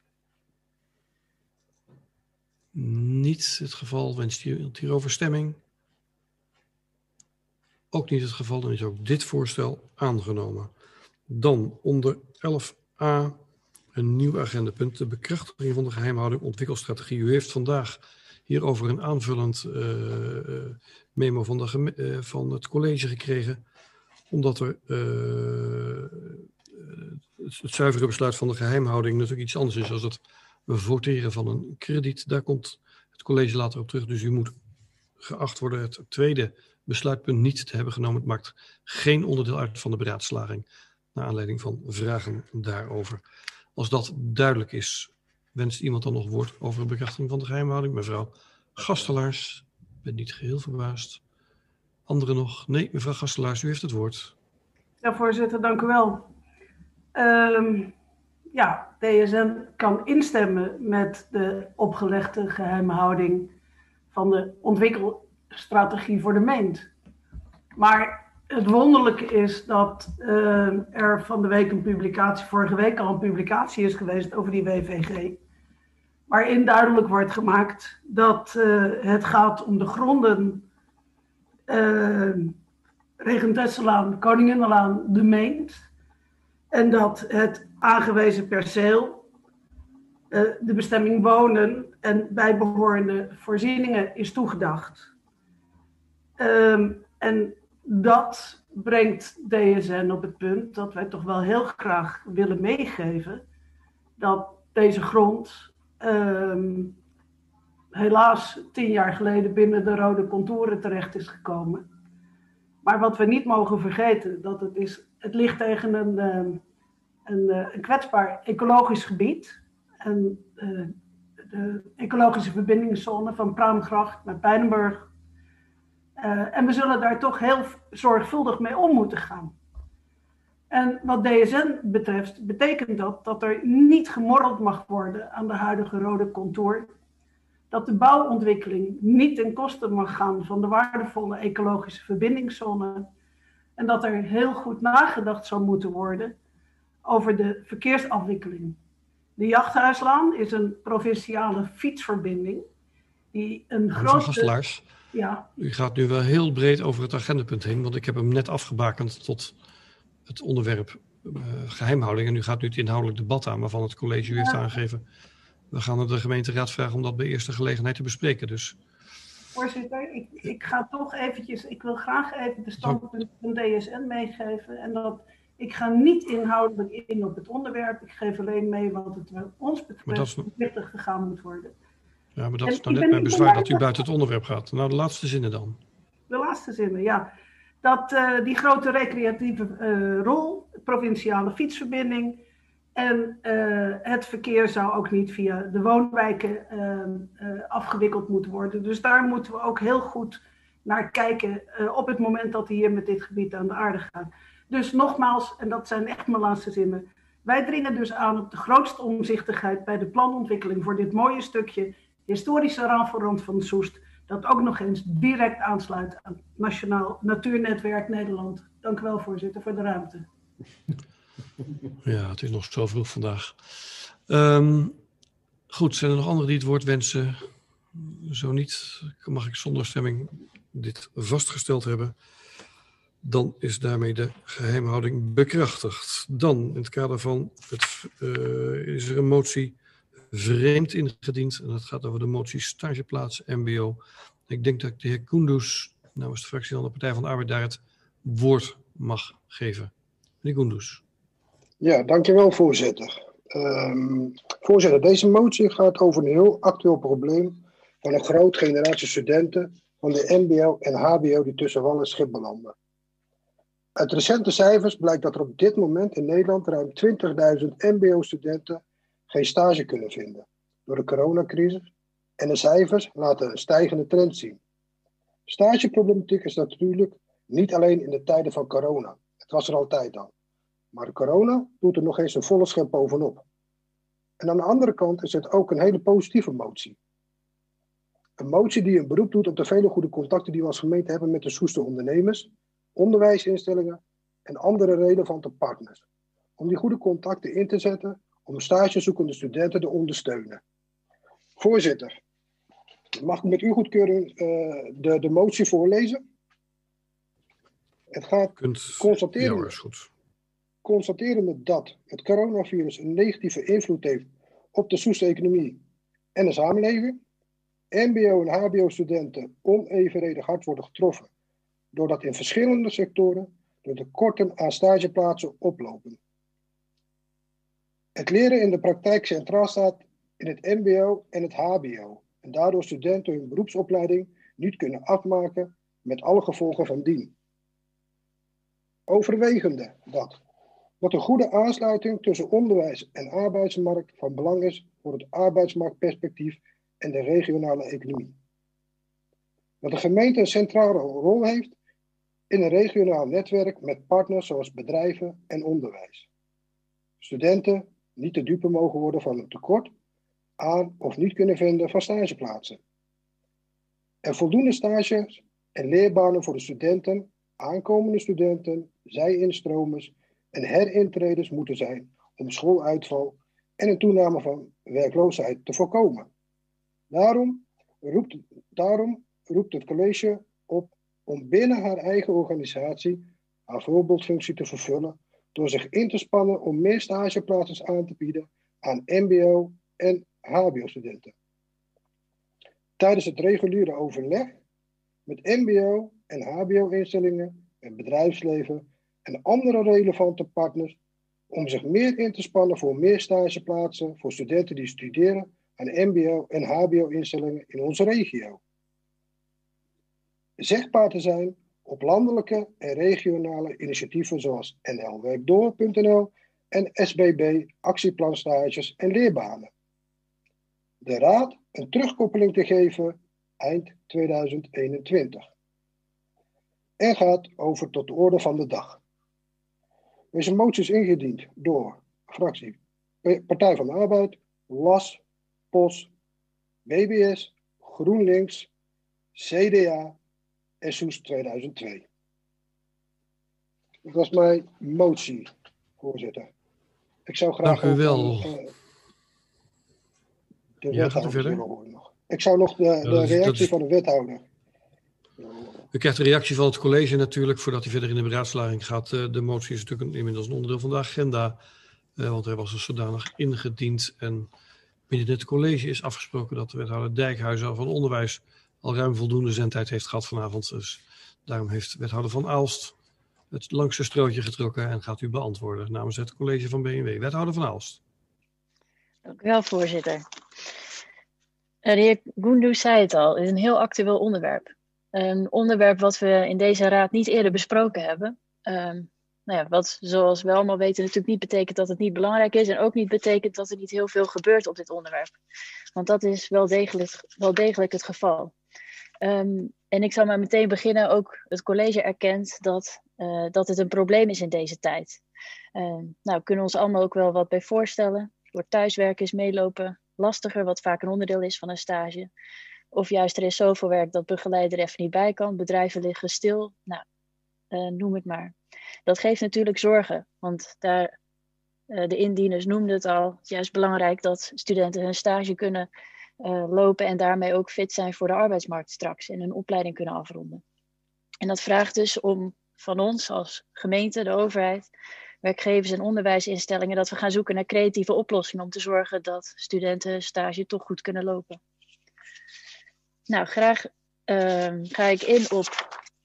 Speaker 1: Niet het geval. Wenst iemand hierover stemming? Ook niet het geval. Dan is ook dit voorstel aangenomen. Dan onder 11a een nieuw agendapunt. De bekrachtiging van de geheimhouding ontwikkelstrategie. U heeft vandaag hierover een aanvullend memo van het college gekregen. Omdat er het zuivere besluit van de geheimhouding natuurlijk iets anders is dan het voteren van een krediet. Daar komt het college later op terug. Dus u moet geacht worden het tweede besluitpunt niet te hebben genomen. Het maakt geen onderdeel uit van de beraadslaging. Naar aanleiding van vragen daarover. Als dat duidelijk is, wenst iemand dan nog woord over de bekrachtiging van de geheimhouding? Mevrouw Gastelaars, ik ben niet geheel verbaasd. Anderen nog? Nee, mevrouw Gastelaars, u heeft het woord.
Speaker 13: Ja, voorzitter, dank u wel. DSN kan instemmen met de opgelegde geheimhouding van de ontwikkelstrategie voor de meent. Maar het wonderlijke is dat er van de week vorige week al een publicatie is geweest over die WVG. Waarin duidelijk wordt gemaakt dat het gaat om de gronden Regentesselaan, Koninginnelaan, de Meent. En dat het aangewezen perceel, de bestemming wonen en bijbehorende voorzieningen is toegedacht. En dat brengt DSN op het punt dat wij toch wel heel graag willen meegeven dat deze grond helaas 10 jaar geleden binnen de rode contouren terecht is gekomen. Maar wat we niet mogen vergeten, dat het ligt tegen een kwetsbaar ecologisch gebied. En de ecologische verbindingszone van Praamgracht naar Pijnenburg. En we zullen daar toch heel zorgvuldig mee om moeten gaan. En wat DSN betreft, betekent dat er niet gemorreld mag worden aan de huidige rode contour. Dat de bouwontwikkeling niet ten koste mag gaan van de waardevolle ecologische verbindingszone. En dat er heel goed nagedacht zal moeten worden over de verkeersafwikkeling. De Jachthuislaan is een provinciale fietsverbinding die een grote...
Speaker 1: Gastelaars,
Speaker 13: ja.
Speaker 1: U gaat nu wel heel breed over het agendapunt heen, want ik heb hem net afgebakend tot het onderwerp geheimhouding. En u gaat nu het inhoudelijk debat aan waarvan het college u heeft aangegeven. We gaan de gemeenteraad vragen om dat bij eerste gelegenheid te bespreken. Dus
Speaker 13: Voorzitter, ik ga toch eventjes, ik wil graag even de standpunt van DSN meegeven. En dat ik ga niet inhoudelijk in op het onderwerp. Ik geef alleen mee wat het wat ons betreft verplichtig gegaan moet worden.
Speaker 1: Ja, maar dat is nou net mijn bezwaar dat u buiten het onderwerp gaat. Nou, de laatste zinnen dan.
Speaker 13: De laatste zinnen, ja. Dat die grote recreatieve rol, provinciale fietsverbinding en het verkeer zou ook niet via de woonwijken afgewikkeld moeten worden. Dus daar moeten we ook heel goed naar kijken op het moment dat we hier met dit gebied aan de aarde gaan. Dus nogmaals, en dat zijn echt mijn laatste zinnen, wij dringen dus aan op de grootste omzichtigheid bij de planontwikkeling voor dit mooie stukje historische rafelrand van Soest, dat ook nog eens direct aansluit aan het Nationaal Natuurnetwerk Nederland. Dank u wel, voorzitter, voor de ruimte.
Speaker 1: Ja, het is nog zo vroeg vandaag. Goed, zijn er nog anderen die het woord wensen? Zo niet, mag ik zonder stemming dit vastgesteld hebben. Dan is daarmee de geheimhouding bekrachtigd. Dan, in het kader van is er een motie vreemd ingediend. En dat gaat over de motie stageplaats MBO. Ik denk dat ik de heer Koenders namens de fractie van de Partij van de Arbeid daar het woord mag geven. Meneer Koenders.
Speaker 9: Ja, dankjewel voorzitter. Voorzitter, deze motie gaat over een heel actueel probleem van een groot generatie studenten van de MBO en HBO die tussen wal en schip belanden. Uit recente cijfers blijkt dat er op dit moment in Nederland ruim 20.000 MBO-studenten geen stage kunnen vinden door de coronacrisis en de cijfers laten een stijgende trend zien. Stageproblematiek is natuurlijk niet alleen in de tijden van corona. Het was er altijd al. Maar de corona doet er nog eens een volle schep bovenop. En aan de andere kant is het ook een hele positieve motie. Een motie die een beroep doet op de vele goede contacten die we als gemeente hebben met de Soester ondernemers, onderwijsinstellingen en andere relevante partners. Om die goede contacten in te zetten om stagezoekende studenten te ondersteunen. Voorzitter, mag ik met uw goedkeuring de motie voorlezen? Het gaat constaterende dat het coronavirus een negatieve invloed heeft op de Soester economie en de samenleving. MBO- en HBO-studenten onevenredig hard worden getroffen, doordat in verschillende sectoren de tekorten aan stageplaatsen oplopen. Het leren in de praktijk centraal staat in het MBO en het HBO, en daardoor studenten hun beroepsopleiding niet kunnen afmaken met alle gevolgen van dien. Overwegende dat een goede aansluiting tussen onderwijs en arbeidsmarkt van belang is voor het arbeidsmarktperspectief en de regionale economie. Dat de gemeente een centrale rol heeft in een regionaal netwerk met partners zoals bedrijven en onderwijs. Studenten niet te dupe mogen worden van een tekort aan of niet kunnen vinden van stageplaatsen. Er voldoende stages en leerbanen voor de studenten, aankomende studenten, zij-instromers en herintreders moeten zijn om schooluitval en een toename van werkloosheid te voorkomen. Daarom roept het college op om binnen haar eigen organisatie haar voorbeeldfunctie te vervullen door zich in te spannen om meer stageplaatsen aan te bieden aan MBO- en HBO-studenten. Tijdens het reguliere overleg met MBO- en HBO-instellingen, het bedrijfsleven en andere relevante partners om zich meer in te spannen voor meer stageplaatsen voor studenten die studeren aan MBO- en HBO-instellingen in onze regio. Zichtbaar te zijn op landelijke en regionale initiatieven zoals nlwerkdoor.nl en SBB actieplanstages en leerbanen. De Raad een terugkoppeling te geven eind 2021. En gaat over tot de orde van de dag. Deze motie is ingediend door fractie Partij van de Arbeid, LAS, POS, BBS, GroenLinks, CDA en Soest 2002. Dat was mijn motie, voorzitter. Ik zou graag...
Speaker 1: Dank u wel.
Speaker 9: Gaat u verder? Ik zou nog de reactie van de wethouder.
Speaker 1: U krijgt de reactie van het college natuurlijk voordat hij verder in de beraadslaging gaat. De motie is natuurlijk inmiddels een onderdeel van de agenda, want hij was er zodanig ingediend. En binnen het college is afgesproken dat de wethouder Dijkhuizen van Onderwijs al ruim voldoende zendtijd heeft gehad vanavond. Dus daarom heeft wethouder Van Aalst het langste strootje getrokken en gaat u beantwoorden namens het college van BNW. Wethouder Van Aalst.
Speaker 5: Dank u wel, voorzitter. De heer Goendoes zei het al, het is een heel actueel onderwerp. Een onderwerp wat we in deze raad niet eerder besproken hebben. Wat, zoals we allemaal weten, natuurlijk niet betekent dat het niet belangrijk is. En ook niet betekent dat er niet heel veel gebeurt op dit onderwerp. Want dat is wel degelijk het geval. En ik zal maar meteen beginnen. Ook het college erkent dat het een probleem is in deze tijd. We kunnen ons allemaal ook wel wat bij voorstellen. Door thuiswerken is meelopen lastiger, wat vaak een onderdeel is van een stage. Of juist er is zoveel werk dat begeleider even niet bij kan. Bedrijven liggen stil. Noem het maar. Dat geeft natuurlijk zorgen. Want de indieners noemden het al. Het is juist belangrijk dat studenten hun stage kunnen lopen. En daarmee ook fit zijn voor de arbeidsmarkt straks. En hun opleiding kunnen afronden. En dat vraagt dus om van ons als gemeente, de overheid, werkgevers en onderwijsinstellingen, dat we gaan zoeken naar creatieve oplossingen om te zorgen dat studenten hun stage toch goed kunnen lopen. Graag ga ik in op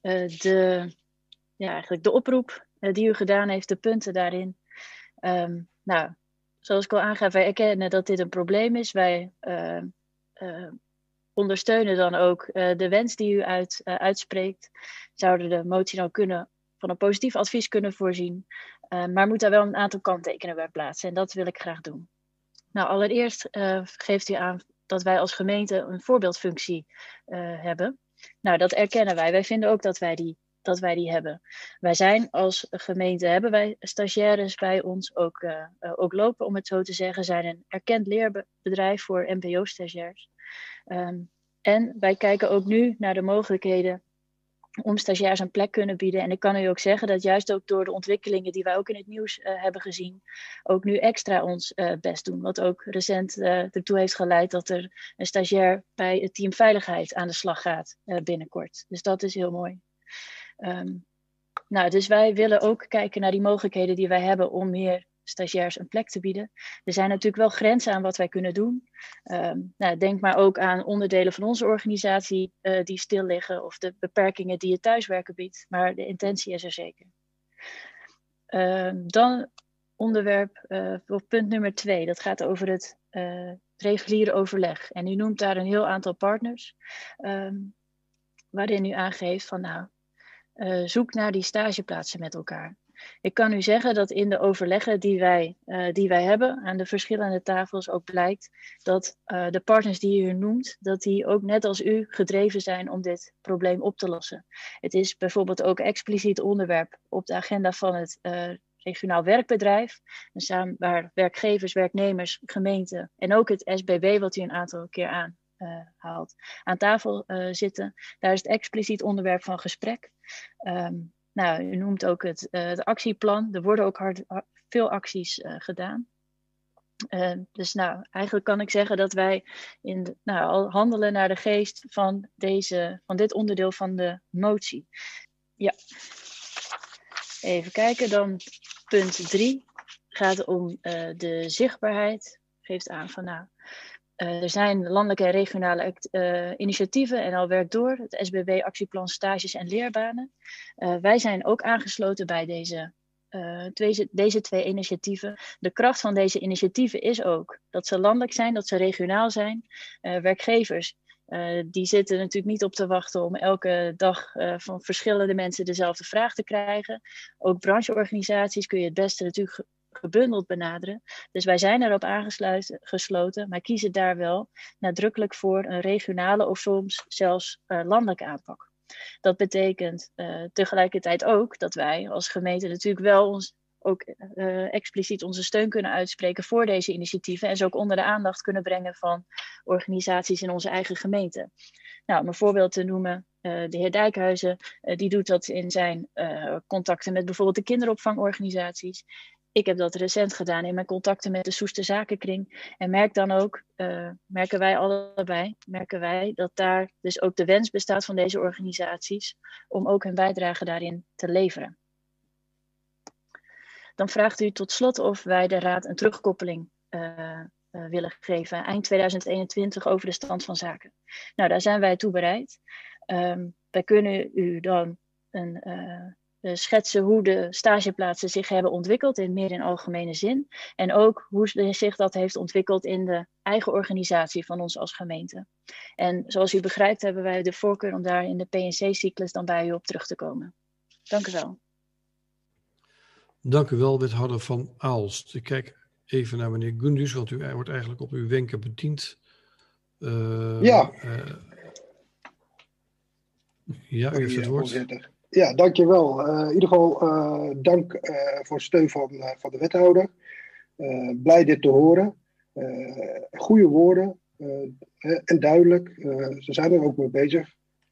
Speaker 5: de oproep die u gedaan heeft, de punten daarin. Zoals ik al aangaf, wij erkennen dat dit een probleem is. Wij ondersteunen dan ook de wens die u uitspreekt. Zouden de motie dan van een positief advies kunnen voorzien. Maar moet daar wel een aantal kanttekenen bij plaatsen. En dat wil ik graag doen. Allereerst geeft u aan dat wij als gemeente een voorbeeldfunctie hebben. Dat erkennen wij. Wij vinden ook dat wij die hebben. Wij zijn als gemeente, hebben wij stagiaires bij ons ook lopen, om het zo te zeggen. Zijn een erkend leerbedrijf voor mbo-stagiairs. En wij kijken ook nu naar de mogelijkheden om stagiairs een plek kunnen bieden. En ik kan u ook zeggen dat juist ook door de ontwikkelingen die wij ook in het nieuws hebben gezien, ook nu extra ons best doen. Wat ook recent ertoe heeft geleid dat er een stagiair bij het team Veiligheid aan de slag gaat binnenkort. Dus dat is heel mooi. Dus wij willen ook kijken naar die mogelijkheden die wij hebben om meer stagiairs een plek te bieden. Er zijn natuurlijk wel grenzen aan wat wij kunnen doen. Denk maar ook aan onderdelen van onze organisatie die stil liggen of de beperkingen die het thuiswerken biedt. Maar de intentie is er zeker. Dan punt nummer 2. Dat gaat over het reguliere overleg. En u noemt daar een heel aantal partners. Waarin u aangeeft van zoek naar die stageplaatsen met elkaar. Ik kan u zeggen dat in de overleggen die wij hebben aan de verschillende tafels ook blijkt dat de partners die u noemt, dat die ook net als u gedreven zijn om dit probleem op te lossen. Het is bijvoorbeeld ook expliciet onderwerp op de agenda van het regionaal werkbedrijf. Waar werkgevers, werknemers, gemeenten en ook het SBW, wat u een aantal keer aanhaalt, aan tafel zitten. Daar is het expliciet onderwerp van gesprek. U noemt ook het actieplan. Er worden ook veel acties gedaan. Eigenlijk kan ik zeggen dat wij al handelen naar de geest van dit onderdeel van de motie. Ja. Even kijken, dan punt 3 gaat om de zichtbaarheid. Geeft aan van er zijn landelijke en regionale initiatieven en al werkt door. Het SBW actieplan stages en leerbanen. Wij zijn ook aangesloten bij deze 2 initiatieven. De kracht van deze initiatieven is ook dat ze landelijk zijn, dat ze regionaal zijn. Werkgevers die zitten natuurlijk niet op te wachten om elke dag van verschillende mensen dezelfde vraag te krijgen. Ook brancheorganisaties kun je het beste natuurlijk gebundeld benaderen. Dus wij zijn erop aangesloten, maar kiezen daar wel nadrukkelijk voor een regionale of soms zelfs landelijke aanpak. Dat betekent tegelijkertijd ook dat wij als gemeente natuurlijk wel expliciet onze steun kunnen uitspreken voor deze initiatieven en ze ook onder de aandacht kunnen brengen van organisaties in onze eigen gemeente. Om een voorbeeld te noemen, de heer Dijkhuizen, die doet dat in zijn contacten met bijvoorbeeld de kinderopvangorganisaties. Ik heb dat recent gedaan in mijn contacten met de Soester Zakenkring. En merken wij allebei dat daar dus ook de wens bestaat van deze organisaties om ook hun bijdrage daarin te leveren. Dan vraagt u tot slot of wij de Raad een terugkoppeling willen geven eind 2021 over de stand van zaken. Nou, daar zijn wij toe bereid. Wij kunnen u dan schetsen hoe de stageplaatsen zich hebben ontwikkeld meer in algemene zin. En ook hoe zich dat heeft ontwikkeld in de eigen organisatie van ons als gemeente. En zoals u begrijpt hebben wij de voorkeur om daar in de PNC-cyclus dan bij u op terug te komen. Dank u wel.
Speaker 1: Dank u wel, wethouder Van Aalst. Ik kijk even naar meneer Gundus, want u wordt eigenlijk op uw wenken bediend.
Speaker 9: Ja.
Speaker 1: Ja, u heeft het woord.
Speaker 9: Voorzitter. Ja, dankjewel. In ieder geval dank voor het steun van de wethouder. Blij dit te horen. Goede woorden en duidelijk. Ze zijn er ook mee bezig.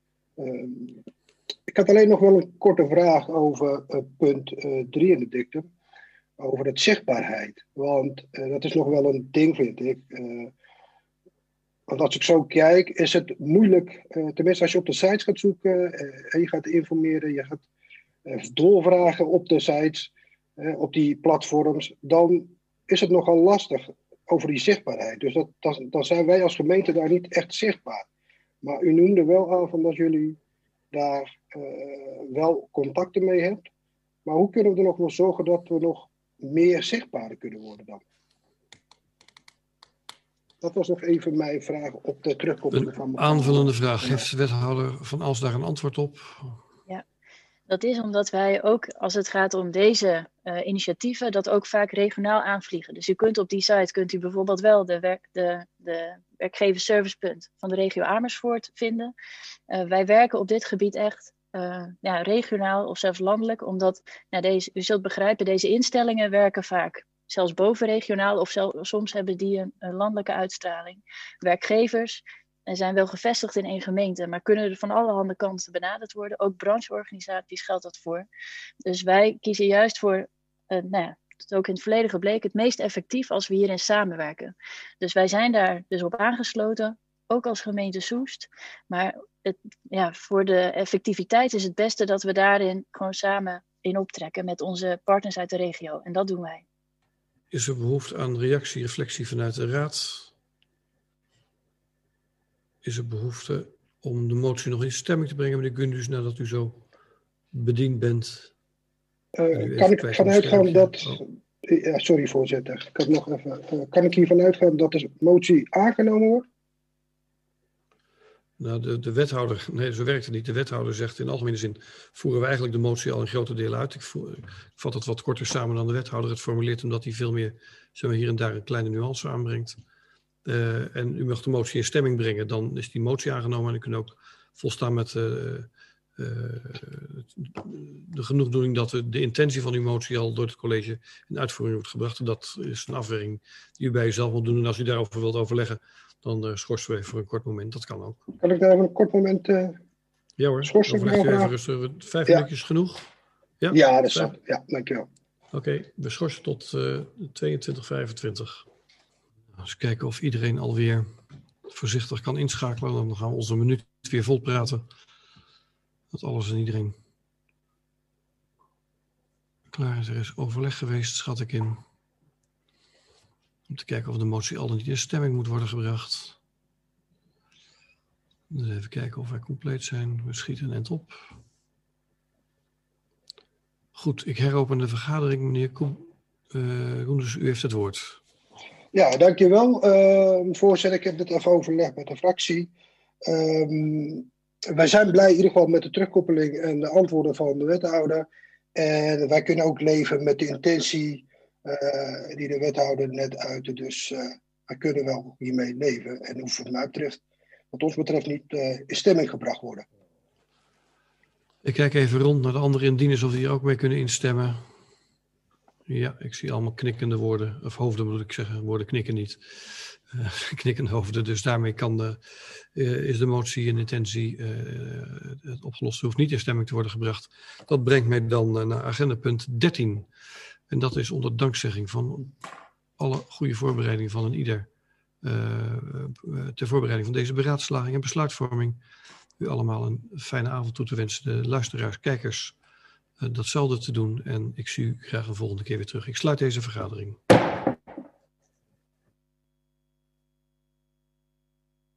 Speaker 9: Ik had alleen nog wel een korte vraag over punt 3 in de dictum. Over het zichtbaarheid. Want dat is nog wel een ding, vind ik. Want als ik zo kijk, is het moeilijk, tenminste als je op de sites gaat zoeken en je gaat informeren, je gaat doorvragen op de sites, op die platforms, dan is het nogal lastig over die zichtbaarheid. Dus dan zijn wij als gemeente daar niet echt zichtbaar. Maar u noemde wel aan van dat jullie daar wel contacten mee hebt. Maar hoe kunnen we er nog wel zorgen dat we nog meer zichtbaarder kunnen worden dan? Dat was nog even mijn vraag op de terugkoppeling van...
Speaker 1: Een aanvullende vraag. Heeft wethouder Van Aalst daar een antwoord op?
Speaker 5: Ja, dat is omdat wij ook, als het gaat om deze initiatieven, dat ook vaak regionaal aanvliegen. Dus u kunt op die site bijvoorbeeld wel de werkgeversservicepunt van de regio Amersfoort vinden. Wij werken op dit gebied echt regionaal of zelfs landelijk, omdat, u zult begrijpen, deze instellingen werken vaak zelfs bovenregionaal of soms hebben die een landelijke uitstraling. Werkgevers zijn wel gevestigd in één gemeente, maar kunnen er van allerhande kanten benaderd worden. Ook brancheorganisaties geldt dat voor. Dus wij kiezen juist voor, dat ook in het verleden gebleken, het meest effectief als we hierin samenwerken. Dus wij zijn daar dus op aangesloten, ook als gemeente Soest. Maar voor de effectiviteit is het beste dat we daarin gewoon samen in optrekken met onze partners uit de regio. En dat doen wij.
Speaker 1: Is er behoefte aan reactie, reflectie vanuit de raad? Is er behoefte om de motie nog in stemming te brengen, meneer Gundus, nadat u zo bediend bent?
Speaker 9: Kan ik vanuit gaan dat... sorry voorzitter, ik had nog even... kan ik hiervan uitgaan dat de motie aangenomen wordt?
Speaker 1: Nou, de wethouder, nee, zo werkt het niet. De wethouder zegt in algemene zin, voeren we eigenlijk de motie al in grote delen uit. Ik vat het wat korter samen dan de wethouder het formuleert, omdat hij veel meer, hier en daar een kleine nuance aanbrengt. En u mag de motie in stemming brengen, dan is die motie aangenomen en u kunt ook volstaan met de genoegdoening dat de intentie van uw motie al door het college in uitvoering wordt gebracht. Dat is een afweging die u bij uzelf moet doen. En als u daarover wilt overleggen, dan schorsen we even voor een kort moment. Dat kan ook.
Speaker 9: Kan ik daar even een kort moment
Speaker 1: ja hoor,
Speaker 9: schorsen?
Speaker 1: Overlegt u even rustig. 5 minuutjes genoeg?
Speaker 9: Ja, dat is dat. Ja, dankjewel.
Speaker 1: Oké, we schorsen tot 22:25. Eens kijken of iedereen alweer voorzichtig kan inschakelen. Dan gaan we onze minuut weer vol praten. Dat alles en iedereen klaar is. Er is overleg geweest, schat ik in. Om te kijken of de motie al dan niet in stemming moet worden gebracht. Dus even kijken of wij compleet zijn. We schieten een end op. Goed, ik heropen de vergadering. Meneer Gundus, u heeft het woord.
Speaker 9: Ja, dankjewel. Voorzitter, ik heb dit even overlegd met de fractie. Wij zijn blij in ieder geval met de terugkoppeling en de antwoorden van de wethouder. En wij kunnen ook leven met de intentie die de wethouder net uitte. Dus wij kunnen wel hiermee leven. En hoeft wat ons betreft niet in stemming gebracht worden.
Speaker 1: Ik kijk even rond naar de andere indieners of die hier ook mee kunnen instemmen. Ja, ik zie allemaal knikkende woorden. Of hoofden moet ik zeggen. Woorden knikken niet. Knikkende hoofden. Dus daarmee is de motie in intentie het opgelost. Hoeft niet in stemming te worden gebracht. Dat brengt mij dan naar agenda punt 13. En dat is onder dankzegging van alle goede voorbereiding van een ieder. Ter voorbereiding van deze beraadslaging en besluitvorming. U allemaal een fijne avond toe te wensen. De luisteraars, kijkers, datzelfde te doen. En ik zie u graag een volgende keer weer terug. Ik sluit deze vergadering.